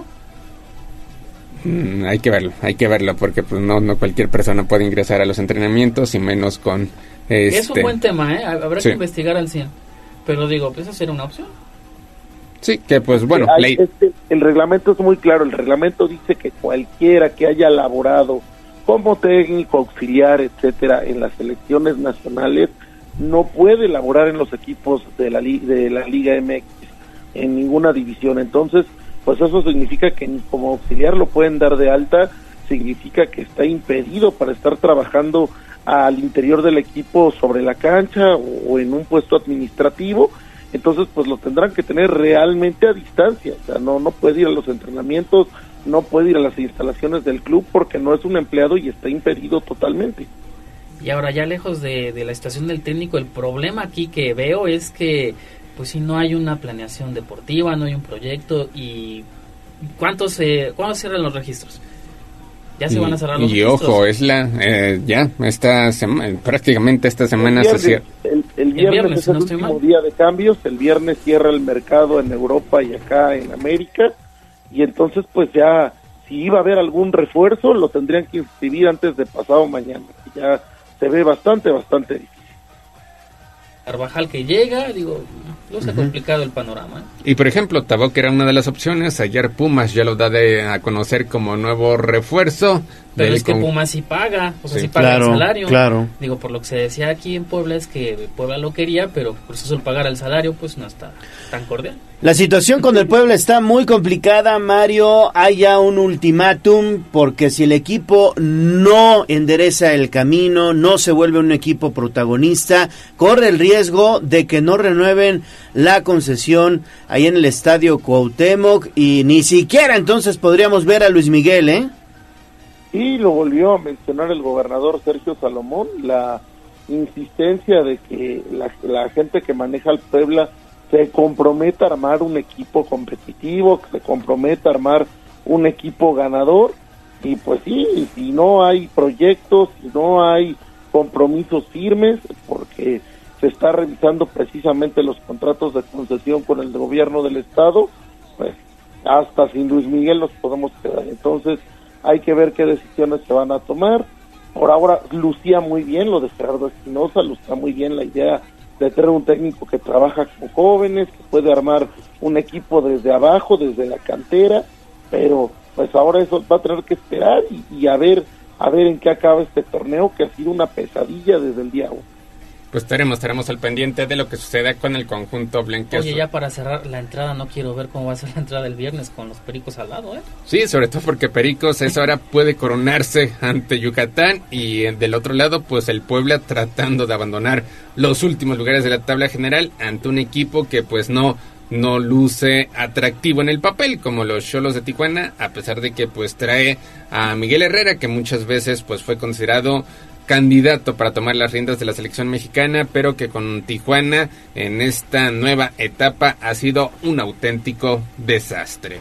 Hay que verlo, porque pues no cualquier persona puede ingresar a los entrenamientos y menos con Es un buen tema, habrá que investigar al 100. Pero digo, pues esa sería una opción. Sí, que pues bueno. El reglamento es muy claro. El reglamento dice que cualquiera que haya laborado como técnico, auxiliar, etcétera, en las selecciones nacionales, no puede laborar en los equipos de la Liga MX, en ninguna división. Entonces, pues eso significa que ni como auxiliar lo pueden dar de alta, significa que está impedido para estar trabajando al interior del equipo sobre la cancha o en un puesto administrativo. Entonces pues lo tendrán que tener realmente a distancia, o sea, no puede ir a los entrenamientos, no puede ir a las instalaciones del club porque no es un empleado y está impedido totalmente. Y ahora ya lejos de la situación del técnico, el problema aquí que veo es que pues si no hay una planeación deportiva, no hay un proyecto. Y ¿cuándo cierran los registros? Ya se van a cerrar los registros. Y ojo, es prácticamente esta semana se cierra. El viernes es el último día de cambios. El viernes cierra el mercado en Europa y acá en América, y entonces pues ya si iba a haber algún refuerzo lo tendrían que inscribir antes de pasado mañana. Ya se ve bastante difícil. Carvajal que llega, digo, no se ha complicado el panorama. Y por ejemplo, Tabó, que era una de las opciones, ayer Pumas ya lo da a conocer como nuevo refuerzo. Pero es que Pumas sí paga, o sea, sí paga el salario. Claro. Digo, por lo que se decía aquí en Puebla es que Puebla lo quería, pero por eso el pagar el salario pues no está tan cordial. La situación con el Puebla está muy complicada, Mario. Hay ya un ultimátum, porque si el equipo no endereza el camino, no se vuelve un equipo protagonista, corre el riesgo de que no renueven la concesión ahí en el Estadio Cuauhtémoc, y ni siquiera entonces podríamos ver a Luis Miguel, ¿eh? Y lo volvió a mencionar el gobernador Sergio Salomón, la insistencia de que la gente que maneja el Puebla se comprometa a armar un equipo competitivo, que se comprometa a armar un equipo ganador. Y pues sí, si no hay proyectos, si no hay compromisos firmes, porque se está revisando precisamente los contratos de concesión con el gobierno del estado, pues hasta sin Luis Miguel nos podemos quedar. Entonces hay que ver qué decisiones se van a tomar. Por ahora lucía muy bien lo de Gerardo Espinosa, lucía muy bien la idea de tener un técnico que trabaja con jóvenes, que puede armar un equipo desde abajo, desde la cantera, pero pues ahora eso va a tener que esperar y a ver en qué acaba este torneo, que ha sido una pesadilla desde el día 1. Pues estaremos al pendiente de lo que suceda con el conjunto blanquiazul. Oye, ya para cerrar la entrada, no quiero ver cómo va a ser la entrada el viernes con los Pericos al lado, ¿eh? Sí, sobre todo porque Pericos a esa hora puede coronarse ante Yucatán, y del otro lado, pues el Puebla tratando de abandonar los últimos lugares de la tabla general ante un equipo que pues no luce atractivo en el papel, como los Xolos de Tijuana, a pesar de que pues trae a Miguel Herrera, que muchas veces pues fue considerado candidato para tomar las riendas de la selección mexicana, pero que con Tijuana en esta nueva etapa ha sido un auténtico desastre.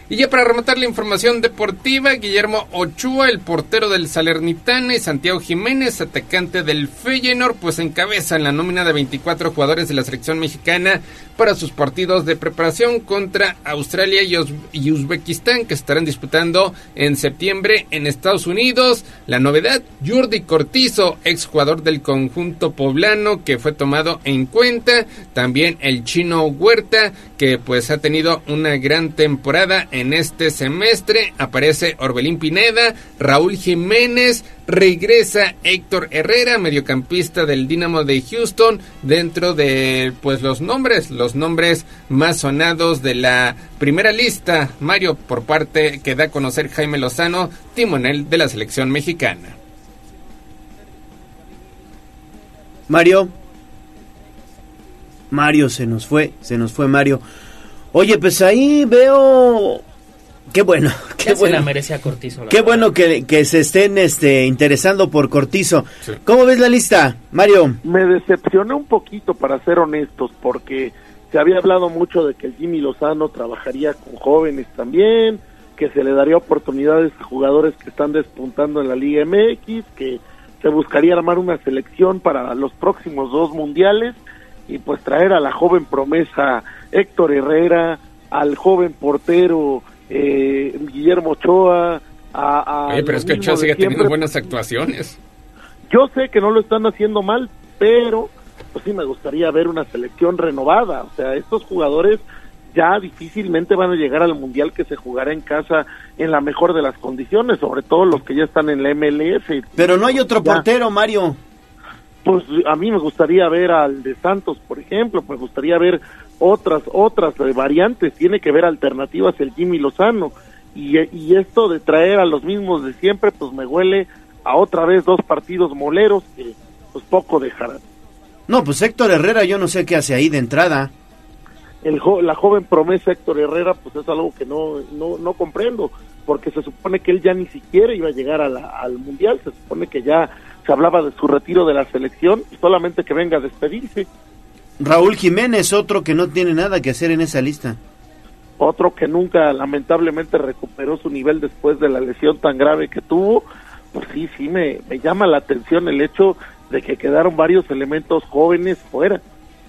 Y ya para rematar la información deportiva, Guillermo Ochoa, el portero del Salernitana, y Santiago Jiménez, atacante del Feyenoord, pues encabezan la nómina de 24 jugadores de la selección mexicana para sus partidos de preparación contra Australia y Uzbekistán, que estarán disputando en septiembre en Estados Unidos. La novedad, Jordi Cortizo, exjugador del conjunto poblano, que fue tomado en cuenta. También el Chino Huerta, que pues ha tenido una gran temporada en este semestre. Aparece Orbelín Pineda, Raúl Jiménez, regresa Héctor Herrera, mediocampista del Dynamo de Houston, dentro de pues los nombres más sonados de la primera lista, Mario, por parte que da a conocer Jaime Lozano, timonel de la selección mexicana. Mario, se nos fue Mario. Oye, pues ahí veo... Qué bueno. Se la merece a Cortizo. Qué bueno que se estén interesando por Cortizo. Sí. ¿Cómo ves la lista, Mario? Me decepcioné un poquito, para ser honestos, porque se había hablado mucho de que el Jimmy Lozano trabajaría con jóvenes también, que se le daría oportunidades a jugadores que están despuntando en la Liga MX, que se buscaría armar una selección para los próximos 2 mundiales, y pues traer a la joven promesa Héctor Herrera, al joven portero Guillermo Ochoa, Oye, pero es que Ochoa sigue teniendo buenas actuaciones. Yo sé que no lo están haciendo mal, pero pues sí me gustaría ver una selección renovada. O sea, estos jugadores ya difícilmente van a llegar al mundial que se jugará en casa en la mejor de las condiciones, sobre todo los que ya están en la MLS. Pero no hay otro portero, Mario. Pues a mí me gustaría ver al de Santos, por ejemplo, me gustaría ver otras variantes. Tiene que ver alternativas el Jimmy Lozano, y esto de traer a los mismos de siempre, pues me huele a otra vez 2 partidos moleros que pues poco dejarán. No, pues Héctor Herrera yo no sé qué hace ahí de entrada. La joven promesa Héctor Herrera, pues es algo que no comprendo, porque se supone que él ya ni siquiera iba a llegar al mundial. Se supone que ya se hablaba de su retiro de la selección, solamente que venga a despedirse. Raúl Jiménez, otro que no tiene nada que hacer en esa lista. Otro que nunca lamentablemente recuperó su nivel después de la lesión tan grave que tuvo. Pues sí me llama la atención el hecho de que quedaron varios elementos jóvenes fuera.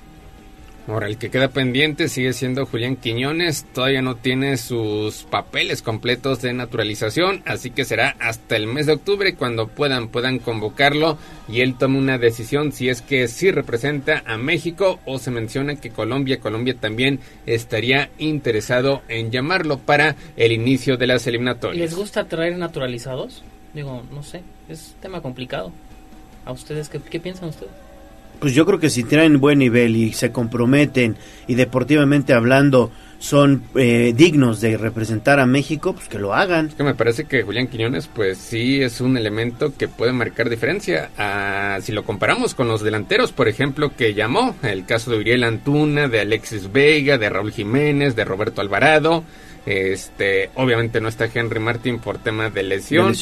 Ahora, el que queda pendiente sigue siendo Julián Quiñones. Todavía no tiene sus papeles completos de naturalización, así que será hasta el mes de octubre cuando puedan convocarlo y él tome una decisión si es que sí representa a México, o se menciona que Colombia también estaría interesado en llamarlo para el inicio de las eliminatorias. ¿Les gusta traer naturalizados? Digo, no sé, es tema complicado. ¿A ustedes qué piensan ustedes? Pues yo creo que si traen buen nivel y se comprometen y deportivamente hablando son dignos de representar a México, pues que lo hagan. Es que me parece que Julián Quiñones pues sí es un elemento que puede marcar diferencia. Si lo comparamos con los delanteros, por ejemplo, que llamó, el caso de Uriel Antuna, de Alexis Vega, de Raúl Jiménez, de Roberto Alvarado. Obviamente no está Henry Martin por tema de lesión.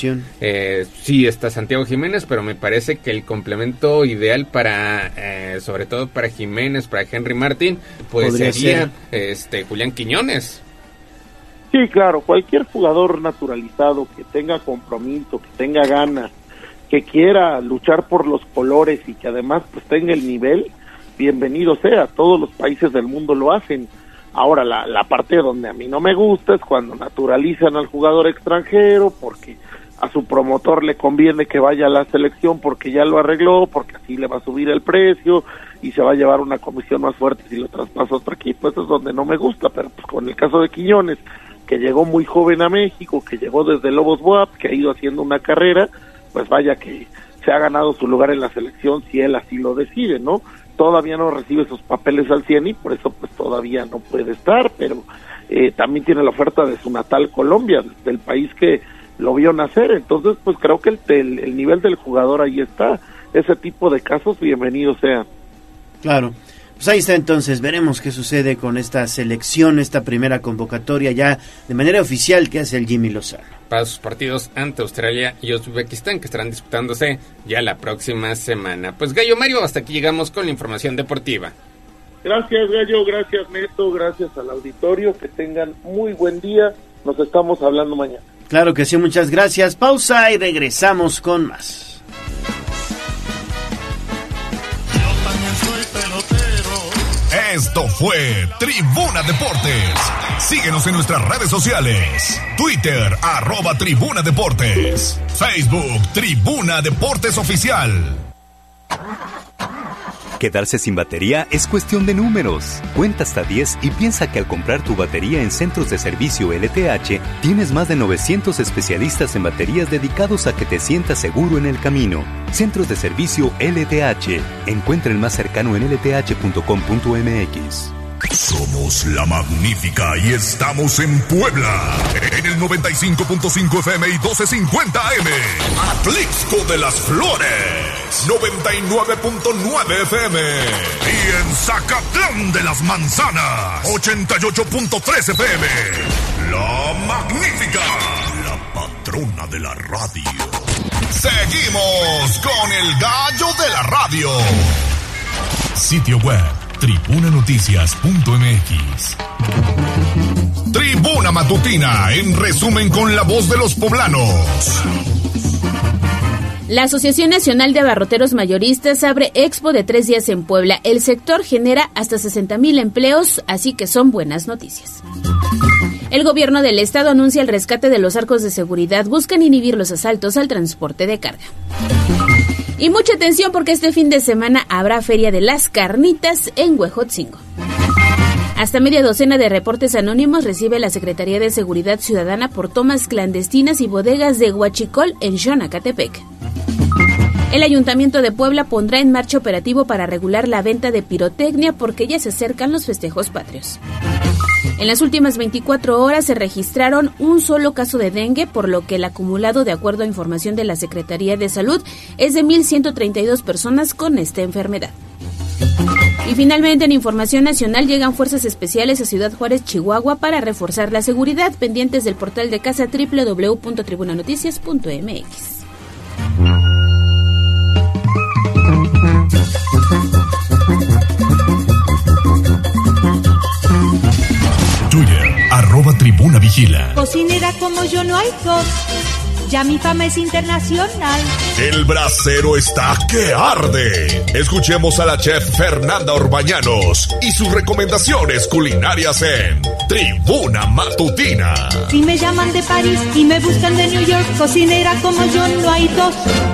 Sí está Santiago Jiménez, pero me parece que el complemento ideal para sobre todo para Jiménez, para Henry Martin, pues sería Julián Quiñones. Sí, claro, cualquier jugador naturalizado que tenga compromiso, que tenga ganas, que quiera luchar por los colores y que además pues tenga el nivel, bienvenido sea. Todos los países del mundo lo hacen. Ahora, la parte donde a mí no me gusta es cuando naturalizan al jugador extranjero, porque a su promotor le conviene que vaya a la selección porque ya lo arregló, porque así le va a subir el precio y se va a llevar una comisión más fuerte si lo traspasa a otro equipo. Eso es donde no me gusta. Pero pues con el caso de Quiñones, que llegó muy joven a México, que llegó desde Lobos BUAP, que ha ido haciendo una carrera, pues vaya que se ha ganado su lugar en la selección si él así lo decide, ¿no? Todavía no recibe sus papeles al 100 y por eso pues todavía no puede estar, pero también tiene la oferta de su natal Colombia, del país que lo vio nacer. Entonces pues creo que el nivel del jugador ahí está. Ese tipo de casos bienvenidos sean. Claro, pues ahí está. Entonces veremos qué sucede con esta selección, esta primera convocatoria ya de manera oficial que hace el Jimmy Lozano para sus partidos ante Australia y Uzbekistán, que estarán disputándose ya la próxima semana. Pues Gallo, Mario, hasta aquí llegamos con la información deportiva. Gracias, Gallo, gracias, Neto, gracias al auditorio, que tengan muy buen día. Nos estamos hablando mañana. Claro que sí, muchas gracias. Pausa y regresamos con más. Esto fue Tribuna Deportes. Síguenos en nuestras redes sociales. Twitter, @Tribuna Deportes. Facebook, Tribuna Deportes Oficial. Quedarse sin batería es cuestión de números. Cuenta hasta 10 y piensa que al comprar tu batería en centros de servicio LTH, tienes más de 900 especialistas en baterías dedicados a que te sientas seguro en el camino. Centros de servicio LTH. Encuentra el más cercano en lth.com.mx. Somos La Magnífica y estamos en Puebla, en el 95.5 FM y 1250 AM. Atlixco de las Flores, 99.9 FM. Y en Zacatlán de las Manzanas, 88.3 FM. La Magnífica, la patrona de la radio. Seguimos con el gallo de la radio. Sitio web tribunanoticias.mx. Tribuna Matutina, en resumen con la voz de los poblanos. La Asociación Nacional de Abarroteros Mayoristas abre expo de 3 días en Puebla. El sector genera hasta 60,000 empleos, así que son buenas noticias. El gobierno del estado anuncia el rescate de los arcos de seguridad. Buscan inhibir los asaltos al transporte de carga. Y mucha atención porque este fin de semana habrá Feria de las Carnitas en Huejotzingo. Hasta media docena de reportes anónimos recibe la Secretaría de Seguridad Ciudadana por tomas clandestinas y bodegas de huachicol en Xonacatepec. El Ayuntamiento de Puebla pondrá en marcha operativo para regular la venta de pirotecnia porque ya se acercan los festejos patrios. En las últimas 24 horas se registraron un solo caso de dengue, por lo que el acumulado, de acuerdo a información de la Secretaría de Salud, es de 1,132 personas con esta enfermedad. Y finalmente, en información nacional, llegan fuerzas especiales a Ciudad Juárez, Chihuahua, para reforzar la seguridad, pendientes del portal de casa www.tribunanoticias.mx. Twitter, @TribunaVigila. Cocinera como yo no hay dos, ya mi fama es internacional. El brasero está que arde. Escuchemos a la chef Fernanda Orbañanos y sus recomendaciones culinarias en Tribuna Matutina. Si me llaman de París y me buscan de New York, cocinera como yo no hay dos.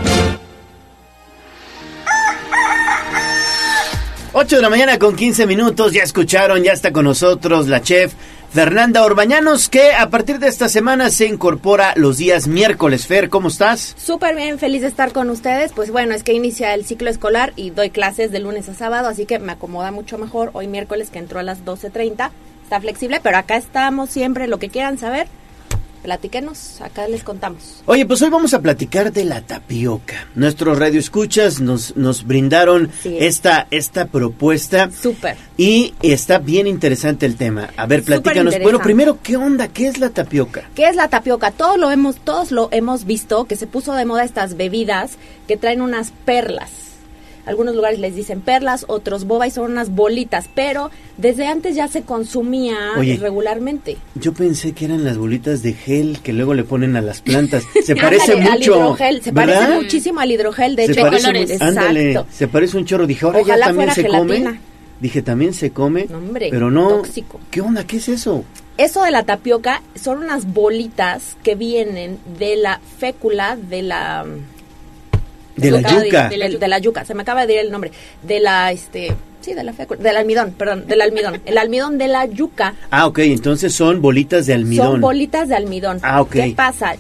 8 de la mañana con 15 minutos, ya escucharon, ya está con nosotros la chef Fernanda Orbañanos, que a partir de esta semana se incorpora los días miércoles. Fer, ¿cómo estás? Súper bien, feliz de estar con ustedes. Pues bueno, es que inicia el ciclo escolar y doy clases de lunes a sábado, así que me acomoda mucho mejor hoy miércoles, que entró a las 12:30. Está flexible, pero acá estamos siempre, lo que quieran saber, platíquenos, acá les contamos. Oye, pues hoy vamos a platicar de la tapioca. Nuestros radioescuchas nos brindaron esta propuesta. Súper. Y está bien interesante el tema. A ver, platícanos. Bueno, primero, ¿qué onda? ¿Qué es la tapioca? ¿Qué es la tapioca? Todos lo hemos visto, que se puso de moda estas bebidas que traen unas perlas. Algunos lugares les dicen perlas, otros boba, y son unas bolitas, pero desde antes ya se consumía regularmente. Yo pensé que eran las bolitas de gel que luego le ponen a las plantas. Se parece mucho. Al hidrogel, se parece muchísimo al hidrogel, de hecho, colores. Ándale, se parece un chorro. Dije, ahora ya también se come. Dije, también se come, pero no. Tóxico. ¿Qué onda? ¿Qué es eso? Eso de la tapioca son unas bolitas que vienen de la fécula de la... De la yuca. De la yuca, se me acaba de ir el nombre. De la, de la fécula, del almidón, perdón, del almidón. El almidón de la yuca. Ah, ok, entonces son bolitas de almidón. Son bolitas de almidón. Ah, ok. ¿Qué pasa?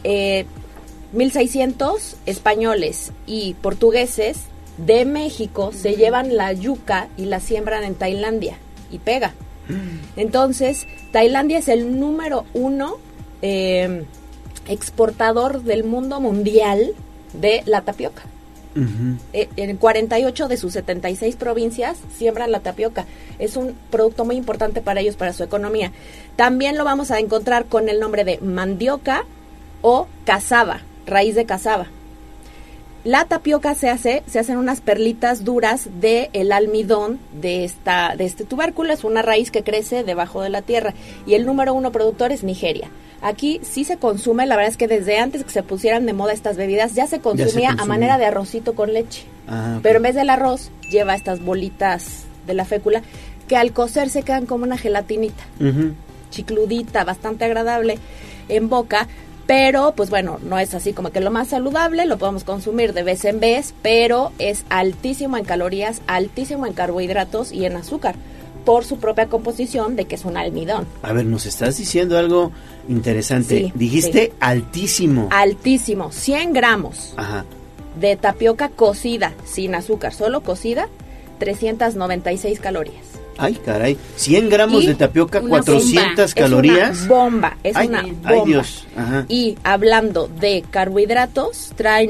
1,600 españoles y portugueses de México se llevan la yuca y la siembran en Tailandia y pega. Entonces, Tailandia es el número 1 exportador del mundo mundial de la tapioca. En 48 de sus 76 provincias siembran la tapioca. Es un producto muy importante para ellos, para su economía. También lo vamos a encontrar con el nombre de mandioca o cazaba, raíz de cazaba. La tapioca se hacen unas perlitas duras del almidón de este tubérculo. Es una raíz que crece debajo de la tierra y el número 1 productor es Nigeria. Aquí sí se consume, la verdad es que desde antes que se pusieran de moda estas bebidas, ya se consumía a manera de arrocito con leche. Okay. Pero en vez del arroz, lleva estas bolitas de la fécula que al cocer se quedan como una gelatinita, chicludita, bastante agradable en boca. Pero, pues bueno, no es así como que lo más saludable, lo podemos consumir de vez en vez, pero es altísimo en calorías, altísimo en carbohidratos y en azúcar, por su propia composición de que es un almidón. A ver, nos estás diciendo algo interesante. Sí, dijiste altísimo. Altísimo, 100 gramos de tapioca cocida, sin azúcar, solo cocida, 396 calorías. Ay, caray, 100 gramos de tapioca, 400 calorías. Es una bomba. Ay, Dios. Ajá. Y hablando de carbohidratos, trae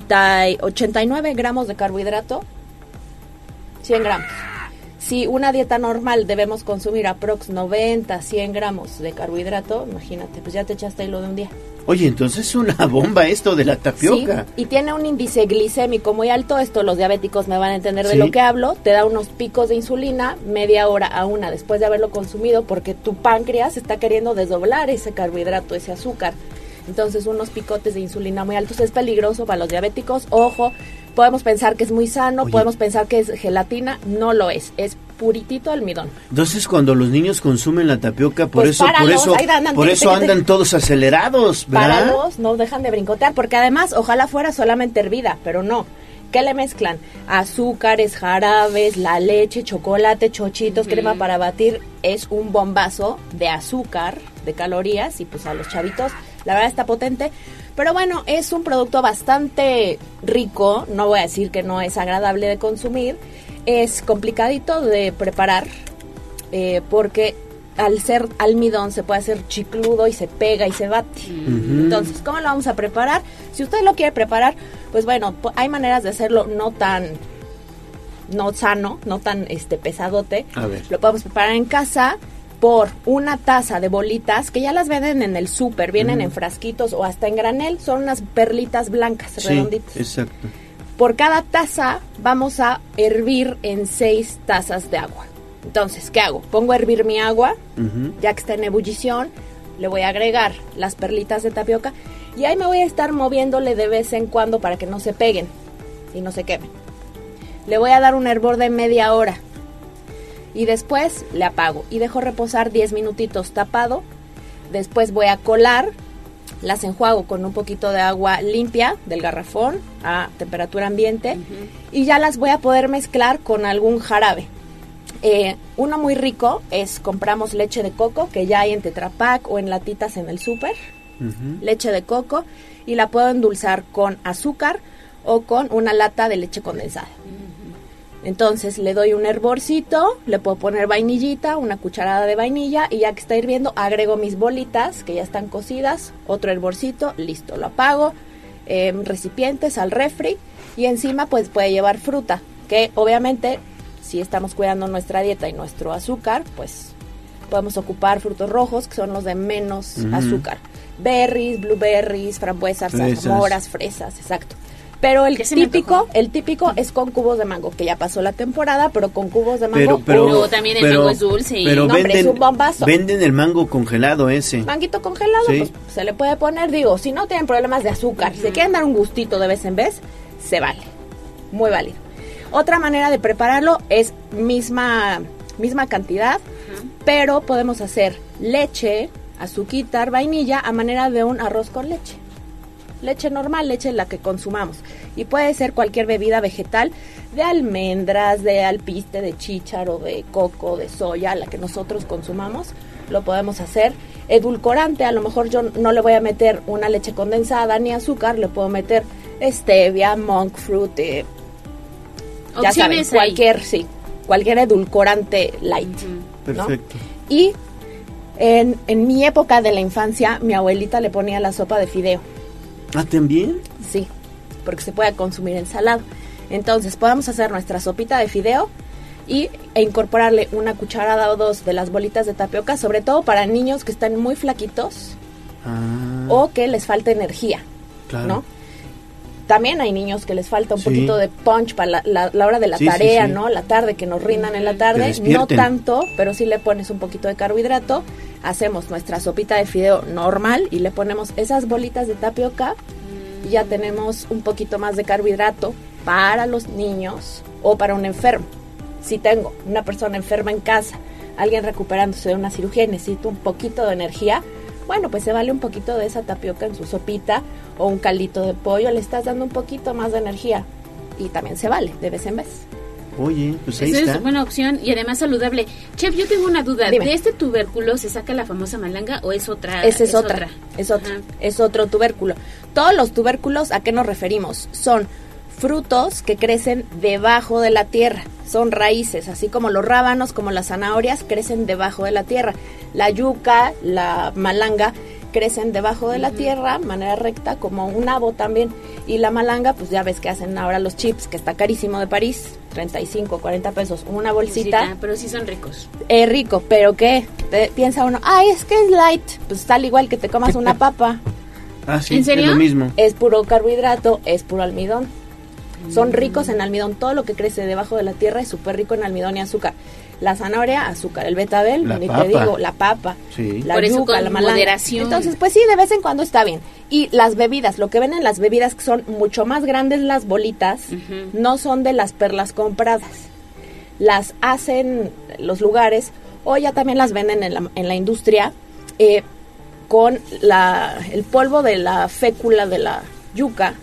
89 gramos de carbohidrato, 100 gramos. Si una dieta normal debemos consumir aprox 90, 100 gramos de carbohidrato, imagínate, pues ya te echaste ahí lo de un día. Oye, entonces es una bomba esto de la tapioca. Sí, y tiene un índice glicémico muy alto, esto los diabéticos me van a entender de lo que hablo, te da unos picos de insulina media hora a una después de haberlo consumido porque tu páncreas está queriendo desdoblar ese carbohidrato, ese azúcar. Entonces unos picotes de insulina muy altos es peligroso para los diabéticos, ojo, podemos pensar que es muy sano, podemos pensar que es gelatina, no lo es puritito almidón. Entonces cuando los niños consumen la tapioca, por eso andan todos acelerados, ¿verdad? Páralos, no dejan de brincotear, porque además ojalá fuera solamente hervida, pero no. ¿Qué le mezclan? Azúcares, jarabes, la leche, chocolate, chochitos, crema para batir. Es un bombazo de azúcar, de calorías, y pues a los chavitos, la verdad está potente. Pero bueno, es un producto bastante rico, no voy a decir que no es agradable de consumir. Es complicadito de preparar porque al ser almidón se puede hacer chicludo y se pega y se bate. Entonces, ¿cómo lo vamos a preparar? Si usted lo quiere preparar, pues bueno, hay maneras de hacerlo no sano, no tan pesadote. A ver. Lo podemos preparar en casa por una taza de bolitas que ya las venden en el súper, vienen en frasquitos o hasta en granel, son unas perlitas blancas, redonditas. Exacto. Por cada taza vamos a hervir en 6 tazas de agua. Entonces, ¿qué hago? Pongo a hervir mi agua, ya que está en ebullición, le voy a agregar las perlitas de tapioca y ahí me voy a estar moviéndole de vez en cuando para que no se peguen y no se quemen. Le voy a dar un hervor de media hora y después le apago y dejo reposar 10 minutitos tapado. Después voy a colar. Las enjuago con un poquito de agua limpia del garrafón a temperatura ambiente y ya las voy a poder mezclar con algún jarabe. Uno muy rico es compramos leche de coco que ya hay en Tetra Pak o en latitas en el súper. Leche de coco y la puedo endulzar con azúcar o con una lata de leche condensada. Entonces le doy un hervorcito, le puedo poner vainillita, una cucharada de vainilla y ya que está hirviendo agrego mis bolitas que ya están cocidas, otro hervorcito, listo, lo apago, recipientes al refri y encima pues puede llevar fruta, que obviamente si estamos cuidando nuestra dieta y nuestro azúcar, pues podemos ocupar frutos rojos que son los de menos azúcar, berries, blueberries, frambuesas, zarzamoras, fresas, exacto. Pero el típico es con cubos de mango, que ya pasó la temporada, pero con cubos de mango. Pero también el mango es dulce. Pero es un bombazo. Venden el mango congelado ese. Manguito congelado, pues se le puede poner, digo, si no tienen problemas de azúcar, si se quieren dar un gustito de vez en vez, se vale. Muy válido. Otra manera de prepararlo es misma cantidad, pero podemos hacer leche, azuquitar, vainilla a manera de un arroz con leche. Leche normal, leche la que consumamos. Y puede ser cualquier bebida vegetal, de almendras, de alpiste, de chícharo, de coco, de soya, la que nosotros consumamos, lo podemos hacer. Edulcorante, a lo mejor yo no le voy a meter una leche condensada ni azúcar, le puedo meter stevia, monk fruit, ya saben, cualquier edulcorante light. Perfecto. ¿No? Y en mi época de la infancia, mi abuelita le ponía la sopa de fideo. ¿Ah, también? Sí, porque se puede consumir ensalada. Entonces, podemos hacer nuestra sopita de fideo e incorporarle una cucharada o dos de las bolitas de tapioca, sobre todo para niños que están muy flaquitos o que les falta energía, claro. ¿no? también hay niños que les falta un poquito de punch para la hora de la tarea, ¿no? La tarde, que nos rindan en la tarde. No tanto, pero sí le pones un poquito de carbohidrato. Hacemos nuestra sopita de fideo normal y le ponemos esas bolitas de tapioca y ya tenemos un poquito más de carbohidrato para los niños o para un enfermo. Si tengo una persona enferma en casa, alguien recuperándose de una cirugía y necesita un poquito de energía, bueno, pues se vale un poquito de esa tapioca en su sopita o un caldito de pollo, le estás dando un poquito más de energía y también se vale de vez en vez. Oye, pues ahí Esa está. es buena opción y además saludable. Chef, yo tengo una duda. Dime. ¿De este tubérculo se saca la famosa malanga o es otra? Esa es otra. Es otro tubérculo. Todos los tubérculos, ¿a qué nos referimos? Son frutos que crecen debajo de la tierra, son raíces, así como los rábanos, como las zanahorias, crecen debajo de la tierra. La yuca, la malanga, crecen debajo de la tierra, manera recta, como un nabo también. Y la malanga, pues ya ves que hacen ahora los chips, que está carísimo de París, 35, 40 pesos, una bolsita. Pero sí son ricos. Rico, pero ¿qué? Piensa uno, es que es light, pues tal igual que te comas una papa. Sí, ¿en serio? Es lo mismo. Es puro carbohidrato, es puro almidón. Son ricos en almidón. Todo lo que crece debajo de la tierra es súper rico en almidón y azúcar. La zanahoria, azúcar. El betabel, ni te digo, la papa, la por yuca, eso la malanga. moderación. Entonces, pues sí, de vez en cuando está bien. Y las bebidas, lo que ven en las bebidas, que son mucho más grandes las bolitas, no son de las perlas compradas. Las hacen los lugares, o ya también las venden en la industria, con el polvo de la fécula de la yuca,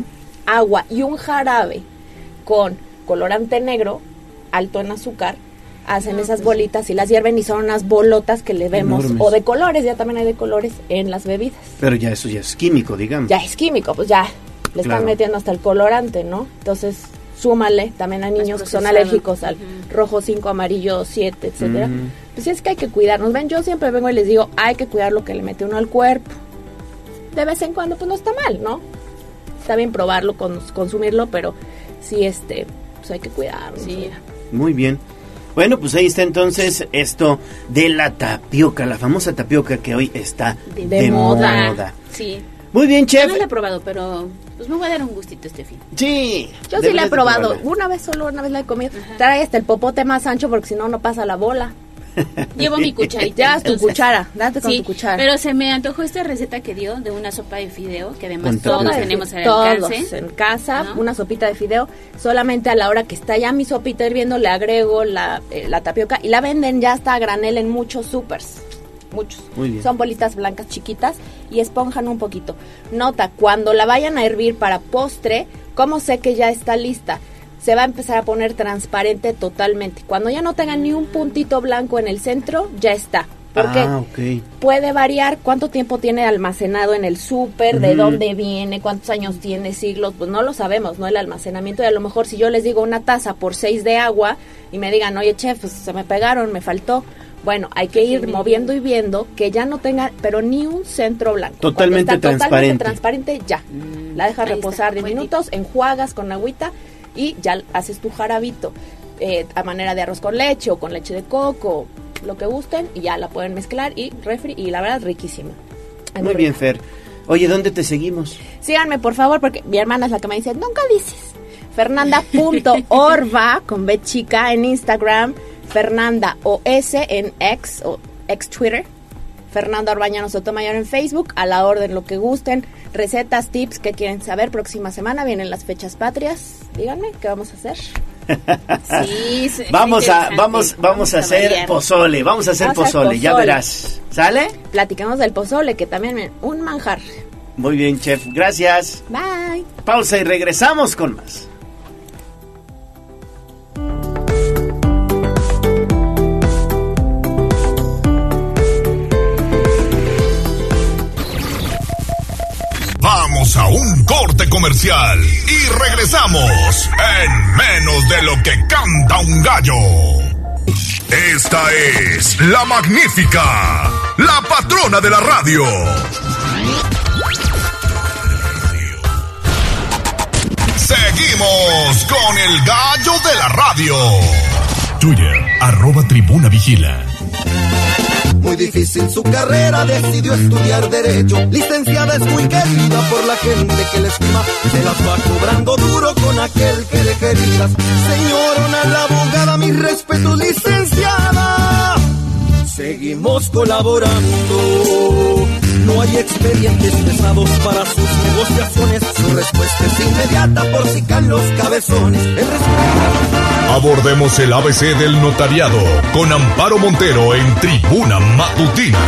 agua y un jarabe con colorante negro alto en azúcar, hacen esas bolitas y las hierven y son unas bolotas que le vemos, enormes. O de colores, ya también hay de colores en las bebidas. Pero ya eso ya es químico, digamos. Ya es químico, pues ya le están metiendo hasta el colorante, ¿no? Entonces, súmale, también hay niños que son alérgicos al rojo 5, amarillo 7, etcétera. Pues sí, es que hay que cuidarnos. Ven, yo siempre vengo y les digo, hay que cuidar lo que le mete uno al cuerpo. De vez en cuando, pues no está mal, ¿no? Está bien probarlo, consumirlo, pero sí, pues hay que cuidarlo. Sí. Muy bien. Bueno, pues ahí está entonces esto de la tapioca, la famosa tapioca que hoy está de moda. Sí. Muy bien, chef. Yo no la he probado, pero pues me voy a dar un gustito este fin. Sí. Yo sí la he probado. Una vez la he comido. Trae hasta el popote más ancho porque si no, no pasa la bola. Llevo mi cucharita. Ya, tu cuchara, date con tu cuchara. Pero se me antojó esta receta que dio de una sopa de fideo, que además todos tenemos al alcance. Todos en casa, ¿no? Una sopita de fideo. Solamente a la hora que está ya mi sopita hirviendo, le agrego la tapioca y la venden ya hasta a granel en muchos supers. Muchos. Son bolitas blancas chiquitas y esponjan un poquito. Nota, cuando la vayan a hervir para postre, ¿cómo sé que ya está lista? Se va a empezar a poner transparente totalmente. Cuando ya no tenga ni un puntito blanco en el centro, ya está. Porque puede variar cuánto tiempo tiene almacenado en el súper, de dónde viene, cuántos años tiene, siglos, pues no lo sabemos, ¿no? El almacenamiento, y a lo mejor si yo les digo una taza por 6 de agua y me digan, oye, chef, pues se me pegaron, me faltó. Bueno, hay que ir moviendo y viendo que ya no tenga, pero ni un centro blanco. Totalmente transparente. Totalmente transparente, ya. La dejas reposar 10 minutos, enjuagas con agüita y ya haces tu jarabito a manera de arroz con leche o con leche de coco, lo que gusten, y ya la pueden mezclar y refri, y la verdad riquísima. Muy bien, Fer. Oye, ¿dónde te seguimos? Síganme, por favor, porque mi hermana es la que me dice, nunca dices. Fernanda.orva con B chica en Instagram, Fernanda OS en X o ex Twitter, Fernanda Orbañano Sotomayor en Facebook, a la orden, lo que gusten, recetas, tips, que quieren saber. Próxima semana vienen las fechas patrias. Díganme, ¿qué vamos a hacer? Sí, vamos a hacer pozole, ya verás. ¿Sale? Platicamos del pozole, que también es un manjar. Muy bien, chef, gracias. Bye. Pausa y regresamos con más. Vamos a un corte comercial y regresamos en menos de lo que canta un gallo. Esta es la magnífica, la patrona de la radio. Seguimos con el gallo de la radio. Twitter, @tribunavigila. muy difícil su carrera, decidió estudiar Derecho. Licenciada es muy querida por la gente que la estima, se las va cobrando duro con aquel que deje heridas. Señorona la abogada, mis respetos, licenciada. Seguimos colaborando. No hay expedientes pesados para sus negociaciones. Su respuesta es inmediata por si caen los cabezones. Abordemos el ABC del notariado con Amparo Montero en Tribuna Matutina.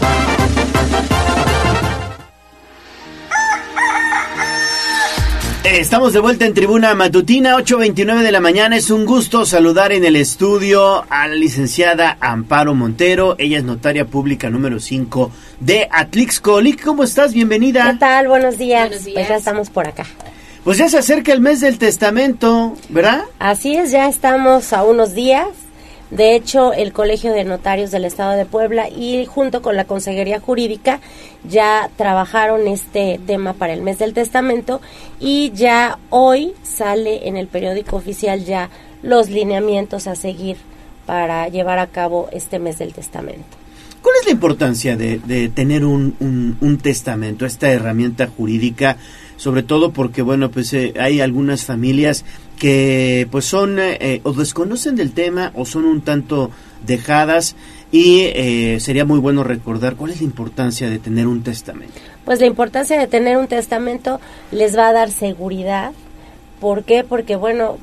Estamos de vuelta en Tribuna Matutina, 8:29 de la mañana. Es un gusto saludar en el estudio a la licenciada Amparo Montero. Ella es notaria pública número 5 de Atlixco. ¿Cómo estás? Bienvenida. ¿Qué tal? Buenos días. Buenos días. Pues ya estamos por acá. Pues ya se acerca el mes del testamento, ¿verdad? Así es, ya estamos a unos días. De hecho, el Colegio de Notarios del Estado de Puebla y junto con la Consejería Jurídica ya trabajaron este tema para el mes del testamento y ya hoy sale en el periódico oficial ya los lineamientos a seguir para llevar a cabo este mes del testamento. ¿Cuál es la importancia de tener un testamento, esta herramienta jurídica? Sobre todo porque, bueno, pues hay algunas familias que pues son o desconocen del tema o son un tanto dejadas y sería muy bueno recordar cuál es la importancia de tener un testamento. Pues la importancia de tener un testamento les va a dar seguridad. ¿Por qué? Porque, bueno,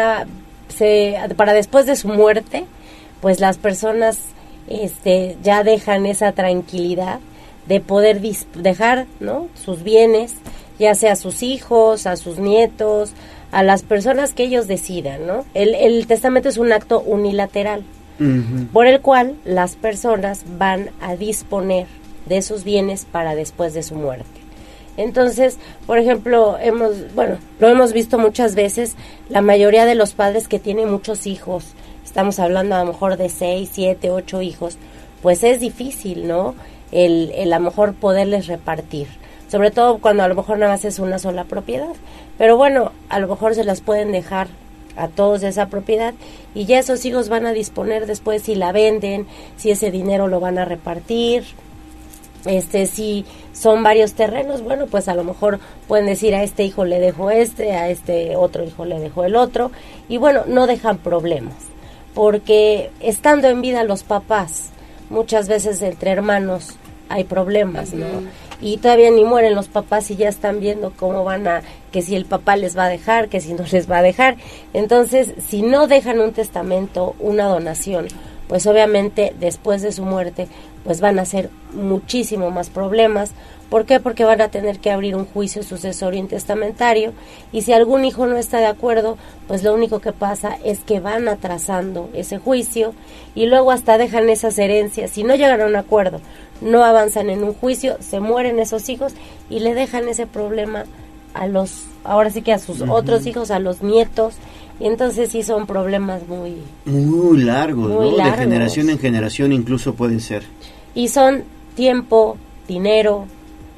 para después de su muerte, pues las personas ya dejan esa tranquilidad de poder dejar, ¿no?, sus bienes, ya sea a sus hijos, a sus nietos, a las personas que ellos decidan, ¿no? El testamento es un acto unilateral, por el cual las personas van a disponer de sus bienes para después de su muerte. Entonces, por ejemplo, lo hemos visto muchas veces, la mayoría de los padres que tienen muchos hijos, estamos hablando a lo mejor de 6, 7, 8 hijos, pues es difícil, ¿no?, el a lo mejor poderles repartir. Sobre todo cuando a lo mejor nada más es una sola propiedad. Pero bueno, a lo mejor se las pueden dejar a todos de esa propiedad y ya esos hijos van a disponer después si la venden, si ese dinero lo van a repartir. Si son varios terrenos, bueno, pues a lo mejor pueden decir a este hijo le dejo a este otro hijo le dejo el otro. Y bueno, no dejan problemas. Porque estando en vida los papás, muchas veces entre hermanos hay problemas, ¿no? Y todavía ni mueren los papás y ya están viendo cómo que si el papá les va a dejar, que si no les va a dejar. Entonces, si no dejan un testamento, una donación, pues obviamente después de su muerte, pues van a ser muchísimo más problemas. ¿Por qué? Porque van a tener que abrir un juicio sucesorio intestamentario y si algún hijo no está de acuerdo, pues lo único que pasa es que van atrasando ese juicio y luego hasta dejan esas herencias. Si no llegan a un acuerdo, no avanzan en un juicio, se mueren esos hijos y le dejan ese problema ahora sí que a sus otros hijos, a los nietos, y entonces sí son problemas muy largos, ¿no? De generación en generación incluso pueden ser. Y son tiempo, dinero,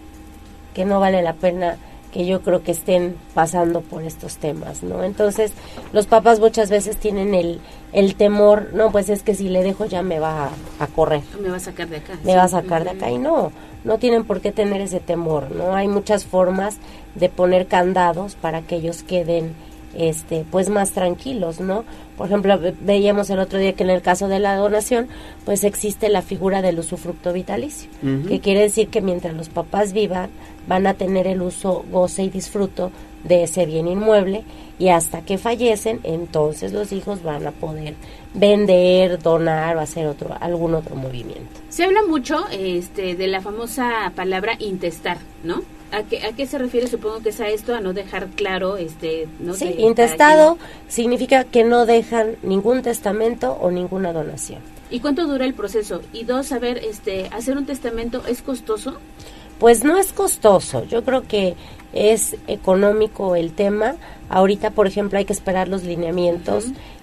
que no vale la pena que yo creo que estén pasando por estos temas, ¿no? Entonces, los papás muchas veces tienen el temor, no, pues es que si le dejo ya me va a correr. Me va a sacar de acá. Me va a sacar de acá y no tienen por qué tener ese temor, ¿no? Hay muchas formas de poner candados para que ellos queden pues más tranquilos, ¿no? Por ejemplo, veíamos el otro día que en el caso de la donación, pues existe la figura del usufructo vitalicio, que quiere decir que mientras los papás vivan, van a tener el uso, goce y disfruto de ese bien inmueble y hasta que fallecen, entonces los hijos van a poder vender, donar o hacer algún otro movimiento. Se habla mucho de la famosa palabra intestar, ¿no? ¿A qué se refiere? Supongo que es a esto, a no dejar claro, ¿no? Sí, intestado significa que no dejan ningún testamento o ninguna donación. ¿Y cuánto dura el proceso? Y dos, a ver, ¿hacer un testamento es costoso? Pues no es costoso, yo creo que es económico el tema. Ahorita, por ejemplo, hay que esperar los lineamientos.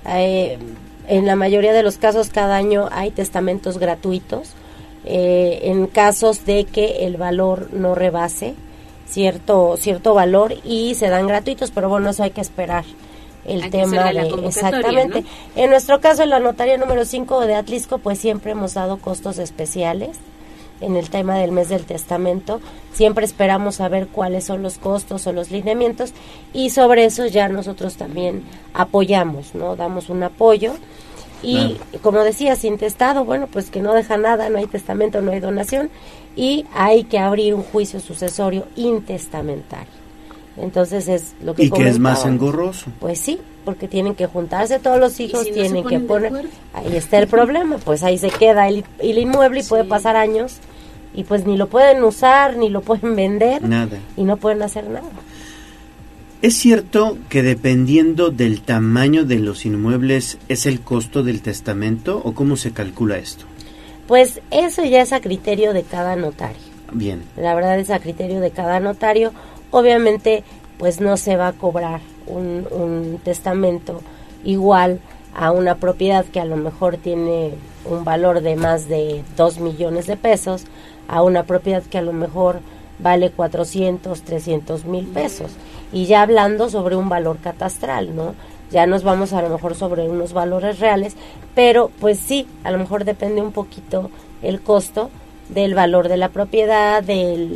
En la mayoría de los casos, cada año hay testamentos gratuitos. En casos de que el valor no rebase cierto valor y se dan gratuitos, pero bueno, eso hay que esperar el Hay que tema hacerle la de convocatoria, exactamente. ¿no? En nuestro caso, en la notaría número 5 de Atlixco, pues siempre hemos dado costos especiales en el tema del mes del testamento. Siempre esperamos saber cuáles son los costos o los lineamientos y sobre eso ya nosotros también apoyamos, ¿no? Damos un apoyo y como decía, sin testado, bueno, pues que no deja nada, no hay testamento, no hay donación y hay que abrir un juicio sucesorio intestamentario. Entonces es lo que ¿Y que es más engorroso? Pues sí, porque tienen que juntarse todos los hijos, si no tienen se que ponen de poner, acuerdo? ahí está el problema, pues ahí se queda el inmueble y puede pasar años y pues ni lo pueden usar, ni lo pueden vender, Nada. y no pueden hacer nada. ¿Es cierto que dependiendo del tamaño de los inmuebles es el costo del testamento o cómo se calcula esto? Pues eso ya es a criterio de cada notario. Bien. La verdad es a criterio de cada notario. Obviamente, pues no se va a cobrar un testamento igual a una propiedad que a lo mejor tiene un valor de más de 2 millones de pesos, a una propiedad que a lo mejor vale 400, 300 mil pesos. Y ya hablando sobre un valor catastral, ¿no? Ya nos vamos a lo mejor sobre unos valores reales, pero pues sí, a lo mejor depende un poquito el costo del valor de la propiedad,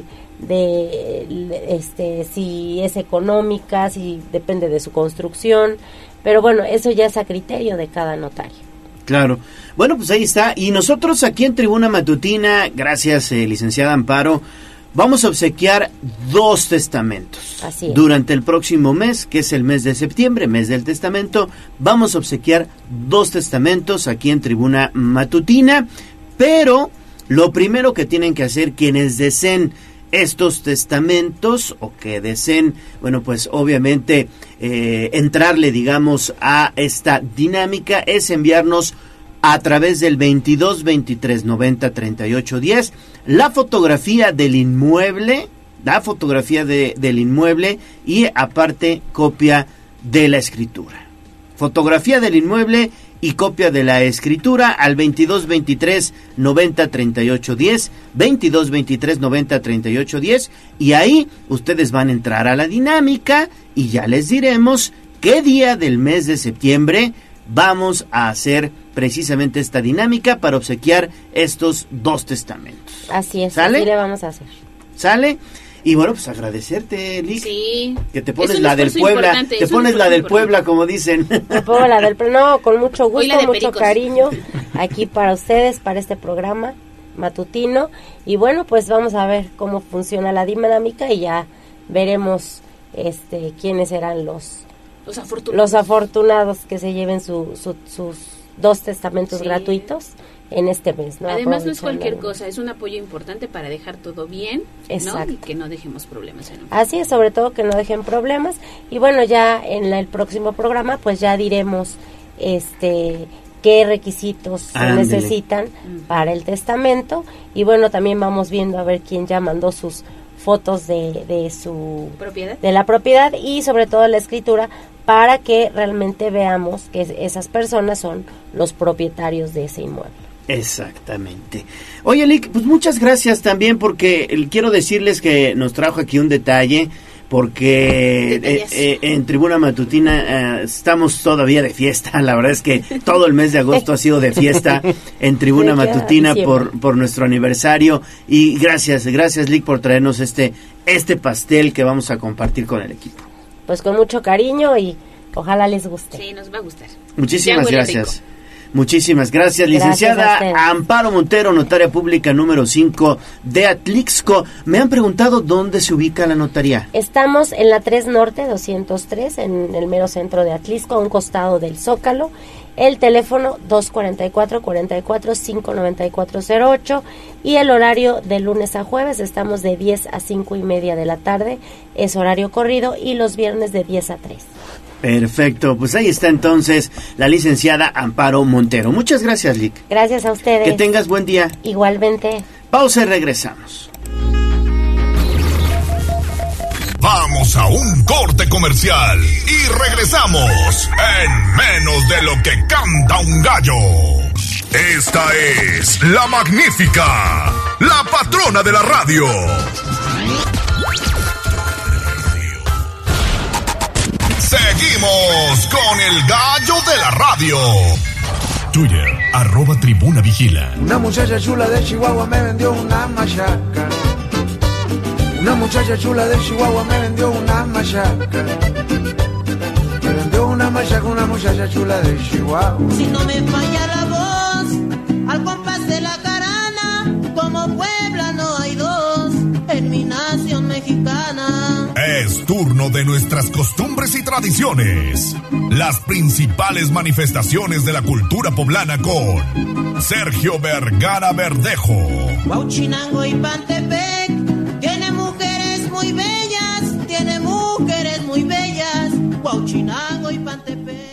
si es económica, si depende de su construcción, pero bueno, eso ya es a criterio de cada notario. Claro. Bueno, pues ahí está. Y nosotros aquí en Tribuna Matutina, gracias, licenciada Amparo, vamos a obsequiar 2 testamentos. Así es. Durante el próximo mes, que es el mes de septiembre, mes del testamento, vamos a obsequiar 2 testamentos aquí en Tribuna Matutina, pero lo primero que tienen que hacer quienes deseen estos testamentos o que deseen, bueno, pues obviamente entrarle, digamos, a esta dinámica es enviarnos a través del 22 23 90 38 10 la fotografía del inmueble, del inmueble y aparte copia de la escritura. Fotografía del inmueble y copia de la escritura al 22 23 90 38 10, 22 23 90 38 10, y ahí ustedes van a entrar a la dinámica y ya les diremos qué día del mes de septiembre vamos a hacer precisamente esta dinámica para obsequiar estos 2 testamentos. Así es, ¿Sale? así le vamos a hacer. ¿Sale? Y bueno, pues agradecerte, Lick. Sí. Que te pones la del Puebla. Te pones la del Puebla, como dicen. Me pongo la del Puebla. No, con mucho Hoy la gusto, de mucho Pericos. cariño. Aquí para ustedes, para este programa matutino. Y bueno, pues vamos a ver cómo funciona la dinámica y ya veremos quiénes serán los afortunados que se lleven sus 2 testamentos gratuitos en este mes, ¿no? Además no es cualquier cosa, es un apoyo importante para dejar todo bien, Exacto. ¿no? Y que no dejemos problemas en un... Así es, sobre todo que no dejen problemas. Y bueno, ya en el próximo programa pues ya diremos qué requisitos se necesitan para el testamento. Y bueno, también vamos viendo a ver quién ya mandó sus fotos de su ¿Propiedad? De la propiedad y sobre todo la escritura, para que realmente veamos que esas personas son los propietarios de ese inmueble. Exactamente. Oye, Lick, pues muchas gracias también, porque quiero decirles que nos trajo aquí un detalle, porque en Tribuna Matutina estamos todavía de fiesta. La verdad es que todo el mes de agosto ha sido de fiesta en Tribuna Matutina por nuestro aniversario. Y gracias Lick por traernos este pastel que vamos a compartir con el equipo. Pues con mucho cariño y ojalá les guste. Sí, nos va a gustar. Muchísimas gracias. Muchísimas gracias, licenciada Amparo Montero, notaria pública número 5 de Atlixco. Me han preguntado dónde se ubica la notaría. Estamos en la 3 Norte 203, en el mero centro de Atlixco, a un costado del Zócalo. El teléfono 244-44-59408 y el horario de lunes a jueves estamos de 10 a 5:30 de la tarde, es horario corrido, y los viernes de 10 a 3. Perfecto, pues ahí está entonces la licenciada Amparo Montero. Muchas gracias, Lick. Gracias a ustedes. Que tengas buen día. Igualmente. Pausa y regresamos. Vamos a un corte comercial y regresamos en menos de lo que canta un gallo. Esta es la magnífica, la patrona de la radio. Seguimos con el gallo de la radio. Twitter, @tribunavigila. Una muchacha chula de Chihuahua me vendió una machaca. Una muchacha chula de Chihuahua me vendió una machaca. Me vendió una machaca, una muchacha chula de Chihuahua. Si no me falla la voz, al compás de la carana, como Puebla no hay dos, en mi nación mexicana. Es turno de nuestras costumbres y tradiciones. Las principales manifestaciones de la cultura poblana con Sergio Vergara Verdejo. Huauchinango y Pantepec tiene mujeres muy bellas, tiene mujeres muy bellas. Huauchinango y Pantepec.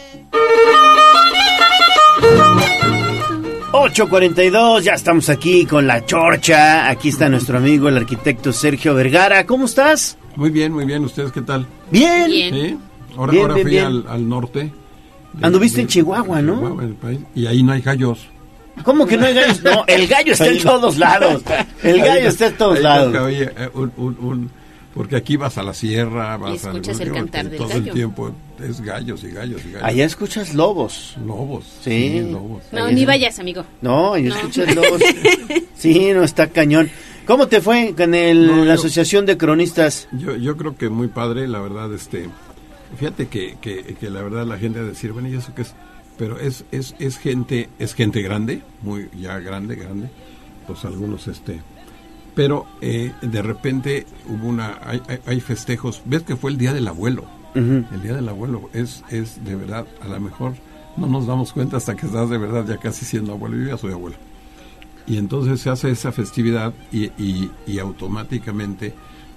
8:42, ya estamos aquí con la chorcha. Aquí está nuestro amigo el arquitecto Sergio Vergara. ¿Cómo estás? Muy bien, muy bien. ¿Ustedes qué tal? Bien. ¿Sí? Ahora fui al norte. Anduviste en Chihuahua, ¿no? Chihuahua, el país, y ahí no hay gallos. ¿Cómo que no hay gallos? No, el gallo está en todos lados. El gallo está en todos lados. Oye, porque aquí vas a la sierra, vas y escuchas el cantar del todo gallo. El tiempo es gallos y gallos y gallos. Allá escuchas lobos. Lobos. Sí, lobos. No, ni vayas, amigo. No, allá escuchas lobos. Sí, no, está cañón. ¿Cómo te fue con la Asociación de Cronistas? Yo creo que muy padre, la verdad, fíjate que la verdad la gente va a decir, bueno, ¿y eso qué es? Pero es gente grande, muy ya grande, pues algunos pero de repente hubo hay festejos. Ves que fue el Día del Abuelo. Uh-huh. El Día del Abuelo es de verdad, a lo mejor no nos damos cuenta hasta que estás de verdad ya casi siendo abuelo. Yo ya soy abuelo. Y entonces se hace esa festividad y automáticamente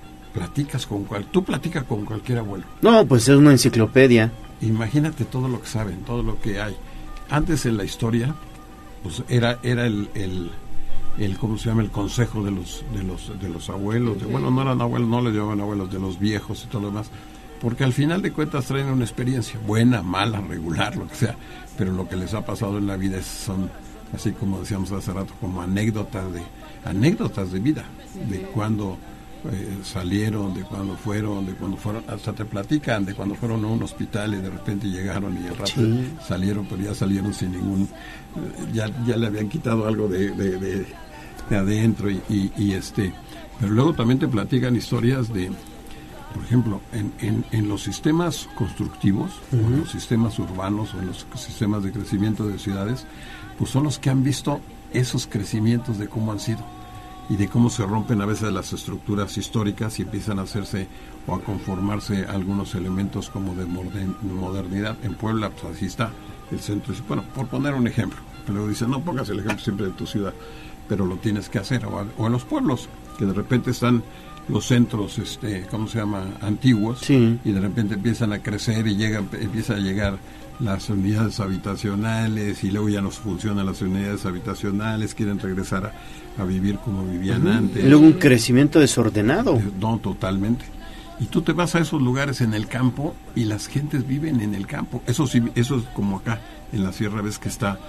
tú platicas con cualquier abuelo. No, pues es una enciclopedia. Imagínate todo lo que saben, todo lo que hay. Antes en la historia, pues era el ¿cómo se llama? El consejo de los abuelos. Bueno, no eran abuelos, no les llamaban abuelos, de los viejos y todo lo demás. Porque al final de cuentas traen una experiencia buena, mala, regular, lo que sea. Pero lo que les ha pasado en la vida son, así como decíamos hace rato, como anécdotas de vida, de cuando salieron, de cuando fueron, hasta te platican de cuando fueron a un hospital y de repente llegaron y al rato salieron, pero ya salieron sin ningún, ya le habían quitado algo de adentro pero luego también te platican historias de, por ejemplo, en los sistemas constructivos, uh-huh, o en los sistemas urbanos, o en los sistemas de crecimiento de ciudades, pues son los que han visto esos crecimientos de cómo han sido y de cómo se rompen a veces las estructuras históricas y empiezan a hacerse o a conformarse algunos elementos como de modernidad. En Puebla, pues así está el centro. Bueno, por poner un ejemplo, que luego dicen, no pongas el ejemplo siempre de tu ciudad, pero lo tienes que hacer. O en los pueblos, que de repente están los centros, ¿cómo se llama? Antiguos, sí, y de repente empiezan a crecer y empiezan a llegar las unidades habitacionales y luego ya no funcionan las unidades habitacionales, quieren regresar a vivir como vivían antes. Y luego un crecimiento desordenado. No, totalmente. Y tú te vas a esos lugares en el campo y las gentes viven en el campo. Eso sí, eso es como acá en la sierra, ves que está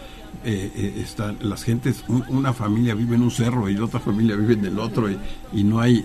las gentes, una familia vive en un cerro y otra familia vive en el otro y no hay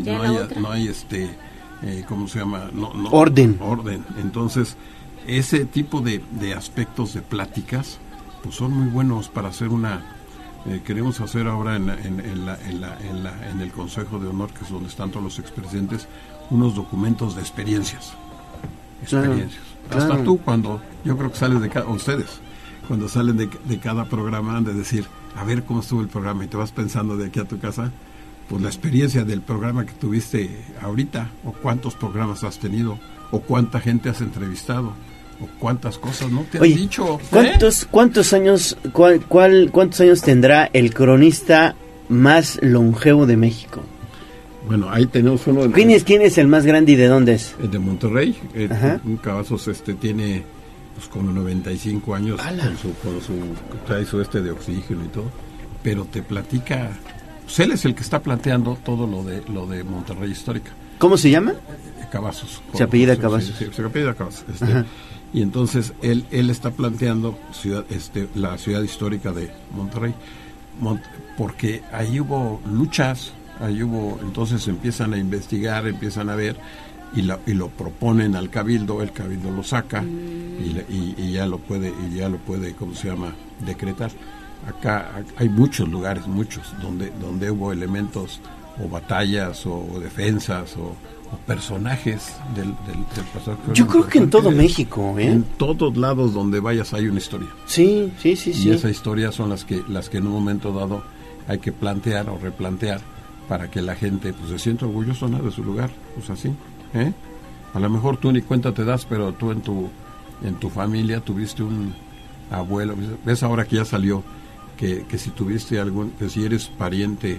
¿cómo se llama? Orden. Entonces ese tipo de aspectos de pláticas pues son muy buenos para hacer queremos hacer ahora en el Consejo de Honor, que es donde están todos los expresidentes, unos documentos de experiencias. Claro. Hasta tú, cuando yo creo que sales ustedes cuando salen de cada programa, han de decir, a ver cómo estuvo el programa, y te vas pensando de aquí a tu casa, pues la experiencia del programa que tuviste ahorita, o cuántos programas has tenido, o cuánta gente has entrevistado, o cuántas cosas no te han dicho. ¿Cuántos años tendrá el cronista más longevo de México? Bueno, ahí tenemos uno. ¿Quién es el más grande y de dónde es? De Monterrey. Un Cavazos tiene pues como 95 años con su trae su de oxígeno y todo, pero te platica, pues él es el que está planteando todo lo de Monterrey histórica. ¿Cómo se llama? Cavazos. Se apellida Cavazos. Sí, se apellida Cavazos. Y entonces él está planteando la ciudad histórica de Monterrey, porque ahí hubo luchas, entonces empiezan a investigar, empiezan a ver, y lo proponen al cabildo, el cabildo lo saca y ya lo puede, ¿cómo se llama?, decretar. Acá hay muchos lugares, donde hubo elementos o batallas o defensas o personajes del pasado. Yo creo que en todo México, en todos lados donde vayas hay una historia. Sí. Y esas historias son las que en un momento dado hay que plantear o replantear para que la gente pues se sienta orgullosa de su lugar, pues así, A lo mejor tú ni cuenta te das, pero tú en tu familia tuviste un abuelo. Ves ahora que ya salió que si tuviste que si eres pariente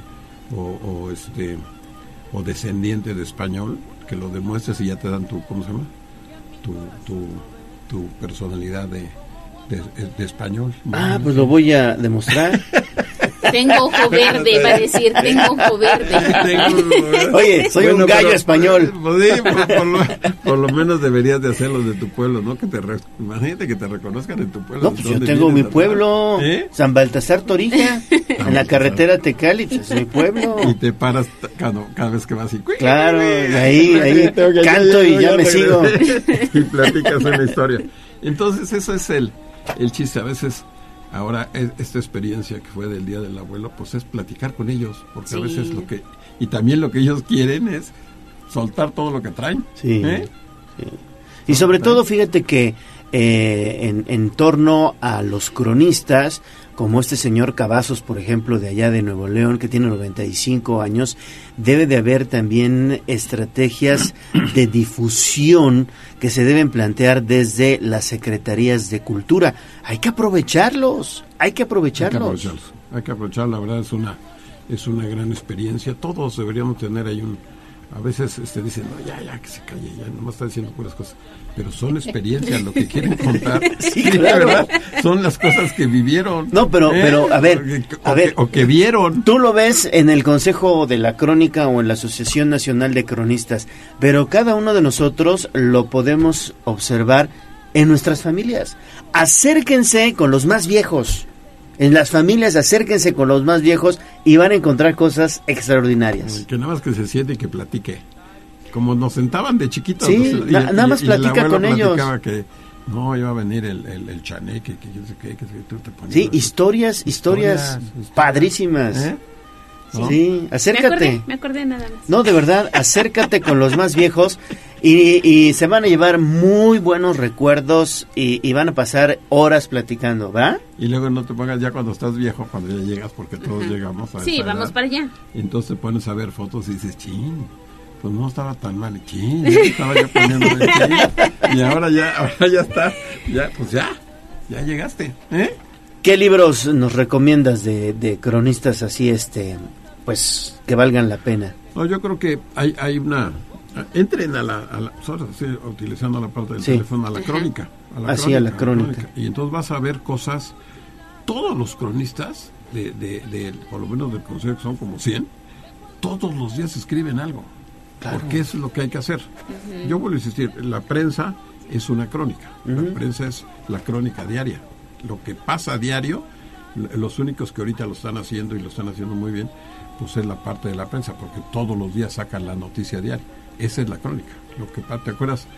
o descendiente de español, que lo demuestres y ya te dan tu, ¿cómo se llama?, tu personalidad de español. Pues lo voy a demostrar. Tengo ojo verde, va a decir, tengo ojo verde. Oye, soy un gallo español. Pues, por lo menos deberías de hacerlo de tu pueblo, ¿no? Imagínate que te reconozcan en tu pueblo. No, pues yo tengo mi pueblo, San Baltasar Torija, en la carretera Tecali, pues es mi pueblo. Y te paras cada vez que vas así. Claro, ahí canto y ya me sigo. Y platicas una historia. Entonces eso es el chiste. A veces, ahora esta experiencia que fue del Día del Abuelo, pues es platicar con ellos, porque a veces y también lo que ellos quieren es soltar todo lo que traen. Sí. Y sobre todo, fíjate que en torno a los cronistas, como este señor Cavazos, por ejemplo, de allá de Nuevo León, que tiene 95 años, debe de haber también estrategias de difusión que se deben plantear desde las secretarías de Cultura. Hay que aprovecharlos. Hay que aprovechar, la verdad es una gran experiencia. Todos deberíamos tener ahí a veces dicen, no, ya que se calle, ya nomás está diciendo puras cosas, pero son experiencias lo que quieren contar. Sí, claro. ¿Verdad? Son las cosas que vivieron. No, pero a ver, o que vieron. Tú lo ves en el Consejo de la Crónica o en la Asociación Nacional de Cronistas, pero cada uno de nosotros lo podemos observar en nuestras familias. Acérquense con los más viejos. En las familias, acérquense con los más viejos y van a encontrar cosas extraordinarias. Que nada más que se siente y que platique. Como nos sentaban de chiquitos. Sí, nada más platica con ellos. Que no, iba a venir el chaneque, que tú te ponías. Sí, historias padrísimas. ¿No? Sí, acércate. Me acordé nada más. No, de verdad, acércate con los más viejos y se van a llevar muy buenos recuerdos y van a pasar horas platicando, ¿va? Y luego no te pongas ya cuando estás viejo, cuando ya llegas, porque todos llegamos a sí, vamos edad, para allá. Y entonces te pones a ver fotos y dices, chin, pues no estaba tan mal, chin, ya estaba yo poniéndome chin, y ahora ya está, ya llegaste, ¿Qué libros nos recomiendas de cronistas así, pues, que valgan la pena? No, yo creo que hay una... Entren a la utilizando la parte del teléfono, a la crónica. A la crónica. Y entonces vas a ver cosas... Todos los cronistas, por lo menos del Consejo, que son como 100, todos los días escriben algo. Claro. Porque eso es lo que hay que hacer. Yo vuelvo a insistir, la prensa es una crónica. La prensa es la crónica diaria. Lo que pasa a diario, los únicos que ahorita lo están haciendo y lo están haciendo muy bien, pues es la parte de la prensa, porque todos los días sacan la noticia diaria. Esa es la crónica. Lo que ¿te acuerdas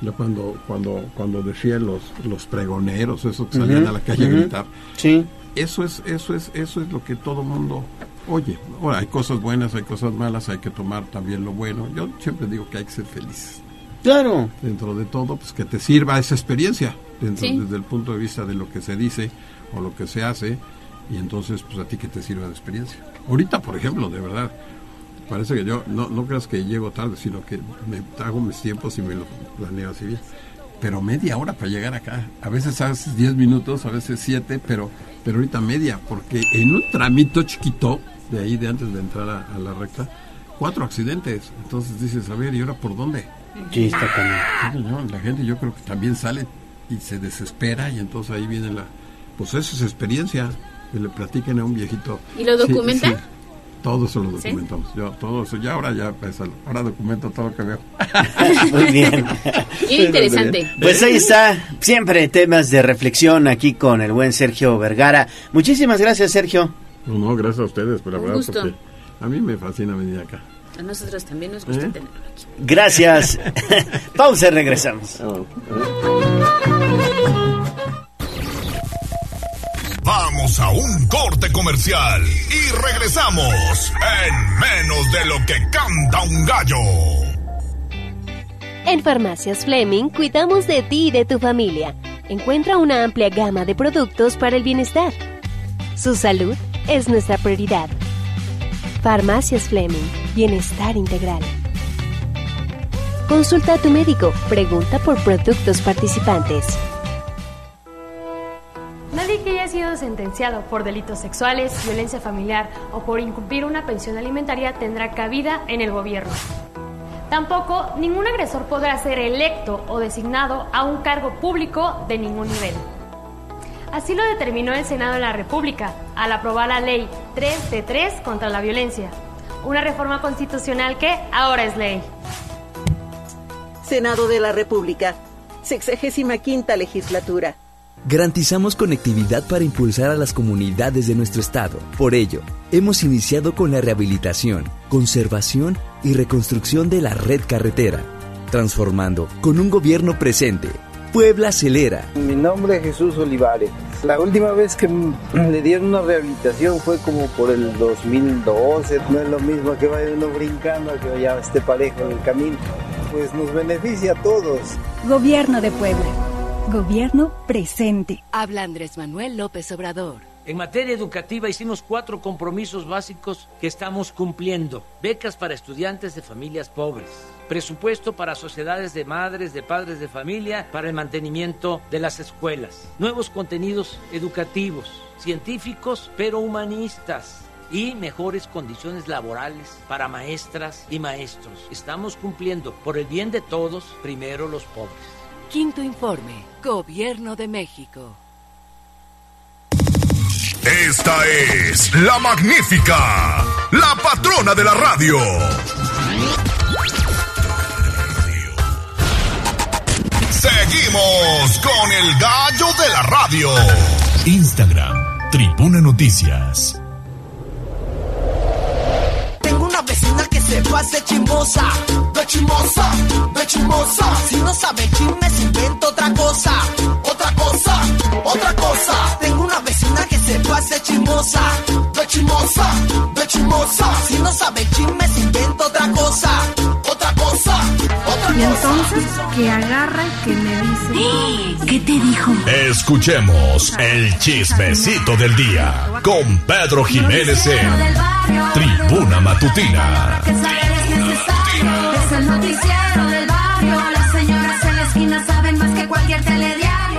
cuando decían los pregoneros, esos que salían a la calle a gritar? Sí. Eso es lo que todo mundo oye. Ahora, hay cosas buenas, hay cosas malas, hay que tomar también lo bueno. Yo siempre digo que hay que ser felices. Claro. Dentro de todo, pues que te sirva esa experiencia, desde el punto de vista de lo que se dice o lo que se hace, y entonces pues a ti que te sirva de experiencia. Ahorita, por ejemplo, de verdad, parece que yo, no creas que llego tarde, sino que me hago mis tiempos y me lo planeo así bien. Pero media hora para llegar acá. A veces haces 10 minutos, a veces 7, pero ahorita media, porque en un tramito chiquito, de ahí de antes de entrar a la recta, 4 accidentes. Entonces dices, a ver, ¿y ahora por dónde? Sí, está cañón. La gente yo creo que también sale y se desespera, y entonces ahí viene pues eso es experiencia, que le platiquen a un viejito. ¿Y lo documentan? Sí. Todo eso lo documentamos. ¿Sí? Yo todo eso, ahora documento todo lo que veo. Muy bien. Bien interesante. Pues ahí está, siempre temas de reflexión aquí con el buen Sergio Vergara. Muchísimas gracias, Sergio. No, gracias a ustedes, por la verdad, porque a mí me fascina venir acá. A nosotros también nos gusta tenerlo aquí. Gracias. Pausa y regresamos. Vamos a un corte comercial y regresamos en Menos de lo que canta un gallo. En Farmacias Fleming cuidamos de ti y de tu familia. Encuentra una amplia gama de productos para el bienestar. Su salud es nuestra prioridad. Farmacias Fleming, bienestar integral. Consulta a tu médico, pregunta por productos participantes. Nadie que haya sido sentenciado por delitos sexuales, violencia familiar o por incumplir una pensión alimentaria tendrá cabida en el gobierno. Tampoco, ningún agresor podrá ser electo o designado a un cargo público de ningún nivel. Así lo determinó el Senado de la República al aprobar la Ley 3 de 3 contra la violencia, una reforma constitucional que ahora es ley. Senado de la República, 65ª legislatura. Garantizamos conectividad para impulsar a las comunidades de nuestro estado. Por ello, hemos iniciado con la rehabilitación, conservación y reconstrucción de la red carretera, transformando con un gobierno presente. Puebla acelera. Mi nombre es Jesús Olivares. La última vez que le dieron una rehabilitación fue como por el 2012. No es lo mismo que vaya uno brincando a que ya esté parejo en el camino. Pues nos beneficia a todos. Gobierno de Puebla. Gobierno presente. Habla Andrés Manuel López Obrador. En materia educativa hicimos 4 compromisos básicos que estamos cumpliendo. Becas para estudiantes de familias pobres. Presupuesto para sociedades de madres, de padres de familia, para el mantenimiento de las escuelas. Nuevos contenidos educativos, científicos, pero humanistas. Y mejores condiciones laborales para maestras y maestros. Estamos cumpliendo por el bien de todos, primero los pobres. Quinto informe, Gobierno de México. Esta es la magnífica, la patrona de la radio. Seguimos con el gallo de la radio. Instagram, Tribuna Noticias. Tengo una vecina que se pase chismosa, de chismosa, de chismosa. Si no sabe chisme, se inventa otra cosa, otra cosa, otra cosa. Tengo una vecina que se pase chismosa, de chismosa, de chismosa. Si no sabe chisme, se inventa otra cosa, otra cosa, otra cosa. Y entonces, que agarra y que me dice... ¿Qué te dijo? Escuchemos el chismecito del día con Pedro Jiménez en Tribuna Matutina. Es el noticiero del barrio. Las señoras en la esquina saben más que cualquier telediario.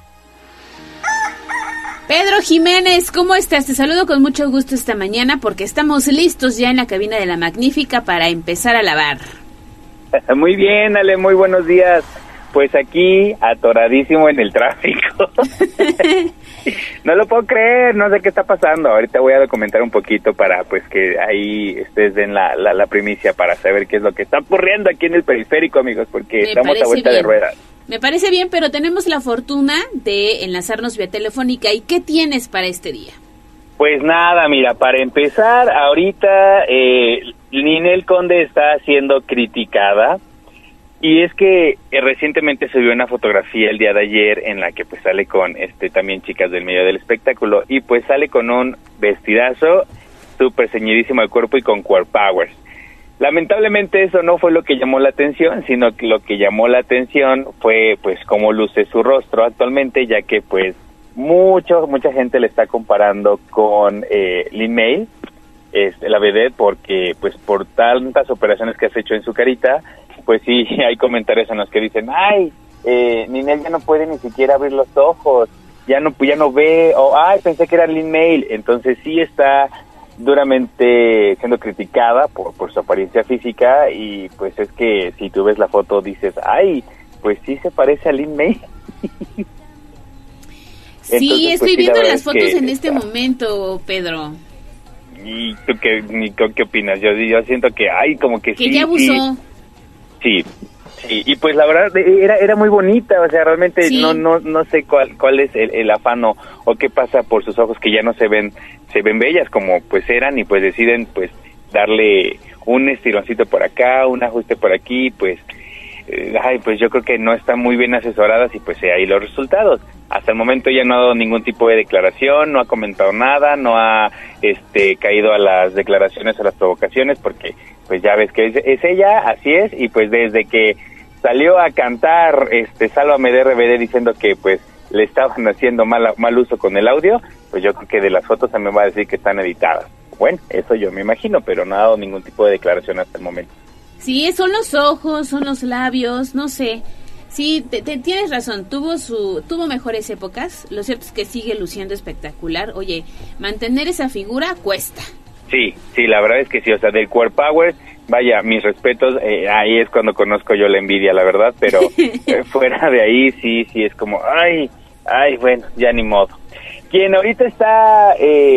Pedro Jiménez, ¿cómo estás? Te saludo con mucho gusto esta mañana porque estamos listos ya en la cabina de La Magnífica para empezar a lavar. Muy bien, Ale, muy buenos días. Pues aquí, atoradísimo en el tráfico. No lo puedo creer, no sé qué está pasando. Ahorita voy a documentar un poquito para pues que ahí ustedes den la primicia para saber qué es lo que está ocurriendo aquí en el periférico, amigos, porque estamos a vuelta de ruedas. Me parece bien, pero tenemos la fortuna de enlazarnos vía telefónica. ¿Y qué tienes para este día? Pues nada, mira, para empezar, ahorita Ninel Conde está siendo criticada. Y es que recientemente se vio una fotografía el día de ayer en la que pues sale con también chicas del medio del espectáculo y pues sale con un vestidazo súper ceñidísimo de cuerpo y con core powers. Lamentablemente eso no fue lo que llamó la atención, sino que lo que llamó la atención fue pues cómo luce su rostro actualmente, ya que pues mucha gente le está comparando con Lin-Manuel, la vedette, porque pues por tantas operaciones que has hecho en su carita, pues sí, hay comentarios en los que dicen, ay, Ninel ya no puede ni siquiera abrir los ojos, ya no ve, o ay, pensé que era Lin-Manuel. Entonces sí está duramente siendo criticada por su apariencia física y pues es que si tú ves la foto dices, ay, pues sí se parece a Lin-Manuel. Sí, estoy viendo las fotos en este momento, Pedro. ¿Y tú qué opinas? Yo siento que, ay, como que sí. Que ya abusó. Sí, y pues la verdad era muy bonita, o sea, realmente sí. no sé cuál es el afán o qué pasa por sus ojos que ya no se ven bellas como pues eran y pues deciden pues darle un estironcito por acá, un ajuste por aquí, pues pues yo creo que no están muy bien asesoradas y pues ahí los resultados. Hasta el momento ella no ha dado ningún tipo de declaración, no ha comentado nada, no ha caído a las declaraciones, a las provocaciones, porque pues ya ves que es ella, así es, y pues desde que salió a cantar Sálvame de RBD diciendo que pues le estaban haciendo mal uso con el audio, pues yo creo que de las fotos también va a decir que están editadas. Bueno, eso yo me imagino, pero no ha dado ningún tipo de declaración hasta el momento. Sí, son los ojos, son los labios, no sé. Sí, tienes razón, tuvo mejores épocas, lo cierto es que sigue luciendo espectacular. Oye, mantener esa figura cuesta. Sí, la verdad es que sí, o sea, del Core Power, vaya, mis respetos, ahí es cuando conozco yo la envidia, la verdad, pero fuera de ahí sí es como, ay, bueno, ya ni modo. Quien ahorita está,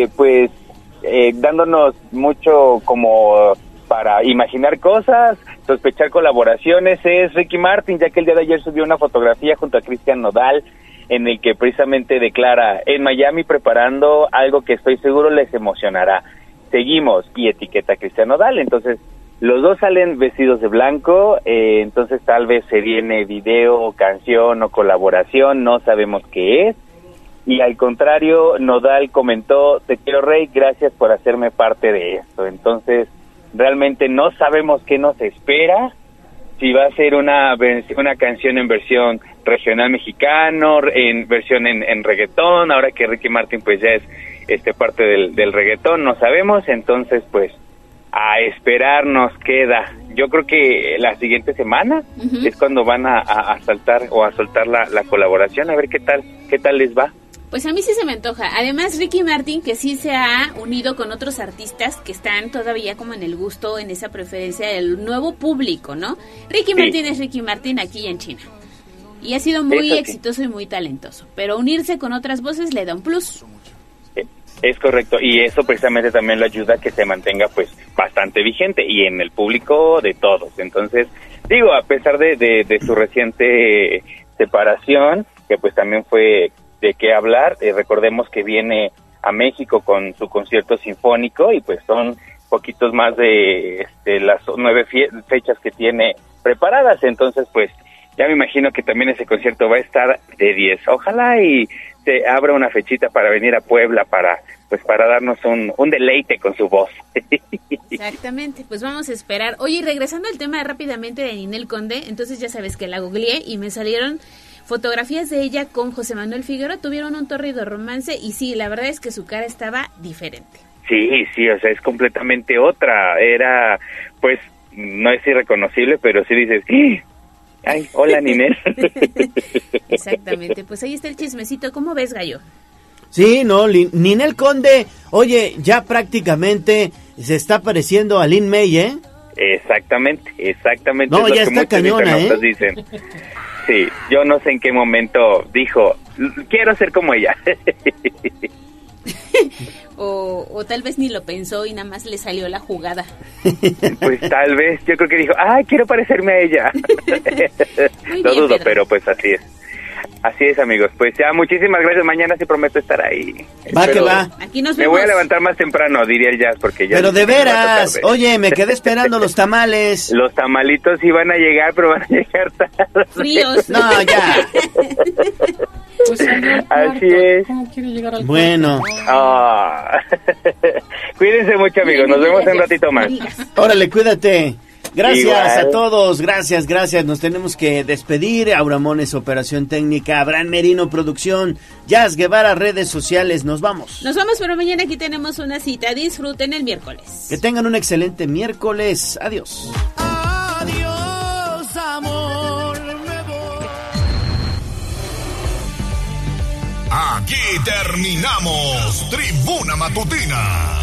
dándonos mucho como para imaginar cosas, sospechar colaboraciones, es Ricky Martin, ya que el día de ayer subió una fotografía junto a Cristian Nodal, en el que precisamente declara, en Miami preparando algo que estoy seguro les emocionará. Seguimos, y etiqueta a Cristian Nodal, entonces los dos salen vestidos de blanco, entonces tal vez se viene video, canción o colaboración, no sabemos qué es. Y al contrario, Nodal comentó, te quiero Rey, gracias por hacerme parte de esto. Entonces, realmente no sabemos qué nos espera, si va a ser una canción en versión regional mexicano, en versión en reggaetón, ahora que Ricky Martin pues ya es parte del reggaetón, no sabemos, entonces pues a esperar nos queda. Yo creo que la siguiente semana es cuando van a saltar o a soltar la colaboración, a ver qué tal les va. Pues a mí sí se me antoja. Además, Ricky Martin, que sí se ha unido con otros artistas que están todavía como en el gusto, en esa preferencia del nuevo público, ¿no? Ricky Martin es Ricky Martin aquí en China. Y ha sido muy exitoso y muy talentoso. Pero unirse con otras voces le da un plus. Es correcto. Y eso precisamente también lo ayuda a que se mantenga pues bastante vigente y en el público de todos. Entonces, digo, a pesar de su reciente separación, que pues también fue de qué hablar, recordemos que viene a México con su concierto sinfónico y pues son poquitos más de las 9 fechas que tiene preparadas, entonces pues ya me imagino que también ese concierto va a estar de 10. Ojalá y se abra una fechita para venir a Puebla para darnos un deleite con su voz. Exactamente, pues vamos a esperar. Oye, regresando al tema rápidamente de Ninel Conde, entonces ya sabes que la googleé y me salieron fotografías de ella con José Manuel Figueroa, tuvieron un tórrido romance y sí, la verdad es que su cara estaba diferente. Sí, o sea, es completamente otra, era, pues, no es irreconocible, pero sí dices, ay, hola Ninel. Exactamente, pues ahí está el chismecito, ¿cómo ves, Gallo? Sí, no, Ninel Conde, oye, ya prácticamente se está pareciendo a Lin May, ¿eh? Exactamente. No, ya está cañona, dicen. Sí, yo no sé en qué momento dijo, quiero ser como ella. o tal vez ni lo pensó y nada más le salió la jugada. Pues tal vez, yo creo que dijo, quiero parecerme a ella. Lo dudo, Pedro. Pero pues así es. Así es, amigos. Pues ya, muchísimas gracias. Mañana sí prometo estar ahí. Va que va. Aquí nos vemos. Me voy a levantar más temprano, diría el Jazz, porque ya... Pero de veras, oye, me quedé esperando los tamales. Los tamalitos sí van a llegar, pero van a llegar tarde. Fríos. No, ya. Pues así es. ¿Cómo quiere llegar al bueno. Cuídense mucho, amigos. Nos vemos en un ratito más. Órale, cuídate. Gracias Igual. a todos, gracias. Nos tenemos que despedir. Aura Mones, operación técnica, Abraham Merino, producción, Jazz Guevara, redes sociales. Nos vamos, pero mañana aquí tenemos una cita. Disfruten el miércoles. Que tengan un excelente miércoles. Adiós. Adiós, amor, me voy. Aquí terminamos Tribuna Matutina.